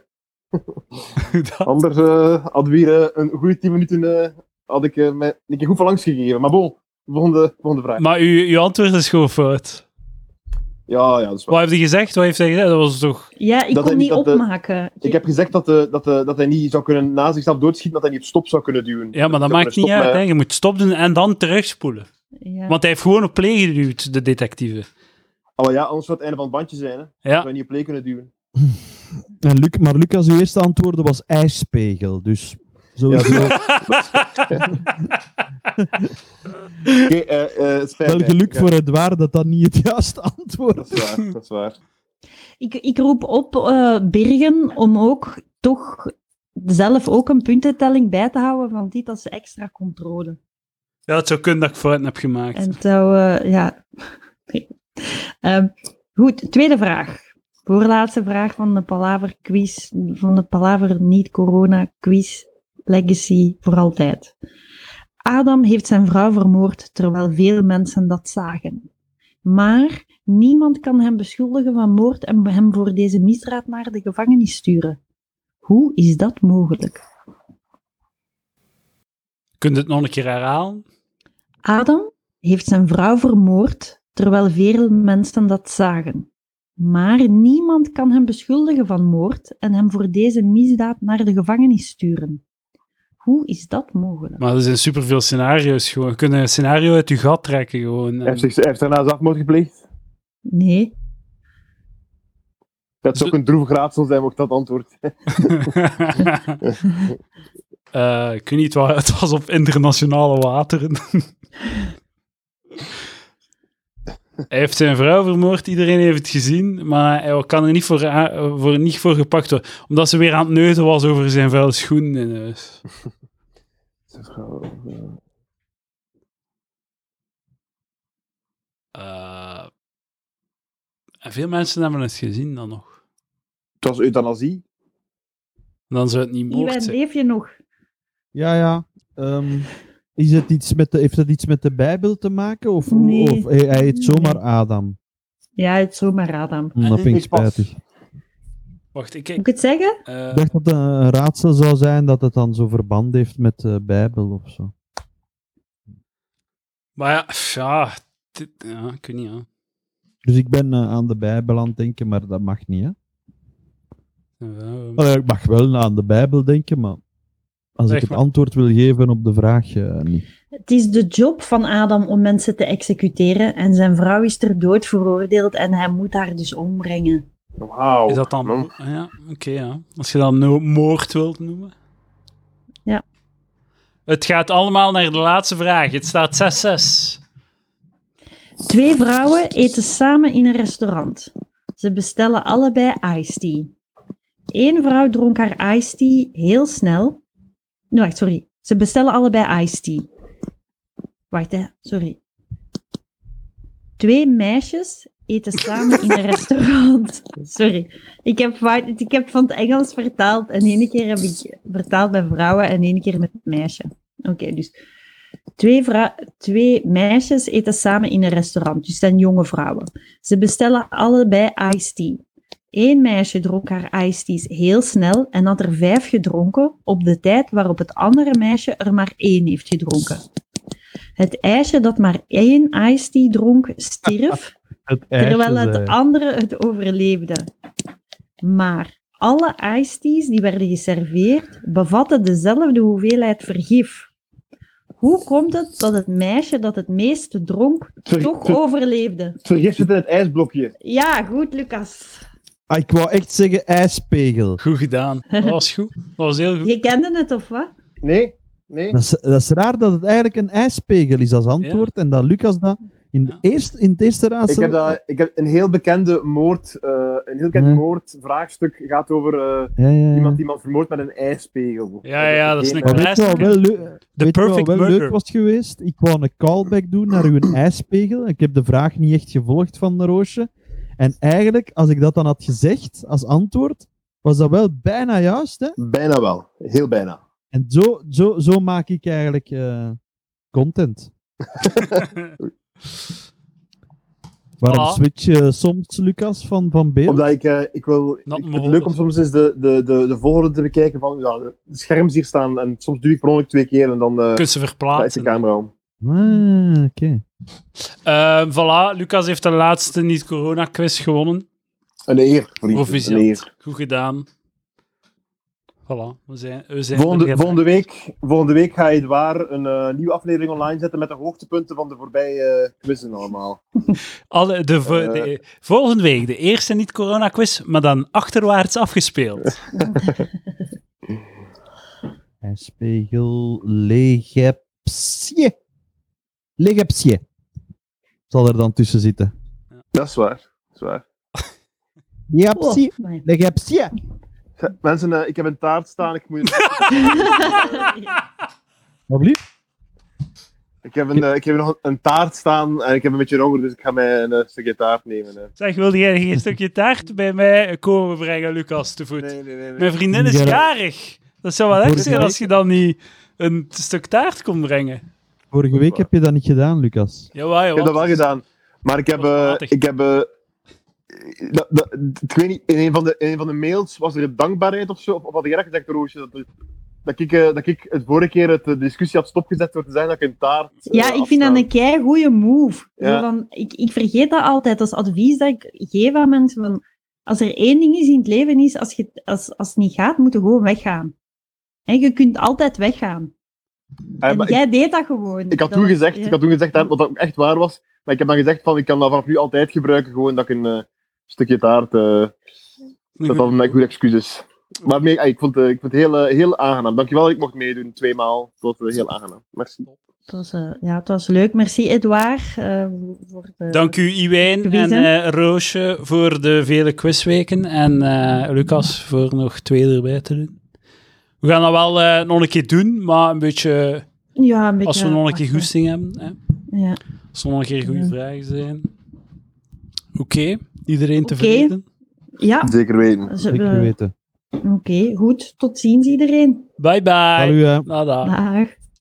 anders hadden we hier een goede 10 minuten... had ik mij een keer goed van langs gegeven. Maar bon, volgende vraag. Maar uw antwoord is gewoon fout. Ja, dat is waar. Wat heeft hij gezegd? Wat heeft hij gezegd? Dat was toch... Ja, ik kon niet opmaken. Ik heb gezegd dat hij niet zou kunnen na zichzelf doodschieten, dat hij niet op stop zou kunnen duwen. Ja, maar dat maakt niet uit. Hè. Je moet stop doen en dan terugspoelen. Ja. Want hij heeft gewoon op play geduwd, de detectieve. Oh ja, anders zou het einde van het bandje zijn. Hè. Ja. Zou je niet op play kunnen duwen. Maar Lucas, uw eerste antwoord was ijspegel, dus... Sowieso. Wel geluk voor Edouard dat dat niet het juiste antwoord is. Dat is waar. Ik roep op Bergen om ook toch zelf ook een puntentelling bij te houden van dit als extra controle. Ja, het zou kunnen dat ik fouten heb gemaakt. En het zou, ja... goed, tweede vraag. Voorlaatste vraag van de Palaver quiz, van de Palaver niet-corona quiz legacy voor altijd. Adam heeft zijn vrouw vermoord terwijl veel mensen dat zagen. Maar niemand kan hem beschuldigen van moord en hem voor deze misdaad naar de gevangenis sturen. Hoe is dat mogelijk? Kunt u het nog een keer herhalen? Adam heeft zijn vrouw vermoord terwijl veel mensen dat zagen. Maar niemand kan hem beschuldigen van moord en hem voor deze misdaad naar de gevangenis sturen. Hoe is dat mogelijk? Maar er zijn superveel scenario's gewoon. Je kunt een scenario uit je gat trekken gewoon. Hij heeft daarna zelfmoord gepleegd? Nee. Dat zou ook een droevig raadsel zijn, mocht dat antwoord. Ik weet niet, het was op internationale wateren. Hij heeft zijn vrouw vermoord, iedereen heeft het gezien, maar hij kan er niet voor gepakt worden, omdat ze weer aan het neuten was over zijn vuile schoenen in huis. En veel mensen hebben het gezien dan nog. Het was euthanasie. Dan zou het niet moord Iwan, zijn. leef je nog? Ja. Heeft het iets met de Bijbel te maken? Of Nee. Hij heet zomaar Adam? Ja, hij heet zomaar Adam. Dat vind ik spijtig. Wacht, Moet ik het zeggen? Ik dacht dat het een raadsel zou zijn dat het dan zo verband heeft met de Bijbel of zo. Maar ja, ik weet niet, ja. Dus ik ben aan de Bijbel aan het denken, maar dat mag niet, hè? Ik mag wel aan de Bijbel denken, maar als ik het antwoord wil geven op de vraag, niet. Het is de job van Adam om mensen te executeren en zijn vrouw is ter dood veroordeeld en hij moet haar dus ombrengen. Wauw. Is dat dan... Ja, oké, ja. Als je dat moord wilt noemen. Ja. Het gaat allemaal naar de laatste vraag. Het staat 6-6. 2 vrouwen eten samen in een restaurant. Ze bestellen allebei iced tea. 1 vrouw dronk haar iced tea heel snel. Nee, wacht, sorry. Ze bestellen allebei iced tea. Wacht, hè. Sorry. 2 meisjes eten samen in een restaurant. Sorry. Ik heb van het Engels vertaald en 1 keer heb ik vertaald met vrouwen en 1 keer met meisje. Oké, dus 2 meisjes eten samen in een restaurant. Dus het zijn jonge vrouwen. Ze bestellen allebei iced tea. 1 meisje dronk haar iced teas heel snel en had er 5 gedronken op de tijd waarop het andere meisje er maar 1 heeft gedronken. Het ijsje dat maar 1 iced tea dronk, stierf, terwijl het andere het overleefde. Maar alle iced teas die werden geserveerd, bevatten dezelfde hoeveelheid vergif. Hoe komt het dat het meisje dat het meest dronk toch overleefde? Het vergif zit in het ijsblokje. Ja, goed, Lucas. Ik wou echt zeggen ijspegel. Goed gedaan. Dat was goed. Dat was heel goed. Je kende het, of wat? Nee. Dat is raar dat het eigenlijk een ijspegel is als antwoord en dat Lucas dat in het eerste raadsel... Ik heb een heel bekende moordvraagstuk gaat over iemand vermoord met een ijspegel. Ja, dat is een Maar weet je wat wel, perfect wel murder. leuk was geweest? Ik wou een callback doen naar uw ijspegel. Ik heb de vraag niet echt gevolgd van de Roosje. En eigenlijk, als ik dat dan had gezegd als antwoord, was dat wel bijna juist, hè? Bijna wel. Heel bijna. En zo maak ik eigenlijk content. Waarom switch je soms, Lucas, van beeld? Omdat ik het leuk om soms eens de volgorde te bekijken van de scherms hier staan en soms duw ik per ongeluk 2 keer en dan kun je verplaatsen. is de camera om. Oké. Voilà, Lucas heeft de laatste niet-corona-quiz gewonnen. Een eer, vriend. Proficiat. Een eer. Goed gedaan. Voilà, we zijn volgende week ga je het waar een nieuwe aflevering online zetten met de hoogtepunten van de voorbije quizzen allemaal. Volgende week de eerste niet-corona-quiz, maar dan achterwaarts afgespeeld. Spiegel Legepsie. Zal er dan tussen zitten. Dat is waar. Legepsie. Mensen, ik heb een taart staan. Ik moet... Wat blieft? Ik heb nog een taart staan en ik heb een beetje honger, dus ik ga mij een stukje taart nemen. Zeg, wilde jij geen stukje taart bij mij komen brengen, Lucas, te voet? Nee. Mijn vriendin is jarig. Dat zou wel echt zijn als je dan niet een stuk taart kon brengen. Vorige week heb je dat niet gedaan, Lucas. Jawel. Ik heb dat wel gedaan. Maar ik heb ik weet niet, in een van de mails was er een dankbaarheid of zo, of had jij dat gezegd, Roosje, dat ik het vorige keer de discussie had stopgezet door te zeggen dat ik een taart... Ja, ik vind dat een keigoeie move. Ja. Zo van, ik vergeet dat altijd als advies dat ik geef aan mensen. Van, als er één ding is in het leven, is als het niet gaat, moet je gewoon weggaan. En je kunt altijd weggaan. En jij deed dat gewoon. Ik had toen gezegd wat dat ook echt waar was, maar ik heb dan gezegd van ik kan dat vanaf nu altijd gebruiken, gewoon dat ik een stukje taart... dat dat een goed excuus is. Maar ik vond het heel aangenaam. Dankjewel dat ik mocht meedoen, 2 maal. Het was heel aangenaam. Merci. Het was leuk. Merci, Edouard. Voor de Dank u, Iwijn en Roosje, voor de vele quizweken. En Lucas, voor nog 2 erbij te doen. We gaan dat wel nog een keer doen, maar een beetje... Ja, een beetje... Als we nog een keer goesting hebben. Hè. Ja. Als er nog een keer goede vragen zijn. Oké. Iedereen tevreden? Ja. Zeker weten. Zeker weten. Oké, goed. Tot ziens, iedereen. Bye bye. Salut, hè. Dag. Dag.